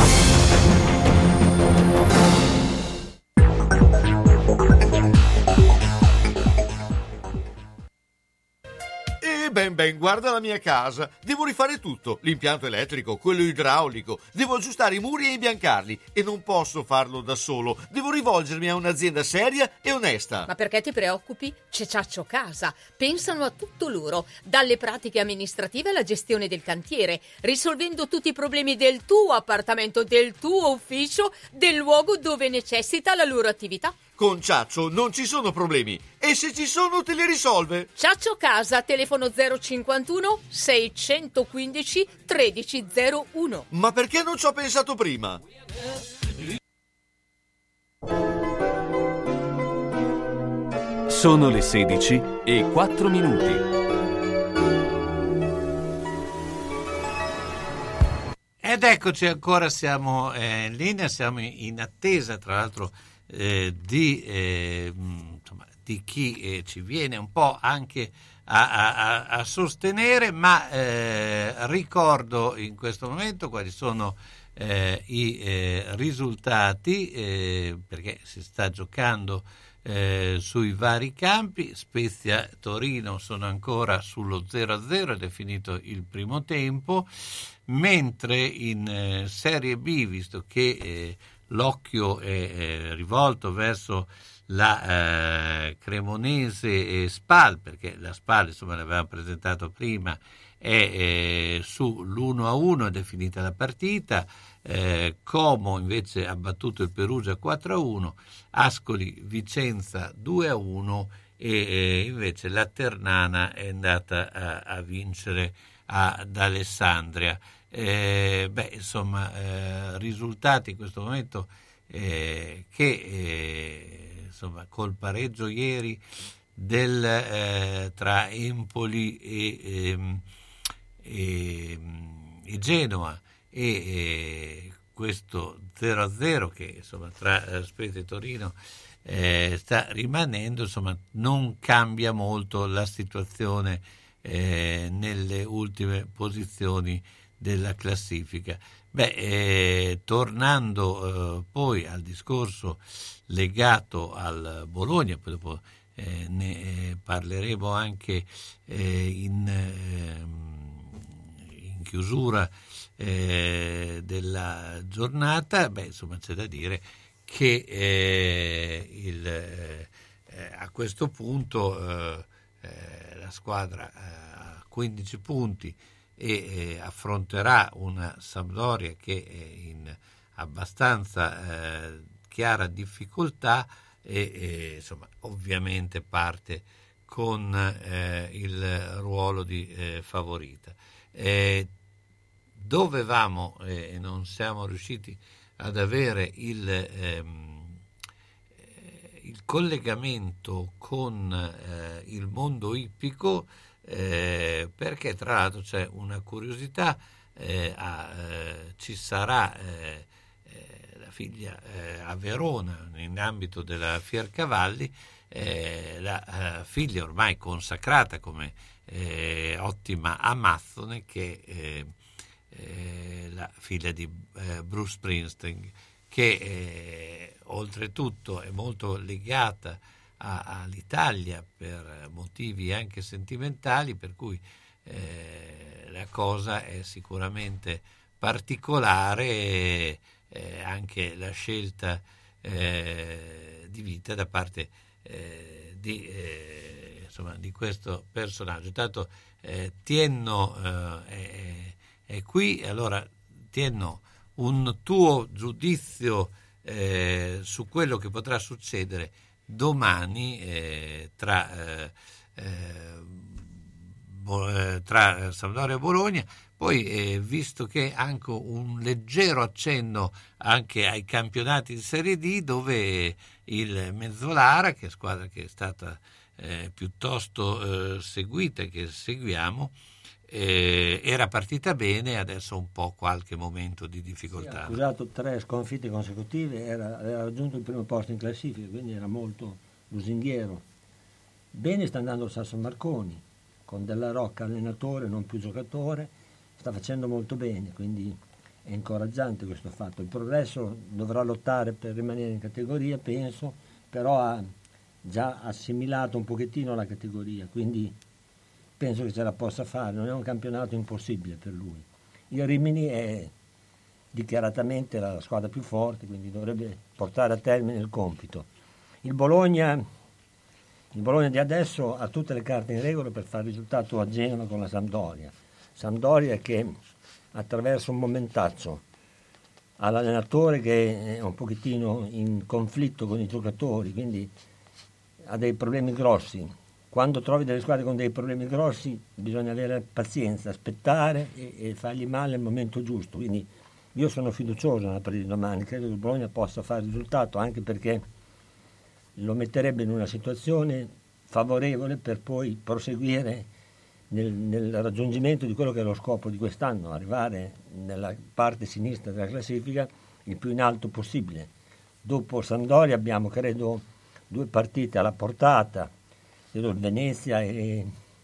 Ben, guarda la mia casa. Devo rifare tutto, l'impianto elettrico, quello idraulico. Devo aggiustare i muri e imbiancarli e non posso farlo da solo. Devo rivolgermi a un'azienda seria e onesta. Ma perché ti preoccupi? C'è Ciaccio Casa. Pensano a tutto loro, dalle pratiche amministrative alla gestione del cantiere, risolvendo tutti i problemi del tuo appartamento, del tuo ufficio, del luogo dove necessita la loro attività. Con Ciaccio non ci sono problemi e se ci sono te li risolve. Ciaccio Casa, telefono 051 615 1301. Ma perché non ci ho pensato prima? Sono le 16:04. Ed eccoci ancora, siamo in linea, siamo in attesa tra l'altro di chi ci viene un po' anche a sostenere, ma ricordo in questo momento quali sono i risultati, perché si sta giocando sui vari campi. Spezia Torino sono ancora sullo 0-0 ed è finito il primo tempo, mentre in Serie B, visto che l'occhio è rivolto verso la Cremonese Spal, perché la Spal, insomma, l'avevamo presentato prima, è sull'1-1 ed è finita la partita. Como invece ha battuto il Perugia 4-1, Ascoli Vicenza 2-1 e invece la Ternana è andata a vincere ad Alessandria. Risultati in questo momento che insomma, col pareggio ieri tra Empoli e Genoa e questo 0-0 che insomma tra Spezia e Torino sta rimanendo, insomma non cambia molto la situazione nelle ultime posizioni della classifica. Tornando poi al discorso legato al Bologna, poi dopo ne parleremo anche in chiusura della giornata, insomma c'è da dire che a questo punto la squadra ha 15 punti e affronterà una Sampdoria che è in abbastanza chiara difficoltà e insomma ovviamente parte con il ruolo di favorita. Dovevamo e non siamo riusciti ad avere il collegamento con il mondo ippico, perché tra l'altro c'è una curiosità, ci sarà la figlia a Verona in ambito della Fiercavalli, la figlia ormai consacrata come ottima amazzone, che la figlia di Bruce Springsteen, che oltretutto è molto legata all'Italia per motivi anche sentimentali, per cui la cosa è sicuramente particolare, anche la scelta di vita da parte di questo personaggio. Intanto Tienno è qui, allora Tienno, un tuo giudizio su quello che potrà succedere domani tra Sampdoria e Bologna. Poi visto che anche un leggero accenno anche ai campionati di Serie D, dove il Mezzolara, che è squadra che è stata piuttosto seguita e che seguiamo, era partita bene, adesso un po' qualche momento di difficoltà. Ha accusato 3 sconfitte consecutive, aveva raggiunto il primo posto in classifica, quindi era molto lusinghiero. Bene sta andando Sasso Marconi, con Della Rocca allenatore, non più giocatore, sta facendo molto bene, quindi è incoraggiante questo fatto. Il Progresso dovrà lottare per rimanere in categoria, penso, però ha già assimilato un pochettino la categoria, quindi penso che ce la possa fare, non è un campionato impossibile per lui. Il Rimini è dichiaratamente la squadra più forte, quindi dovrebbe portare a termine il compito. Il Bologna di adesso ha tutte le carte in regola per fare risultato a Genova con la Sampdoria che attraverso un momentaccio ha l'allenatore che è un pochettino in conflitto con i giocatori, quindi ha dei problemi grossi. Quando trovi delle squadre con dei problemi grossi bisogna avere pazienza, aspettare e fargli male al momento giusto. Quindi io sono fiducioso nella partita di domani, credo che il Bologna possa fare risultato, anche perché lo metterebbe in una situazione favorevole per poi proseguire nel raggiungimento di quello che è lo scopo di quest'anno, arrivare nella parte sinistra della classifica il più in alto possibile. Dopo Sampdoria abbiamo, credo, 2 partite alla portata, il Venezia e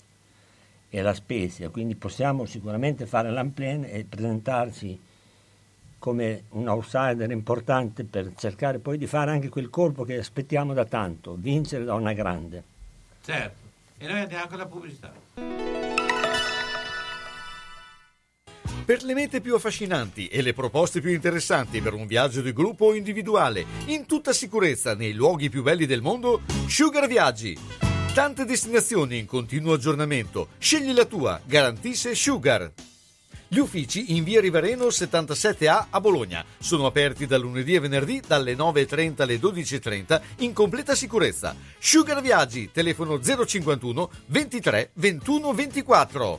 la Spezia, quindi possiamo sicuramente fare l'unplan e presentarci come un outsider importante per cercare poi di fare anche quel colpo che aspettiamo da tanto, vincere da una grande. Certo, e noi andiamo con la pubblicità. Per le mete più affascinanti e le proposte più interessanti per un viaggio di gruppo o individuale, in tutta sicurezza nei luoghi più belli del mondo, Sugar Viaggi. Tante destinazioni in continuo aggiornamento. Scegli la tua, garantisce Sugar. Gli uffici in via Rivareno 77A a Bologna sono aperti dal lunedì e venerdì dalle 9.30 alle 12.30 in completa sicurezza. Sugar Viaggi, telefono 051 23 21 24.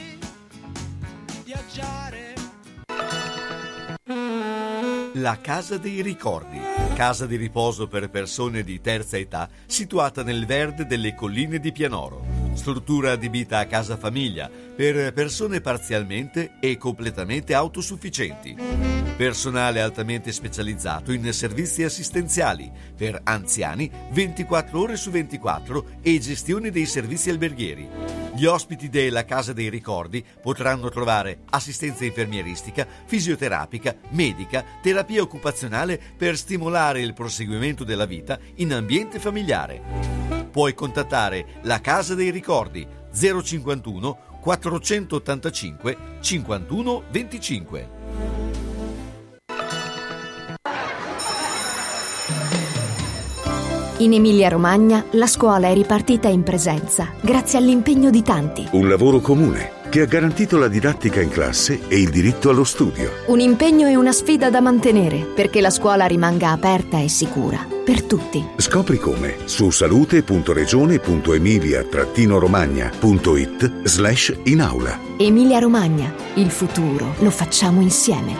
La Casa dei Ricordi, casa di riposo per persone di terza età situata nel verde delle colline di Pianoro. Struttura adibita a casa famiglia per persone parzialmente e completamente autosufficienti. Personale altamente specializzato in servizi assistenziali per anziani 24 ore su 24 e gestione dei servizi alberghieri. Gli ospiti della Casa dei Ricordi potranno trovare assistenza infermieristica, fisioterapica, medica, terapia occupazionale per stimolare il proseguimento della vita in ambiente familiare. Puoi contattare la Casa dei Ricordi 051 485 51 25. In Emilia-Romagna la scuola è ripartita in presenza grazie all'impegno di tanti. Un lavoro comune che ha garantito la didattica in classe e il diritto allo studio. Un impegno e una sfida da mantenere perché la scuola rimanga aperta e sicura per tutti. Scopri come su salute.regione.emilia-romagna.it/in-aula. Emilia-Romagna, il futuro lo facciamo insieme.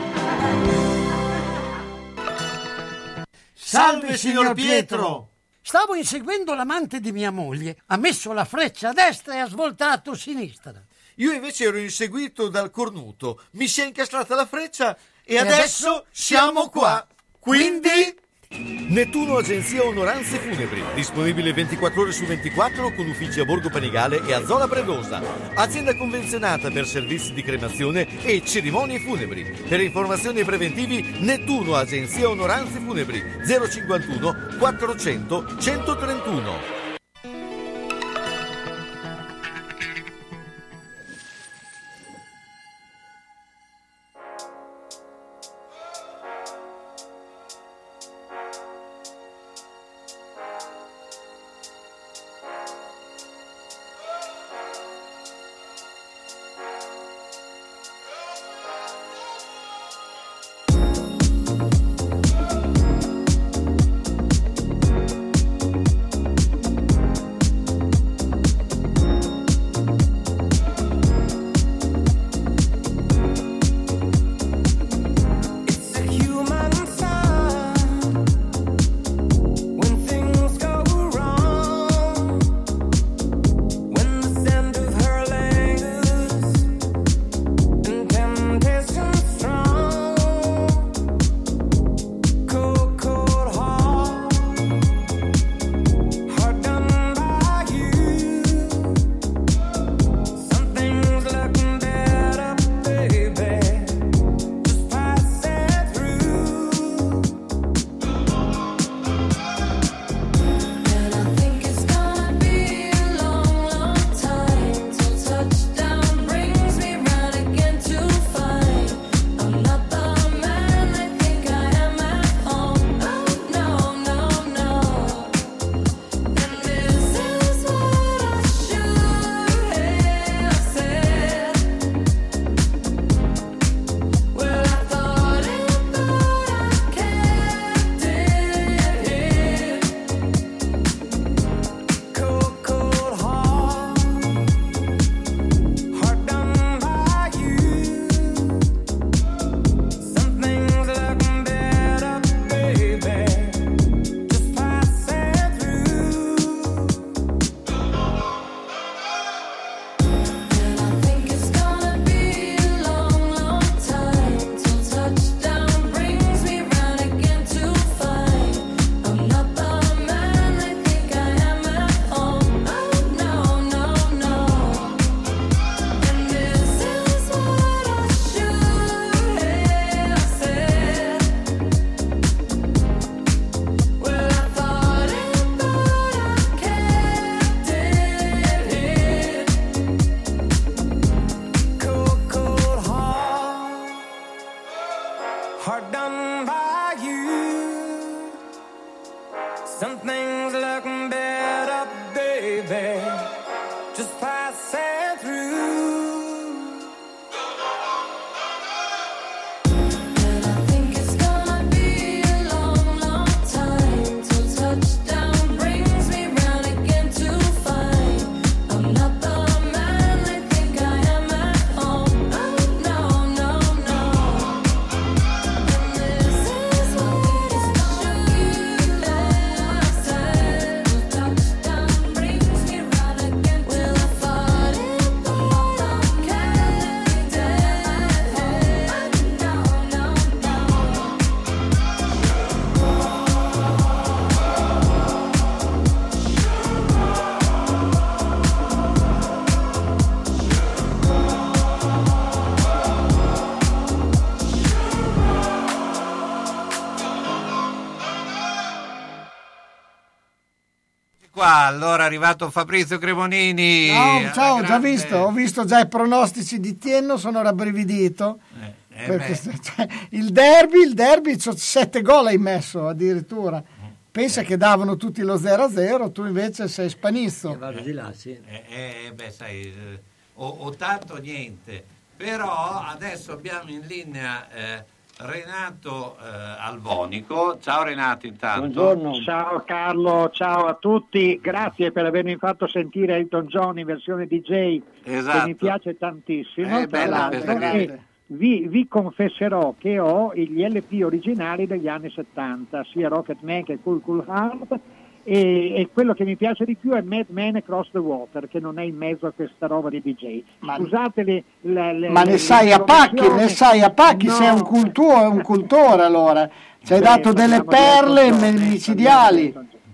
Salve signor Pietro! Stavo inseguendo l'amante di mia moglie. Ha messo la freccia a destra e ha svoltato a sinistra. Io invece ero inseguito dal cornuto. Mi si è incastrata la freccia e adesso siamo qua. Quindi... Nettuno Agenzia Onoranze Funebri, disponibile 24 ore su 24 con uffici a Borgo Panigale e a Zola Predosa. Azienda convenzionata per servizi di cremazione e cerimonie funebri. Per informazioni e preventivi Nettuno Agenzia Onoranze Funebri 051 400 131. hard done by you. Some things look better, baby, just passing through. Allora è arrivato Fabrizio Cremonini. No, ciao, già visto, ho visto già i pronostici di Tienno, sono rabbrividito. Perché, cioè, il derby, 7 gol hai messo addirittura. Pensa che davano tutti lo 0-0, tu invece sei spanizzo. Vado di là, sì. Sai, o tanto niente. Però adesso abbiamo in linea Renato Albonico. Ciao Renato, intanto. Buongiorno. Ciao Carlo, ciao a tutti, grazie per avermi fatto sentire Elton John in versione DJ, esatto, che mi piace tantissimo. Bella questa e vi confesserò che ho gli LP originali degli anni 70, sia Rocket Man che Cool Cool Heart, e quello che mi piace di più è Mad Man Across the Water, che non è in mezzo a questa roba di DJ. Scusate ma ne sai a pacchi, no. Sei un cultore allora, ci hai dato delle perle micidiali.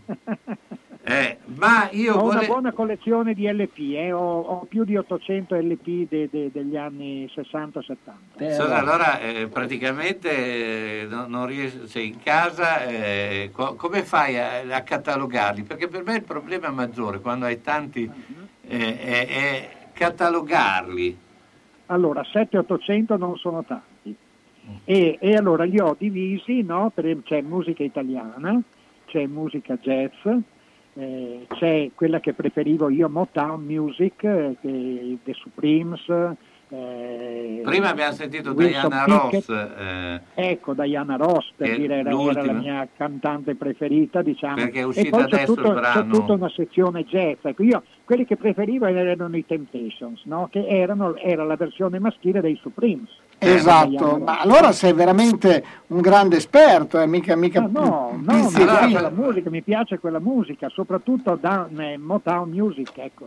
Ma io ho una buona collezione di LP, ho più di 800 LP degli anni 60-70. Allora praticamente non riesci, sei in casa, come fai a catalogarli? Perché per me il problema maggiore quando hai tanti è catalogarli. Allora 700-800 non sono tanti e allora li ho divisi, no? C'è musica italiana, c'è musica jazz, c'è quella che preferivo io, Motown Music, The Supremes. Prima abbiamo sentito Wilson Diana Pickett. Ross. Ecco, Diana Ross, per dire, era la mia cantante preferita, diciamo. Perché è E uscita poi adesso il brano. c'è tutta una sezione jazz. Ecco, io quelli che preferivo erano i Temptations, no? Che era la versione maschile dei Supremes. Esatto, ma allora sei veramente un grande esperto, mica no, la musica, mi piace quella musica, soprattutto da Motown Music, ecco.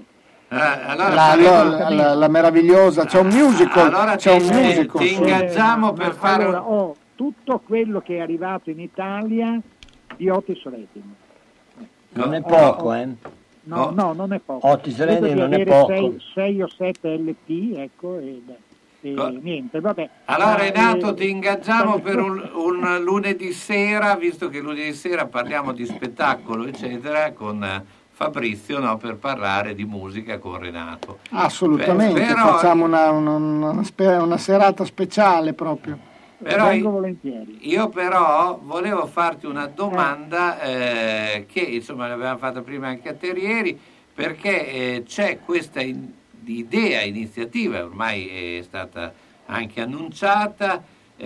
La meravigliosa, c'è un musical, allora c'è un musical. Ti ingaggiamo per fare allora, ho tutto quello che è arrivato in Italia di Otis Redding. Non è poco, No, non è poco. Otis Redding non è poco. 6 o 7 LP, ecco, niente, vabbè. Allora Renato, ti ingaggiamo per un lunedì sera, visto che lunedì sera parliamo di spettacolo, eccetera, con Fabrizio, no, per parlare di musica con Renato. Assolutamente, però, facciamo una serata speciale proprio. Però vengo volentieri. Io però volevo farti una domanda che insomma l'avevamo fatta prima anche a Terrieri, perché c'è questa iniziativa, ormai è stata anche annunciata,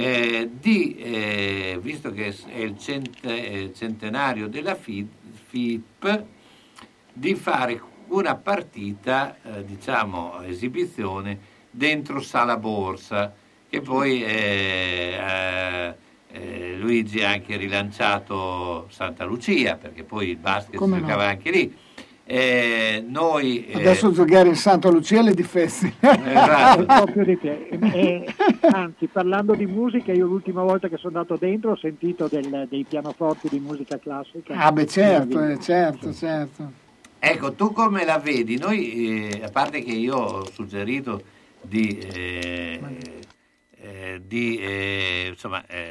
visto che è il centenario della FIP, di fare una partita, esibizione dentro Sala Borsa, che poi Luigi ha anche rilanciato Santa Lucia, perché poi il basket si giocava anche lì. Adesso giocare in Santa Lucia le difese. Esatto. Proprio di te. Anzi, parlando di musica, io l'ultima volta che sono andato dentro ho sentito dei pianoforti di musica classica. Ah beh, certo. Ecco, tu come la vedi? Noi, a parte che io ho suggerito di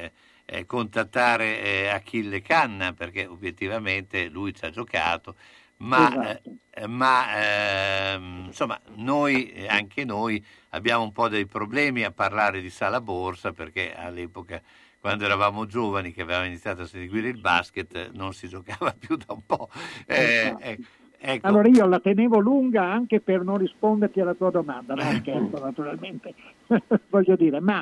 contattare Achille Canna, perché obiettivamente lui ci ha giocato, insomma anche noi abbiamo un po' dei problemi a parlare di sala borsa, perché all'epoca, quando eravamo giovani, che avevamo iniziato a seguire il basket, non si giocava più da un po'. Ecco. Allora io la tenevo lunga anche per non risponderti alla tua domanda, no scherzo naturalmente, voglio dire, ma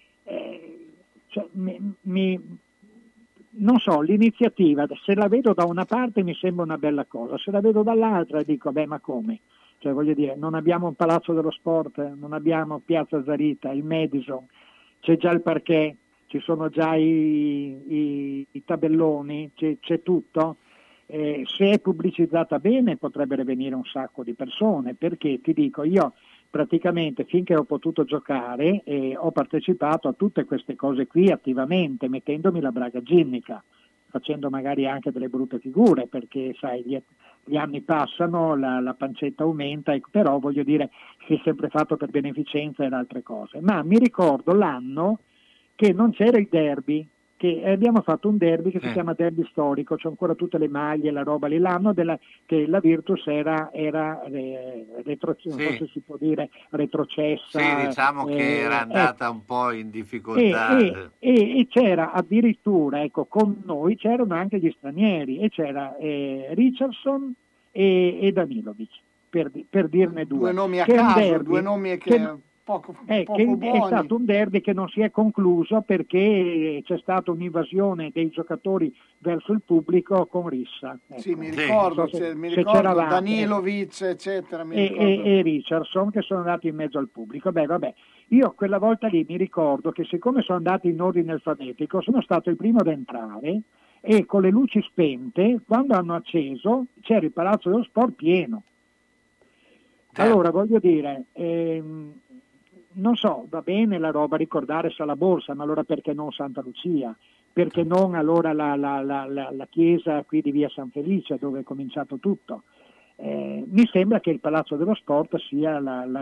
non so, l'iniziativa, se la vedo da una parte mi sembra una bella cosa, se la vedo dall'altra dico, ma come? Cioè, voglio dire, non abbiamo un palazzo dello sport, non abbiamo Piazza Zarita, il Madison, c'è già il parquet, ci sono già i tabelloni, c'è tutto. Se è pubblicizzata bene potrebbero venire un sacco di persone, perché ti dico, io praticamente finché ho potuto giocare ho partecipato a tutte queste cose qui attivamente, mettendomi la braga ginnica, facendo magari anche delle brutte figure, perché sai, gli anni passano, la pancetta aumenta, però voglio dire, si è sempre fatto per beneficenza ed altre cose. Ma mi ricordo l'anno che non c'era il derby, che abbiamo fatto un derby che si chiama derby storico, c'ho ancora tutte le maglie, la roba lì, l'anno che la Virtus era non so se si può dire retrocessa. Sì, diciamo che era andata un po' in difficoltà. E c'era addirittura, ecco, con noi c'erano anche gli stranieri, e c'era Richardson e Danilovic, per dirne due. Due nomi a che caso, derby, due nomi che poco che buoni. È stato un derby che non si è concluso perché c'è stata un'invasione dei giocatori verso il pubblico con rissa. Ecco. Sì, mi ricordo, Danilovic, eccetera. E Richardson, che sono andati in mezzo al pubblico. Vabbè, io quella volta lì mi ricordo che, siccome sono andati in ordine alfabetico, sono stato il primo ad entrare, e con le luci spente, quando hanno acceso, c'era il Palazzo dello Sport pieno. Allora, voglio dire, non so, va bene la roba, ricordare Sala Borsa, ma allora perché non Santa Lucia? Perché non allora la chiesa qui di via San Felice, dove è cominciato tutto? Mi sembra che il Palazzo dello Sport sia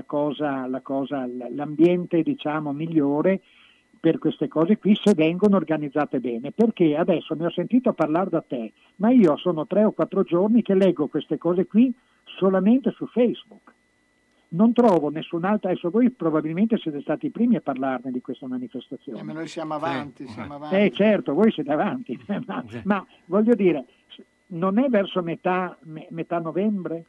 l'ambiente, diciamo, migliore per queste cose qui, se vengono organizzate bene, perché adesso ne ho sentito parlare da te, ma io sono 3 o 4 giorni che leggo queste cose qui solamente su Facebook. Non trovo nessun'altra, adesso voi probabilmente siete stati i primi a parlarne di questa manifestazione. Ma noi siamo avanti, certo, voi siete avanti, ma voglio dire, non è verso metà novembre?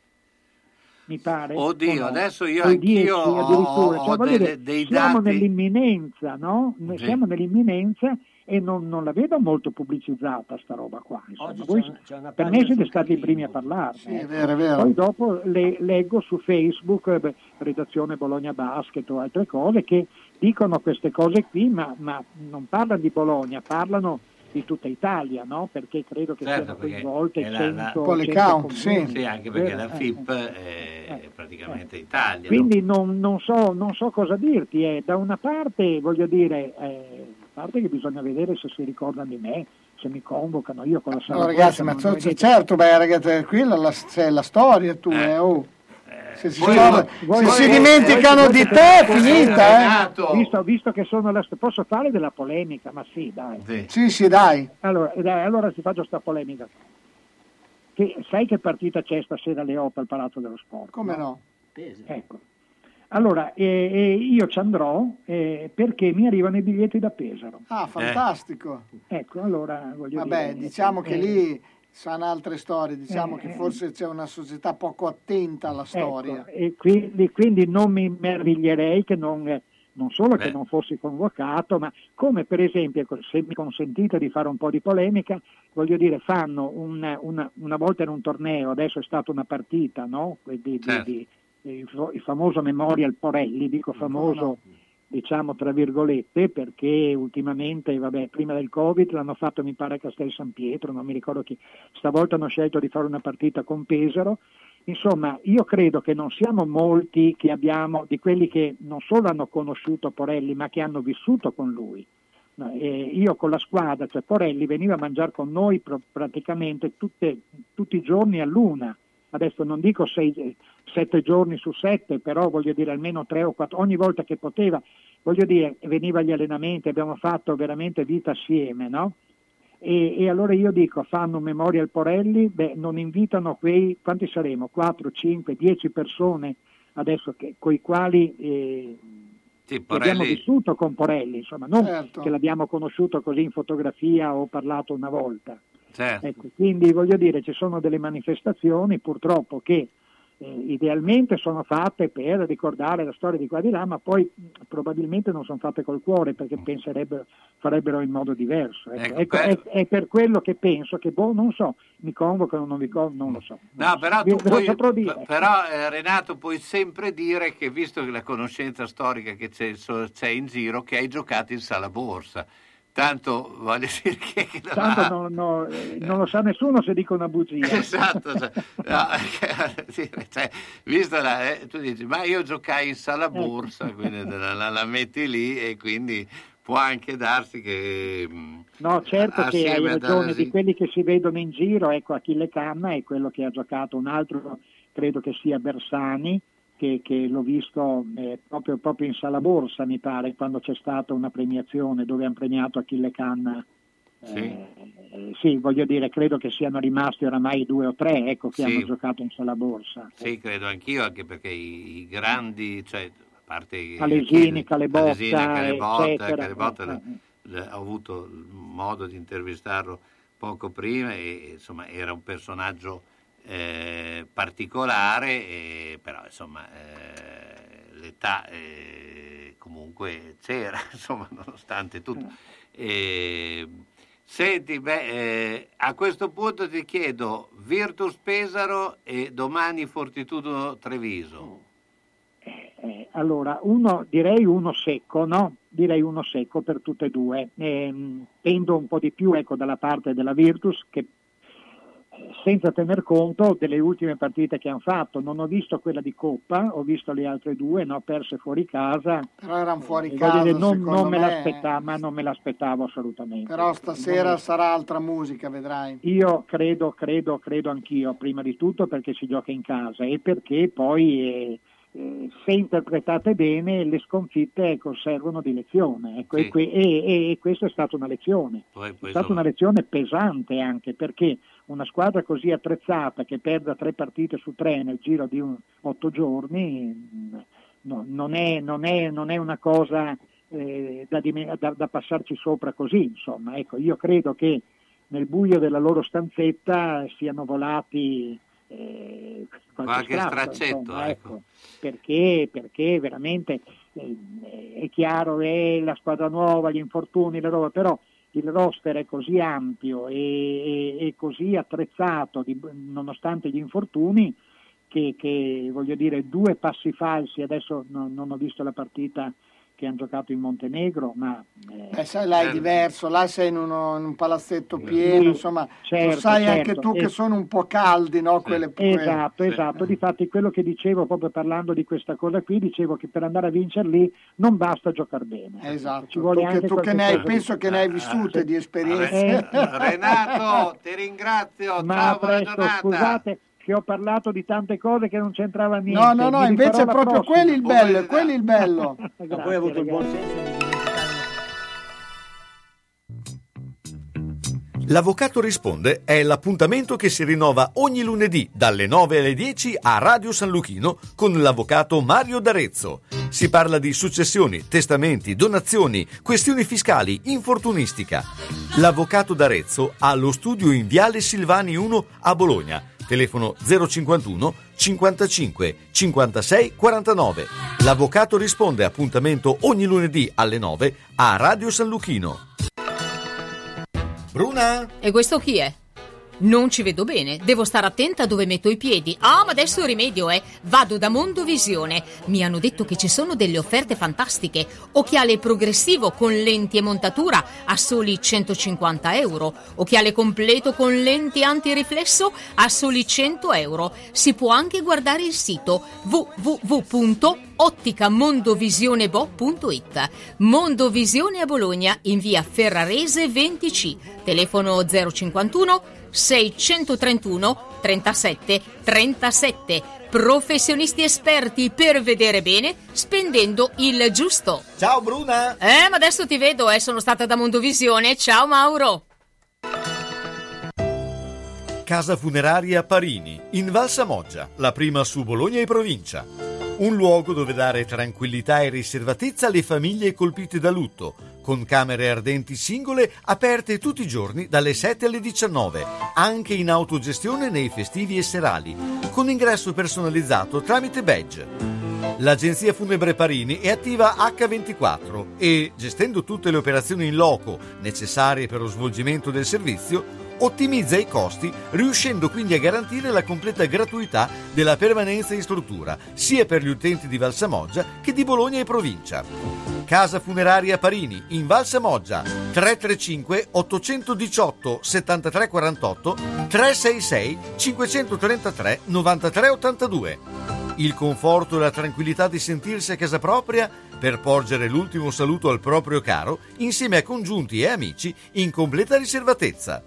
Mi pare. Oddio, no? Adesso io anch'io ho dei siamo dati. Nell'imminenza, no? Siamo nell'imminenza e non la vedo molto pubblicizzata sta roba qua. C'è una Per me siete stati i primi a parlarne. Sì, è vero. Poi dopo leggo su Facebook, redazione Bologna Basket o altre cose, che dicono queste cose qui, ma non parlano di Bologna, parlano di tutta Italia, no? Perché credo che siano coinvolte 100 sì, anche perché la FIP è praticamente Italia. Quindi non so cosa dirti. Da una parte, voglio dire, a parte che bisogna vedere se si ricordano di me, se mi convocano, io con la sala. No, ragazzi, ma certo, ragazzi, qui c'è la storia, tu se si dimenticano di te è finita. Visto che sono posso fare della polemica, ma sì, dai. Sì, dai. Allora ti faccio sta polemica. Sai che partita c'è stasera alle 8 al Palazzo dello Sport? Come no? Ecco. Allora, io ci andrò perché mi arrivano i biglietti da Pesaro. Ah, fantastico. Ecco, allora voglio dire... Vabbè, diciamo che lì sono altre storie, diciamo che forse c'è una società poco attenta alla storia. E quindi non mi meraviglierei che non solo che non fossi convocato, ma come per esempio, se mi consentite di fare un po' di polemica, voglio dire, fanno una volta in un torneo, adesso è stata una partita, no? Il famoso Memorial Porelli, dico famoso, diciamo tra virgolette, perché ultimamente, prima del Covid l'hanno fatto mi pare a Castel San Pietro, non mi ricordo chi, stavolta hanno scelto di fare una partita con Pesaro. Insomma, io credo che non siamo molti che abbiamo, di quelli che non solo hanno conosciuto Porelli, ma che hanno vissuto con lui. Io con la squadra, cioè Porelli veniva a mangiare con noi praticamente tutti i giorni all'una. Adesso non dico 7 giorni su 7, però voglio dire almeno 3 o 4, ogni volta che poteva, voglio dire, veniva agli allenamenti, abbiamo fatto veramente vita assieme, no? E allora io dico, fanno Memorial Porelli, non invitano quei, quanti saremo? 4, 5, 10 persone adesso con i quali abbiamo vissuto con Porelli, insomma, non che l'abbiamo conosciuto così in fotografia o parlato una volta. Certo. Ecco, quindi voglio dire, ci sono delle manifestazioni purtroppo che idealmente sono fatte per ricordare la storia di qua e di là, ma poi probabilmente non sono fatte col cuore, perché farebbero in modo diverso. Ecco, è per quello che penso che, non so, mi convocano o non mi convocano, non lo so. No, però Renato, puoi sempre dire che, visto che la conoscenza storica che c'è in giro, che hai giocato in sala borsa. Tanto voglio dire che tanto non lo sa nessuno se dico una bugia. Esatto, visto tu dici, ma io giocai in sala borsa, quindi la metti lì, e quindi può anche darsi che no, certo che hai ragione, di quelli che si vedono in giro, ecco, Achille Canna è quello che ha giocato, un altro credo che sia Bersani, che l'ho visto proprio in sala borsa, mi pare, quando c'è stata una premiazione dove hanno premiato Achille Canna. Sì, voglio dire, credo che siano rimasti oramai 2 o 3, ecco, che hanno giocato in sala borsa. Sì, credo anch'io, anche perché i grandi, cioè a parte Alesini, Calebotta, ho avuto modo di intervistarlo poco prima, e insomma era un personaggio particolare, però insomma l'età comunque c'era, insomma, nonostante tutto. Senti, a questo punto ti chiedo Virtus Pesaro e domani Fortitudo Treviso. Allora, direi uno secco, no? Direi uno secco per tutte e due. Tendo un po' di più, ecco, dalla parte della Virtus, che senza tener conto delle ultime partite che hanno fatto. Non ho visto quella di Coppa, ho visto le altre due, perse fuori casa. Però erano fuori casa, non me l'aspettavo assolutamente. Però stasera sarà altra musica, vedrai. Io credo anch'io, prima di tutto perché si gioca in casa e perché poi se interpretate bene le sconfitte servono di lezione, ecco, sì. E questa è stata una lezione, è stata una lezione pesante, anche perché una squadra così attrezzata che perda 3 partite su 3 nel giro di 8 giorni non è una cosa da passarci sopra così, insomma. Ecco, io credo che nel buio della loro stanzetta siano volati qualche straccetto, insomma, ecco. Perché veramente è chiaro, è la squadra nuova, gli infortuni, la roba, però il roster è così ampio e così attrezzato nonostante gli infortuni che voglio dire, 2 passi falsi. Adesso non ho visto la partita che hanno giocato in Montenegro, ma sai, là è diverso, là sei in un palazzetto pieno, insomma, certo, lo sai, certo. Anche tu che sono un po' caldi, no? Esatto. Difatti quello che dicevo, proprio parlando di questa cosa qui, dicevo che per andare a vincere lì non basta giocare bene. Esatto, ci vuole anche tu che ne hai, penso che ne hai vissute di esperienze. Renato, ti ringrazio, ciao, buona giornata. Scusate che ho parlato di tante cose che non c'entrava niente. No, invece è proprio quello il bello, Ma poi hai avuto il buon senso di L'Avvocato risponde è l'appuntamento che si rinnova ogni lunedì dalle 9 alle 10 a Radio San Luchino con l'avvocato Mario D'Arezzo. Si parla di successioni, testamenti, donazioni, questioni fiscali, infortunistica. L'Avvocato D'Arezzo ha lo studio in Viale Silvani 1 a Bologna. Telefono 051 55 56 49. L'Avvocato risponde, appuntamento ogni lunedì alle 9 a Radio San Luchino. Bruna? E questo chi è? Non ci vedo bene, devo stare attenta dove metto i piedi. Ma adesso il rimedio è: vado da Mondovisione. Mi hanno detto che ci sono delle offerte fantastiche. Occhiale progressivo con lenti e montatura a soli 150 euro. Occhiale completo con lenti antiriflesso a soli 100 euro. Si può anche guardare il sito www.otticamondovisionebo.it. Mondovisione a Bologna, in via Ferrarese 20C. Telefono 051 631 37 37. Professionisti esperti per vedere bene spendendo il giusto. Ciao Bruna. Ma adesso ti vedo, sono stata da Mondovisione. Ciao Mauro. Casa funeraria Parini, in Val Samoggia, la prima su Bologna e provincia. Un luogo dove dare tranquillità e riservatezza alle famiglie colpite da lutto, con camere ardenti singole aperte tutti i giorni dalle 7 alle 19, anche in autogestione nei festivi e serali, con ingresso personalizzato tramite badge. L'agenzia funebre Parini è attiva H24 e, gestendo tutte le operazioni in loco necessarie per lo svolgimento del servizio, ottimizza i costi, riuscendo quindi a garantire la completa gratuità della permanenza in struttura, sia per gli utenti di Val Samoggia che di Bologna e provincia. Casa funeraria Parini, in Val Samoggia, 335 818 73 48 366 533 93 82. Il conforto e la tranquillità di sentirsi a casa propria per porgere l'ultimo saluto al proprio caro insieme a congiunti e amici in completa riservatezza.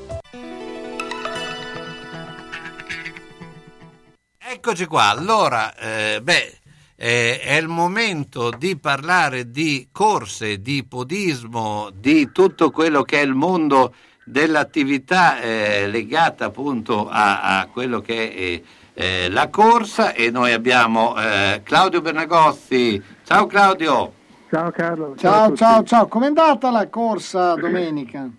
Eccoci qua, allora, è il momento di parlare di corse, di podismo, di tutto quello che è il mondo dell'attività legata appunto a quello che è la corsa, e noi abbiamo Claudio Bernagozzi. Ciao Claudio. Ciao Carlo. Ciao, com'è andata la corsa domenica?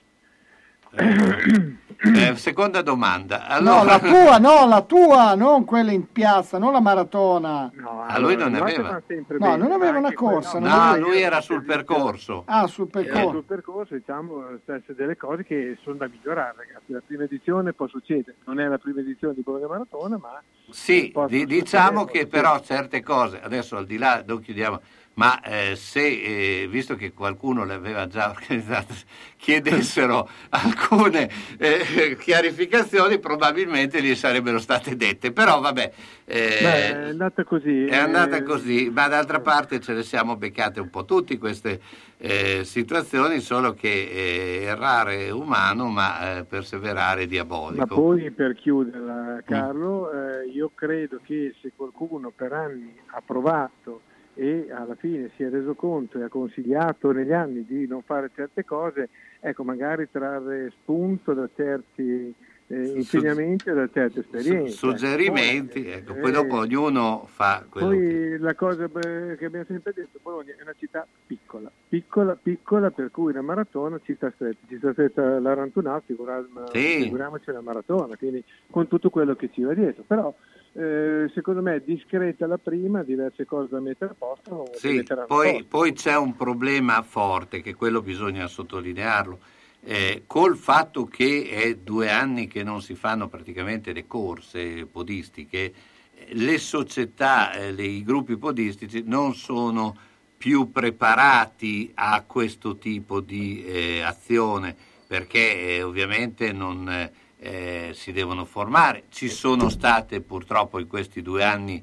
Seconda domanda. Allora... la tua, non quella in piazza, non la maratona. Lui non ne aveva. Non aveva una corsa. Lui era sul percorso. Sul percorso. Sul percorso, diciamo, delle cose che sono da migliorare, ragazzi. La prima edizione può succedere, non è la prima edizione di Bologna Maratona, ma... Sì, diciamo che però certe cose, adesso al di là, non chiudiamo... Ma se, visto che qualcuno le aveva già organizzate, chiedessero alcune chiarificazioni, probabilmente gli sarebbero state dette. Però vabbè, è andata così. È andata così, ma d'altra parte ce le siamo beccate un po' tutti queste situazioni, solo che errare è umano, ma perseverare è diabolico. Ma poi, per chiuderla, Carlo, io credo che se qualcuno per anni ha provato e alla fine si è reso conto e ha consigliato negli anni di non fare certe cose, ecco, magari trarre spunto da certi insegnamenti e da certe esperienze. Suggerimenti, poi dopo ognuno fa quello che... La cosa che abbiamo sempre detto, Bologna è una città piccola, per cui la maratona ci sta stretta l'Arantunà, figuriamoci la maratona, quindi con tutto quello che ci va dietro, però secondo me discreta la prima, diverse cose da mettere a posto. Sì, poi c'è un problema forte, che quello bisogna sottolinearlo, col fatto che è 2 anni che non si fanno praticamente le corse podistiche, le società, i gruppi podistici non sono più preparati a questo tipo di azione, perché ovviamente non... si devono formare. Ci sono state purtroppo in questi 2 anni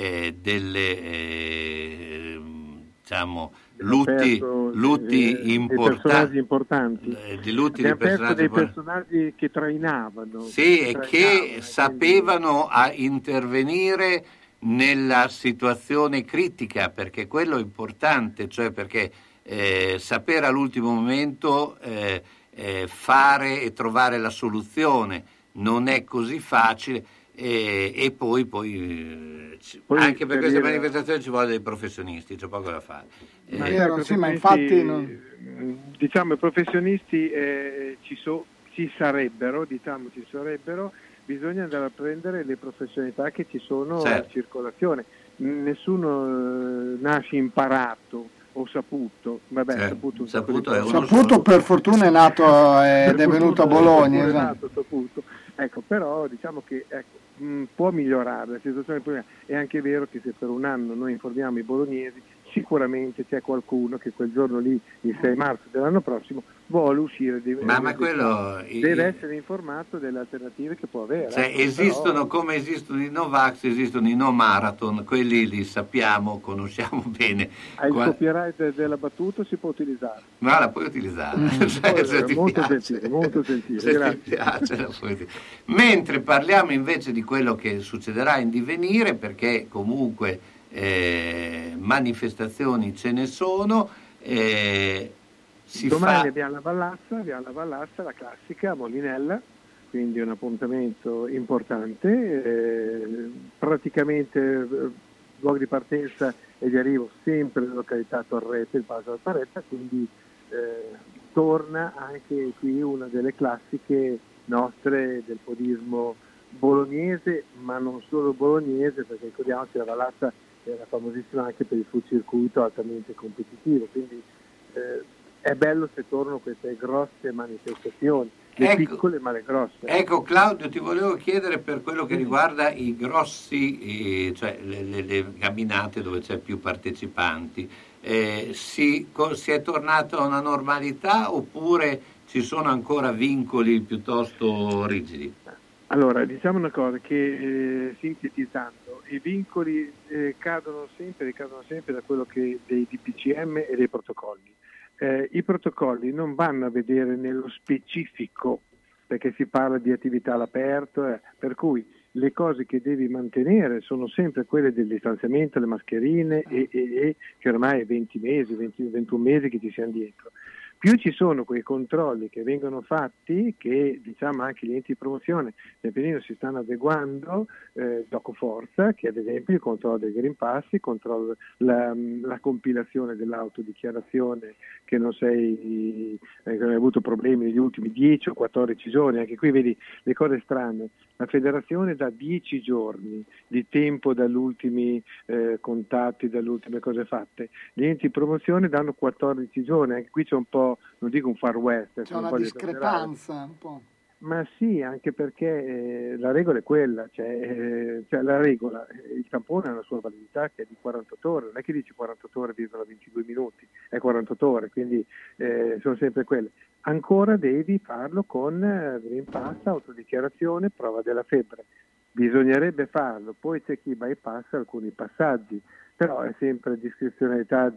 delle lutti importanti. Di lutti di personaggi che trainavano. Sì, e che sapevano a intervenire nella situazione critica, perché quello è importante, cioè perché sapere all'ultimo momento fare e trovare la soluzione non è così facile, e poi anche per queste manifestazioni ci vogliono dei professionisti, c'è poco da fare. Ma infatti diciamo i professionisti ci sarebbero, bisogna andare a prendere le professionalità che ci sono in circolazione. Nessuno nasce imparato o saputo, saputo per fortuna è nato ed è venuto a Bologna, ecco, però diciamo che può migliorare la situazione. È anche vero che se per un anno noi informiamo i bolognesi, sicuramente c'è qualcuno che quel giorno lì, il 6 marzo dell'anno prossimo, vuole uscire deve essere informato delle alternative che può avere. Esistono, come esistono i Novax, esistono i no marathon, quelli li sappiamo, conosciamo bene. Il copyright della battuta si può utilizzare. Ma la puoi utilizzare. Molto gentile. Se ti piace, la puoi utilizzare. Mentre parliamo invece di quello che succederà in divenire, perché comunque manifestazioni ce ne sono. Domani abbiamo la Vallassa, la classica a Molinella, quindi un appuntamento importante, praticamente luogo di partenza e di arrivo sempre in località Torrette, il Passo della Torretta, quindi torna anche qui una delle classiche nostre del podismo bolognese, ma non solo bolognese, perché ricordiamoci la Valazza era famosissima anche per il suo circuito altamente competitivo, quindi è bello se tornano queste grosse manifestazioni, le piccole ma le grosse. Ecco Claudio, ti volevo chiedere per quello che riguarda i grossi, cioè le camminate dove c'è più partecipanti, si è tornato a una normalità oppure ci sono ancora vincoli piuttosto rigidi? Allora, diciamo una cosa, che sintetizzando, i vincoli cadono sempre da quello che dei DPCM e dei protocolli. I protocolli non vanno a vedere nello specifico, perché si parla di attività all'aperto, per cui le cose che devi mantenere sono sempre quelle del distanziamento, le mascherine e che ormai è 20 mesi, 21 mesi che ci siamo dietro. Più ci sono quei controlli che vengono fatti, che diciamo anche gli enti di promozione nel periodo si stanno adeguando, gioco forza, che ad esempio il controllo dei Green Pass, la compilazione dell'autodichiarazione che non hai avuto problemi negli ultimi 10 o 14 giorni, anche qui vedi le cose strane. La federazione dà 10 giorni di tempo dagli ultimi contatti, dalle ultime cose fatte. Gli enti di promozione danno 14 giorni, anche qui c'è un po', non dico un far west. C'è una discrepanza un po'. Ma sì, anche perché la regola è quella, cioè la regola, il tampone ha una sua validità che è di 48 ore, non è che dici 48 ore, 22 minuti, è 48 ore, quindi sono sempre quelle. Ancora devi farlo con Green Pass, autodichiarazione, prova della febbre. Bisognerebbe farlo, poi c'è chi bypassa alcuni passaggi, però è sempre discrezionalità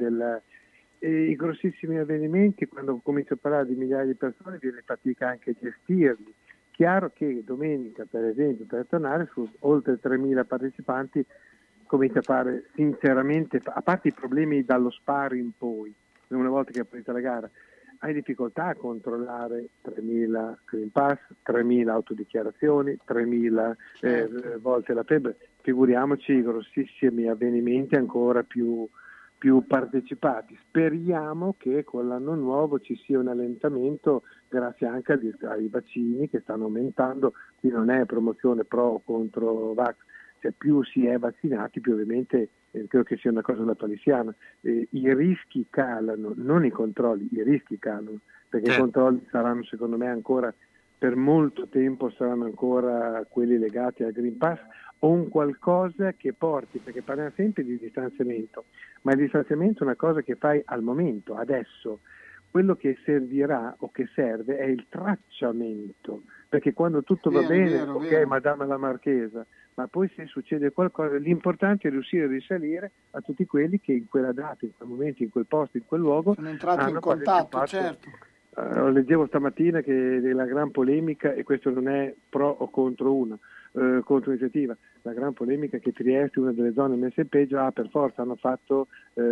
i grossissimi avvenimenti, quando comincio a parlare di migliaia di persone, viene fatica anche a gestirli. Chiaro che domenica, per esempio, per tornare su oltre 3.000 partecipanti, comincia a fare sinceramente, a parte i problemi dallo sparo in poi, una volta che è partita la gara, hai difficoltà a controllare 3.000 Green Pass, 3.000 autodichiarazioni, 3.000 volte la febbre, figuriamoci i grossissimi avvenimenti ancora più partecipati. Speriamo che con l'anno nuovo ci sia un allentamento grazie anche ai vaccini che stanno aumentando. Qui non è promozione pro o contro vax, cioè più si è vaccinati più ovviamente credo che sia una cosa nataliziana, i rischi calano, non i controlli, i rischi calano, perché i controlli saranno secondo me ancora per molto tempo, saranno ancora quelli legati al Green Pass o un qualcosa che porti, perché parliamo sempre di distanziamento, ma il distanziamento è una cosa che fai al momento, adesso. Quello che servirà o che serve è il tracciamento, perché quando tutto va bene, ok, Madame la Marchesa, ma poi se succede qualcosa, l'importante è riuscire a risalire a tutti quelli che in quella data, in quel momento, in quel posto, in quel luogo sono entrati in contatto, certo. Leggevo stamattina che della gran polemica, e questo non è pro o contro contro iniziativa, la gran polemica che Trieste, una delle zone messe peggio, per forza hanno fatto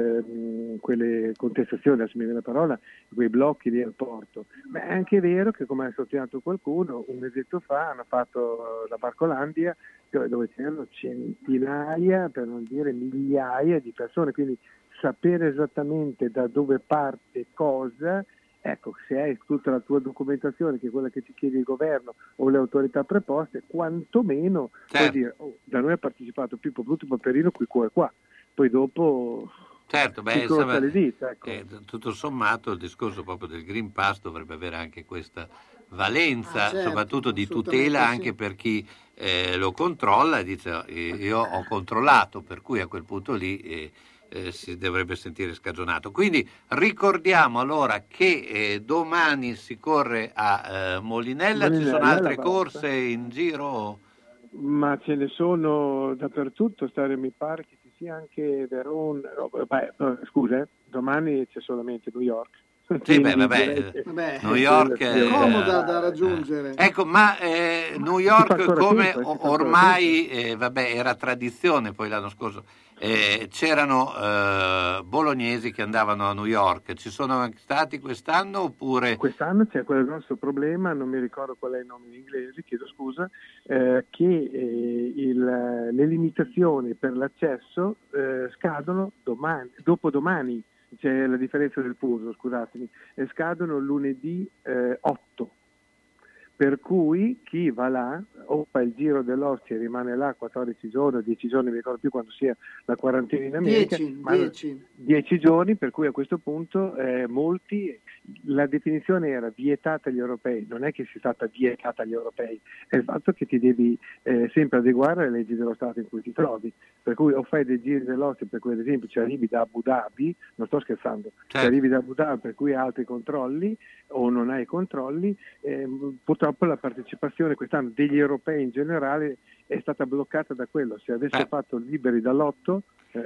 quelle contestazioni, adesso mi viene la parola, quei blocchi di aeroporto. Beh, è anche vero che, come ha sottolineato qualcuno, un mesetto fa hanno fatto la Barcolandia, dove c'erano centinaia, per non dire migliaia di persone, quindi sapere esattamente da dove parte cosa. Ecco, se hai tutta la tua documentazione, che è quella che ti chiede il governo o le autorità preposte, quantomeno puoi dire, da noi ha partecipato Pippo Brutto Paperino, qui qua, poi dopo insomma, le dita, ecco. Tutto sommato il discorso proprio del Green Pass dovrebbe avere anche questa valenza, soprattutto di tutela anche per chi lo controlla e dice io ho controllato, per cui a quel punto lì si dovrebbe sentire scagionato. Quindi ricordiamo allora che domani si corre a Molinella, ci sono altre corse in giro? Ma ce ne sono dappertutto, mi pare che ci sia anche Verona, domani c'è solamente New York, Sì, vabbè, New York è comoda da raggiungere. Ecco, ma New York, come ormai era tradizione poi l'anno scorso, c'erano bolognesi che andavano a New York. Ci sono anche stati quest'anno oppure? Quest'anno c'è quel grosso problema, non mi ricordo qual è il nome in inglese, chiedo scusa, che le limitazioni per l'accesso scadono dopodomani. C'è la differenza del fuso, scusatemi, e scadono lunedì 8, per cui chi va là o fa il giro dell'Ostia e rimane là 14 giorni, 10 giorni, non mi ricordo più quando sia la quarantena in America, 10 giorni, per cui a questo punto molti, la definizione era vietata agli europei, non è che sia stata vietata agli europei, è il fatto che ti devi sempre adeguare alle leggi dello Stato in cui ti trovi, per cui o fai dei giri dell'Ostia per cui ad esempio ci arrivi da Abu Dhabi, non sto scherzando, ci arrivi da Abu Dhabi per cui hai altri controlli o non hai controlli, purtroppo la partecipazione quest'anno degli europei in generale è stata bloccata da quello. Se avesse fatto liberi dall'8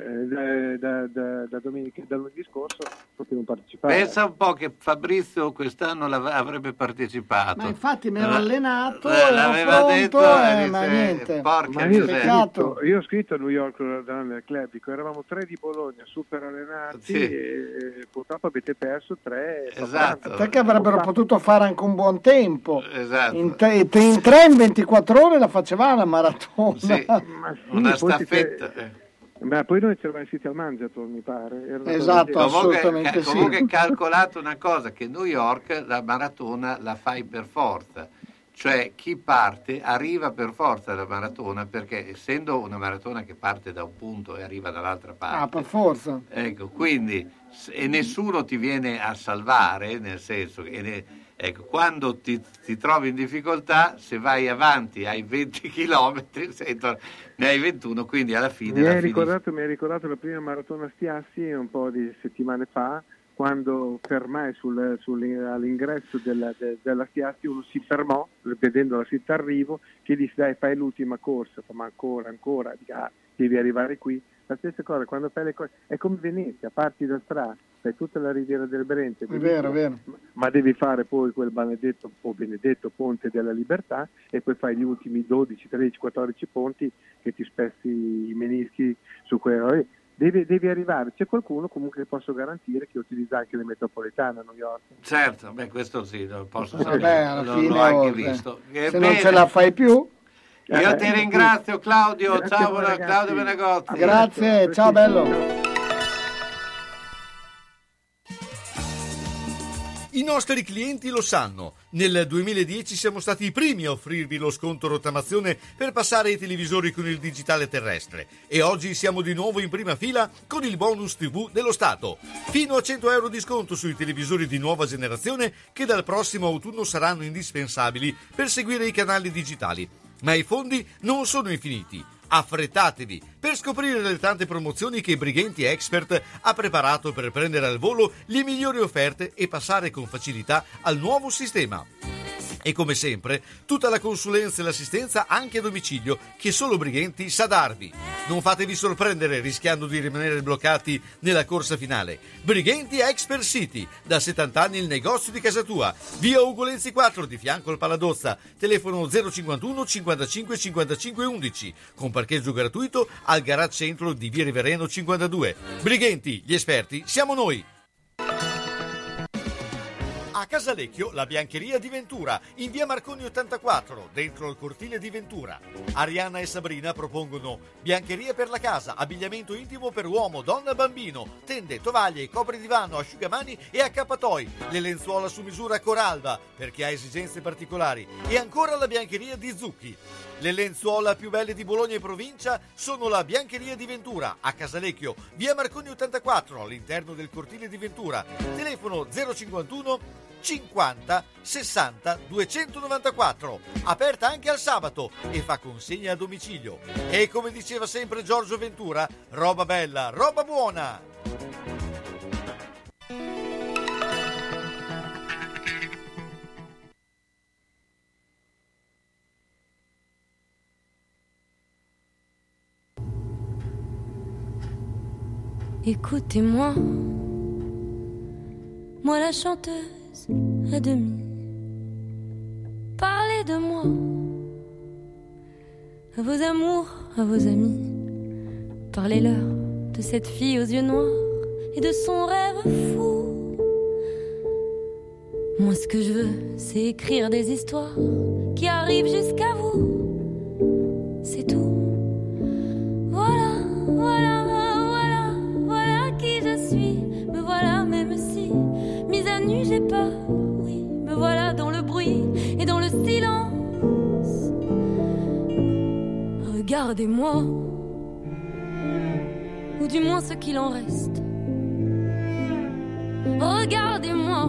da lunedì scorso potevo partecipare. Pensa un po' che Fabrizio quest'anno avrebbe partecipato. Ma infatti mi ero allenato, l'aveva detto, ma niente. Io ho scritto a New York nel club, eravamo 3 di Bologna super allenati e purtroppo avete perso 3. Esatto. Perché avrebbero potuto fare anche un buon tempo. Esatto. In 3 in 24 ore la facevamo la maratona. Sì, una staffetta. Ma poi noi ci eravamo iscritti al Mangiator, mi pare. Esatto, assolutamente sì. Comunque calcolato una cosa, che New York la maratona la fai per forza. Cioè chi parte arriva per forza alla maratona, perché essendo una maratona che parte da un punto e arriva dall'altra parte. Per forza. Ecco, quindi e nessuno ti viene a salvare, nel senso che ecco, quando ti trovi in difficoltà, se vai avanti hai 20 chilometri, ne hai 21, quindi alla fine mi hai ricordato la prima maratona Stiassi un po' di settimane fa, quando fermai all'ingresso della Stiassi, uno si fermò vedendo la città arrivo, che disse dai fai l'ultima corsa, ma ancora, devi arrivare qui. La stessa cosa, quando fai le cose, è come Venezia, parti da Stra, fai tutta la riviera del Brenta, è vero. Ma devi fare poi quel benedetto ponte della libertà e poi fai gli ultimi 12, 13, 14 ponti che ti spezzi i menischi su quello. Devi arrivare, c'è qualcuno comunque che posso garantire che utilizza anche le metropolitane a New York. Certo, questo sì, lo posso sapere, alla fine l'ho anche visto. Se non ce la fai più. Io ti ringrazio Claudio, ciao Claudio Benegotti. Grazie, ciao bello. I nostri clienti lo sanno. Nel 2010 siamo stati i primi a offrirvi lo sconto rottamazione per passare ai televisori con il digitale terrestre e oggi siamo di nuovo in prima fila con il bonus TV dello Stato. Fino a 100 euro di sconto sui televisori di nuova generazione che dal prossimo autunno saranno indispensabili per seguire i canali digitali. Ma i fondi non sono infiniti. Affrettatevi per scoprire le tante promozioni che Brighenti Expert ha preparato per prendere al volo le migliori offerte e passare con facilità al nuovo sistema. E come sempre, tutta la consulenza e l'assistenza anche a domicilio che solo Brighenti sa darvi. Non fatevi sorprendere rischiando di rimanere bloccati nella corsa finale. Brighenti Expert City, da 70 anni il negozio di casa tua. Via Ugo Lenzi 4, di fianco al Paladozza. Telefono 051 55 55 11. Con parcheggio gratuito al garage centro di Via Rivereno 52. Brighenti, gli esperti siamo noi. A Casalecchio, la biancheria di Ventura, in via Marconi 84, dentro il cortile di Ventura. Arianna e Sabrina propongono biancheria per la casa, abbigliamento intimo per uomo, donna, bambino, tende, tovaglie, copridivano, asciugamani e accappatoi, le lenzuola su misura Coralba, per chi ha esigenze particolari, e ancora la biancheria di Zucchi. Le lenzuola più belle di Bologna e provincia sono la biancheria di Ventura, a Casalecchio, via Marconi 84, all'interno del cortile di Ventura. Telefono 051 50 60 294, aperta anche al sabato e fa consegna a domicilio. E come diceva sempre Giorgio Ventura, roba bella, roba buona. Écoutez-moi, moi la chanteuse à demi. Parlez de moi à vos amours, à vos amis. Parlez-leur de cette fille aux yeux noirs et de son rêve fou. Moi ce que je veux, c'est écrire des histoires qui arrivent jusqu'à vous. C'est tout. Voilà, voilà, voilà, voilà qui je suis. Me voilà même si, mise à nu, j'ai peur. Oui, me voilà dans le bruit et dans le silence. Regardez-moi, ou du moins ce qu'il en reste. Regardez-moi,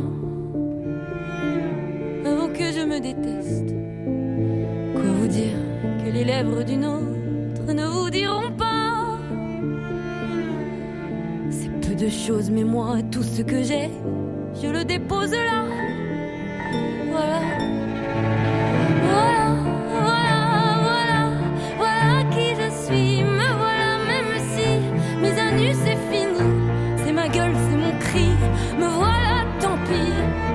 avant que je me déteste. Quoi vous dire que les lèvres d'une autre ne vous diront pas? C'est peu de choses, mais moi, tout ce que j'ai, je le dépose là. Voilà. Voilà, voilà, voilà, voilà qui je suis. Me voilà même si, mise à nu, c'est fini. C'est ma gueule, c'est mon cri. Me voilà, tant pis.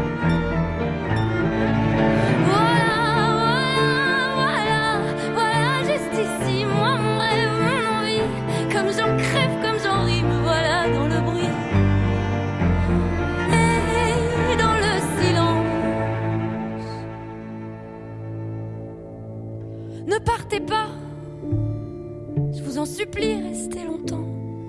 Ne partez pas, je vous en supplie, restez longtemps.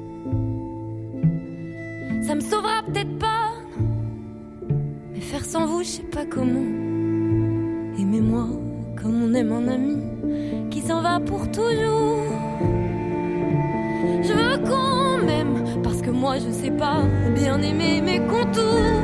Ça me sauvera peut-être pas, mais faire sans vous, je sais pas comment. Aimez-moi comme on aime un ami qui s'en va pour toujours. Je veux qu'on m'aime, parce que moi je sais pas bien aimer mes contours.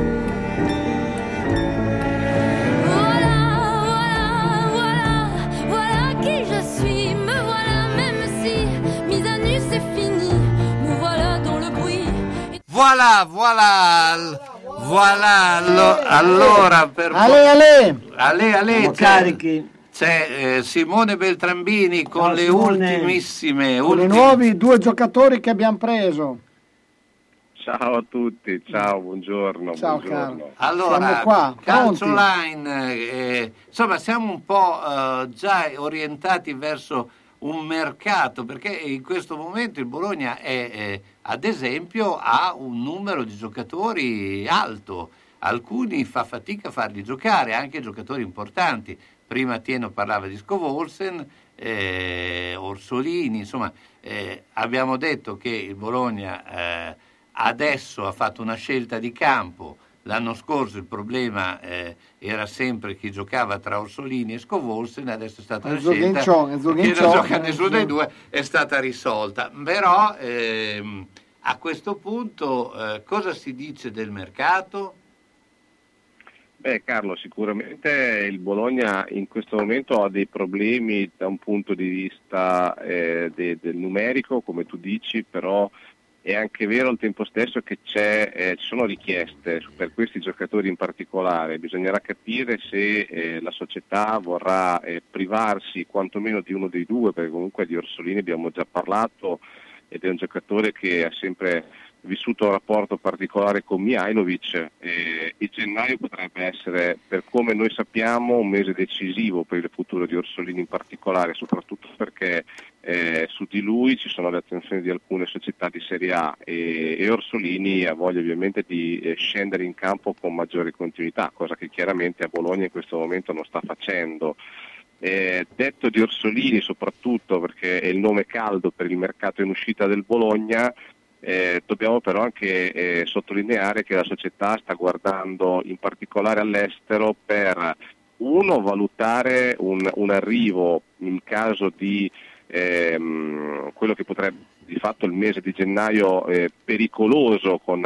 Voilà, allora per Ale, carichi. C'è Simone Beltrambini con le ultimissime. Con i nuovi 2 giocatori che abbiamo preso. Ciao a tutti, ciao, buongiorno. Ciao buongiorno. caro. Allora, siamo qua, Calcio Line, insomma siamo un po' già orientati verso un mercato, perché in questo momento il Bologna è ad esempio ha un numero di giocatori alto, alcuni fa fatica a farli giocare, anche giocatori importanti. Prima Tieno parlava di Scovolsen, Orsolini, insomma abbiamo detto che il Bologna adesso ha fatto una scelta di campo. L'anno scorso il problema era sempre chi giocava tra Orsolini e Scovolsen, adesso è stata una scelta che non gioca nessuno dei due, è stata risolta. Però a questo punto cosa si dice del mercato? Beh Carlo, sicuramente il Bologna in questo momento ha dei problemi da un punto di vista del numerico, come tu dici, però è anche vero al tempo stesso che ci sono richieste per questi giocatori in particolare. Bisognerà capire se la società vorrà privarsi quantomeno di uno dei due, perché comunque di Orsolini abbiamo già parlato ed è un giocatore che ha sempre vissuto un rapporto particolare con Mihajlovic e gennaio potrebbe essere, per come noi sappiamo, un mese decisivo per il futuro di Orsolini in particolare, soprattutto perché su di lui ci sono le attenzioni di alcune società di Serie A e Orsolini ha voglia ovviamente di scendere in campo con maggiore continuità, cosa che chiaramente a Bologna in questo momento non sta facendo. Detto di Orsolini soprattutto perché è il nome caldo per il mercato in uscita del Bologna, dobbiamo però anche sottolineare che la società sta guardando in particolare all'estero per valutare un arrivo in caso di quello che potrebbe di fatto il mese di gennaio pericoloso con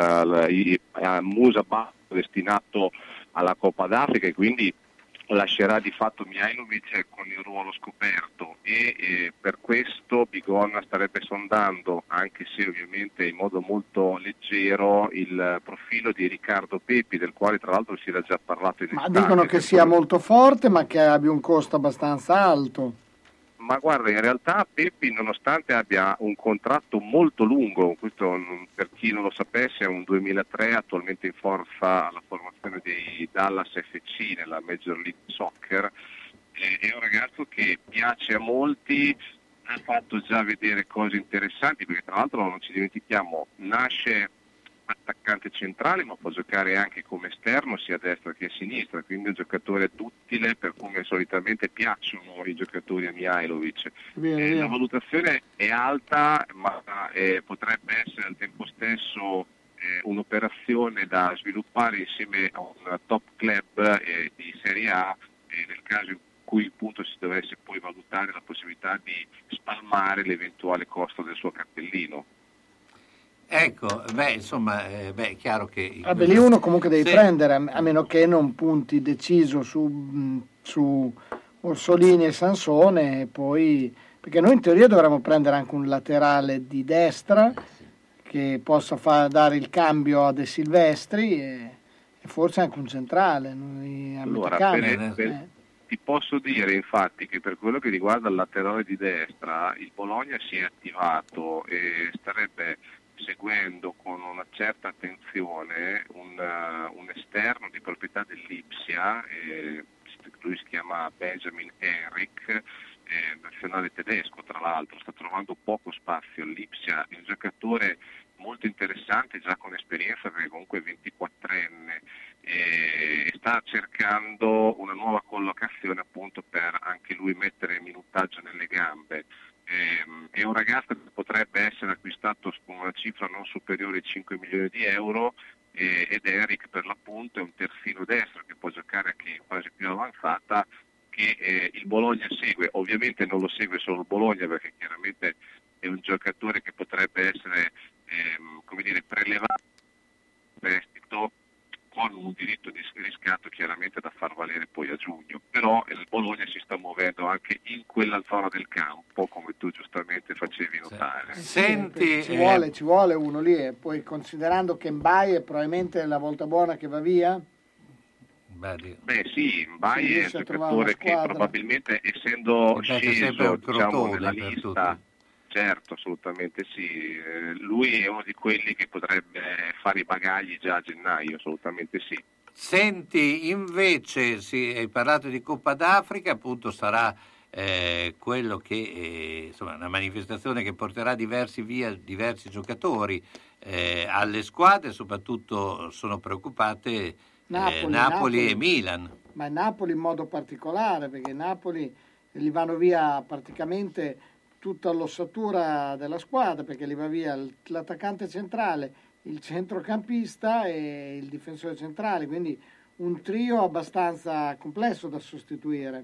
Musa Ba destinato alla Coppa d'Africa e quindi lascerà di fatto Mihajlovic con il ruolo scoperto e per questo Bigon starebbe sondando, anche se ovviamente in modo molto leggero, il profilo di Riccardo Pepi, del quale tra l'altro si era già parlato in estate. Ma dicono che sia molto forte ma che abbia un costo abbastanza alto. Ma guarda, in realtà Peppi, nonostante abbia un contratto molto lungo, questo per chi non lo sapesse è un 2003, attualmente in forza alla formazione dei Dallas FC nella Major League Soccer, è un ragazzo che piace a molti, ha fatto già vedere cose interessanti, perché tra l'altro non ci dimentichiamo, nasce attaccante centrale ma può giocare anche come esterno sia a destra che a sinistra, quindi è un giocatore duttile per come solitamente piacciono i giocatori a Mihajlovic. La valutazione è alta, ma potrebbe essere al tempo stesso un'operazione da sviluppare insieme a un top club di Serie A nel caso in cui appunto si dovesse poi valutare la possibilità di spalmare l'eventuale costo del suo cartellino. Ecco, insomma, è chiaro che... Vabbè, lì uno comunque devi prendere, a meno che non punti deciso su Orsolini e Sansone, e poi, perché noi in teoria dovremmo prendere anche un laterale di destra che possa dare il cambio a De Silvestri e forse anche un centrale. Allora, ti posso dire infatti che per quello che riguarda il laterale di destra, il Bologna si è attivato e starebbe seguendo con una certa attenzione un esterno di proprietà dell'Ipsia, lui si chiama Benjamin Henrik, nazionale tedesco tra l'altro, sta trovando poco spazio all'Ipsia, è un giocatore molto interessante già con esperienza perché comunque è 24enne e sta cercando una nuova collocazione appunto per anche lui mettere minutaggio nelle gambe. È un ragazzo che potrebbe essere acquistato con una cifra non superiore ai 5 milioni di euro ed Eric per l'appunto è un terzino destro che può giocare anche in fase più avanzata che il Bologna segue. Ovviamente non lo segue solo il Bologna perché chiaramente è un giocatore che potrebbe essere prelevato in prestito con un diritto di riscatto chiaramente da far valere poi a giugno, però il Bologna si sta muovendo anche in quella zona del campo come tu giustamente facevi notare. Senti, ci vuole uno lì e poi considerando che Mbai è probabilmente la volta buona che va via. Sì, Mbai è un giocatore che probabilmente essendo sceso nella lista. Certo, assolutamente sì. Lui è uno di quelli che potrebbe fare i bagagli già a gennaio, assolutamente sì. Senti, invece, hai parlato di Coppa d'Africa, appunto sarà quello che, insomma, una manifestazione che porterà diversi giocatori alle squadre, soprattutto sono preoccupate Napoli e Milan. Ma Napoli in modo particolare, perché Napoli gli vanno via praticamente tutta l'ossatura della squadra, perché gli va via l'attaccante centrale, il centrocampista e il difensore centrale, quindi un trio abbastanza complesso da sostituire.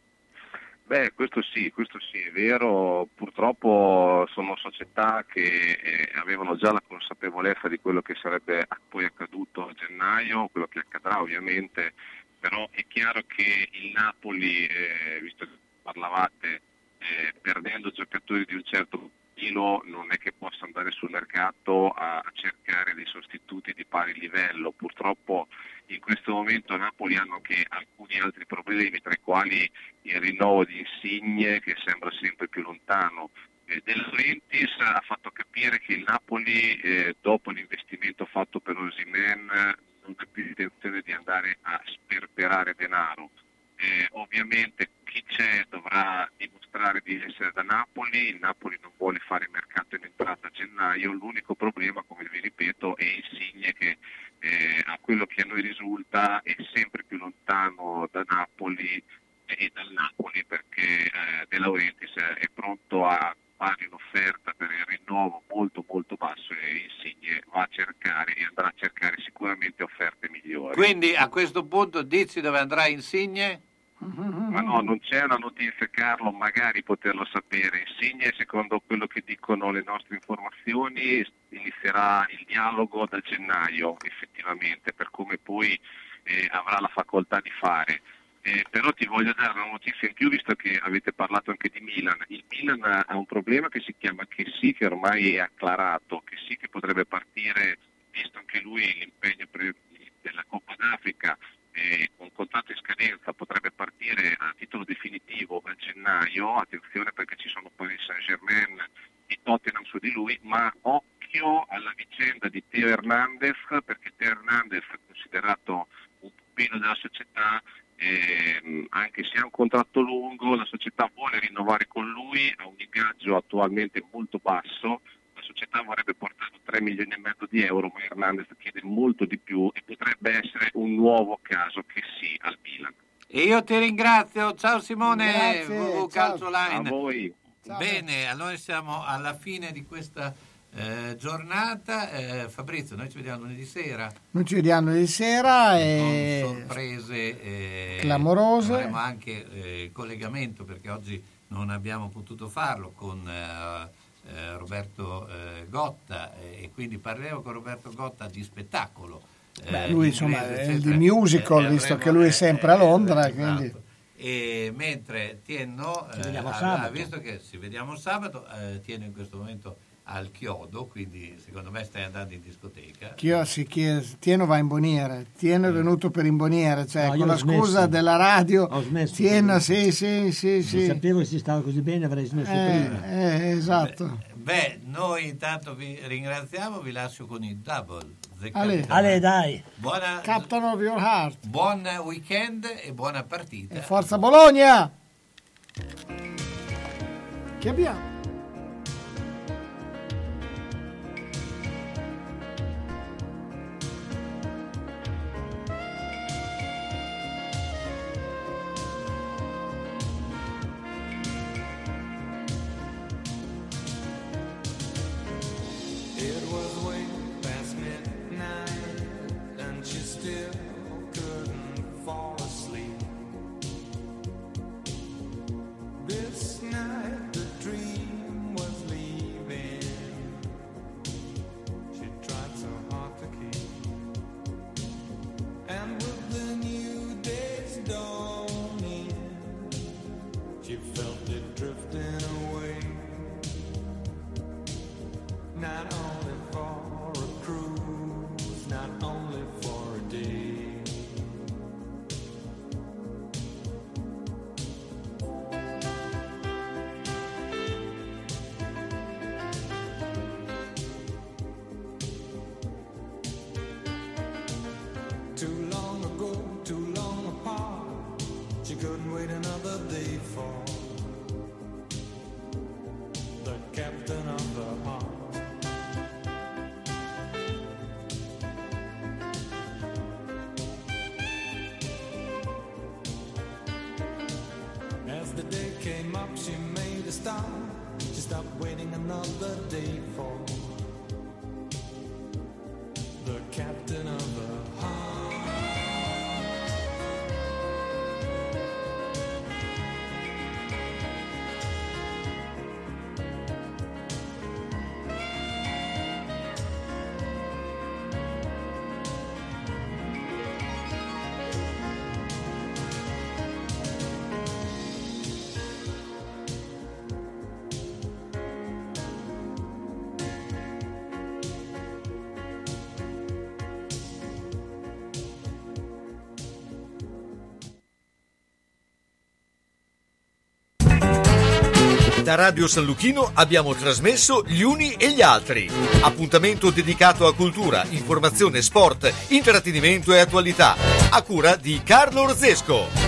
Questo sì, è vero, purtroppo sono società che avevano già la consapevolezza di quello che sarebbe poi accaduto a gennaio, quello che accadrà ovviamente, però è chiaro che il Napoli, visto che parlavate, perdendo giocatori di un certo profilo non è che possa andare sul mercato a cercare dei sostituti di pari livello. Purtroppo in questo momento a Napoli hanno anche alcuni altri problemi, tra i quali il rinnovo di Insigne che sembra sempre più lontano. De Laurentiis ha fatto capire che il Napoli dopo l'investimento fatto per Osimhen non ha più intenzione di andare a sperperare denaro. Ovviamente chi c'è dovrà dimostrare di essere da Napoli, il Napoli non vuole fare mercato in entrata a gennaio, l'unico problema, come vi ripeto, è Insigne che a quello che a noi risulta è sempre più lontano da Napoli e dal Napoli perché De Laurentiis è pronto a fare un'offerta per il rinnovo molto molto basso e Insigne va a cercare e andrà a cercare sicuramente offerte migliori. Quindi a questo punto dici dove andrà Insigne? Ma no, non c'è una notizia, Carlo, magari poterlo sapere. Insigne, secondo quello che dicono le nostre informazioni, inizierà il dialogo da gennaio effettivamente, per come poi avrà la facoltà di fare. Però ti voglio dare una notizia in più, visto che avete parlato anche di Milan. Il Milan ha un problema che si chiama Chessy, che ormai è acclarato, Chessy che potrebbe partire, visto anche lui l'impegno della Coppa d'Africa, con contratto in scadenza potrebbe partire a titolo definitivo a gennaio. Attenzione diventato un pupillo della società, anche se ha un contratto lungo, la società vuole rinnovare con lui, ha un ingaggio attualmente molto basso, la società vorrebbe portarlo 3,5 milioni di euro, ma Hernandez chiede molto di più e potrebbe essere un nuovo caso che sì al Milan. E io ti ringrazio, ciao Simone, Grazie, Calcio Line. A voi. Bene, allora siamo alla fine di questa giornata. Fabrizio, noi ci vediamo lunedì sera. Noi ci vediamo lunedì sera e con sorprese clamorose. Avremo anche collegamento, perché oggi non abbiamo potuto farlo, con Roberto Gotta, e quindi parleremo con Roberto Gotta di spettacolo. Lui insomma è di musical, visto che lui è sempre a Londra. Esatto. Quindi. E mentre Tienno visto che ci vediamo sabato, Tienno in questo momento al chiodo, quindi secondo me stai andando in discoteca. Tienno va in Boniera, Tienno è venuto per imboniere, cioè No, con la scusa della radio. Ho smesso. Tienno, sì. Se sapevo che si stava così bene avrei smesso prima. Esatto. Noi intanto vi ringraziamo, vi lascio con il double. Ale, dai. Captain of your heart. Buon weekend e buona partita. E forza Bologna! Che abbiamo? Da Radio San Luchino abbiamo trasmesso Gli Uni e gli Altri. Appuntamento dedicato a cultura, informazione, sport, intrattenimento e attualità. A cura di Carlo Orzesco.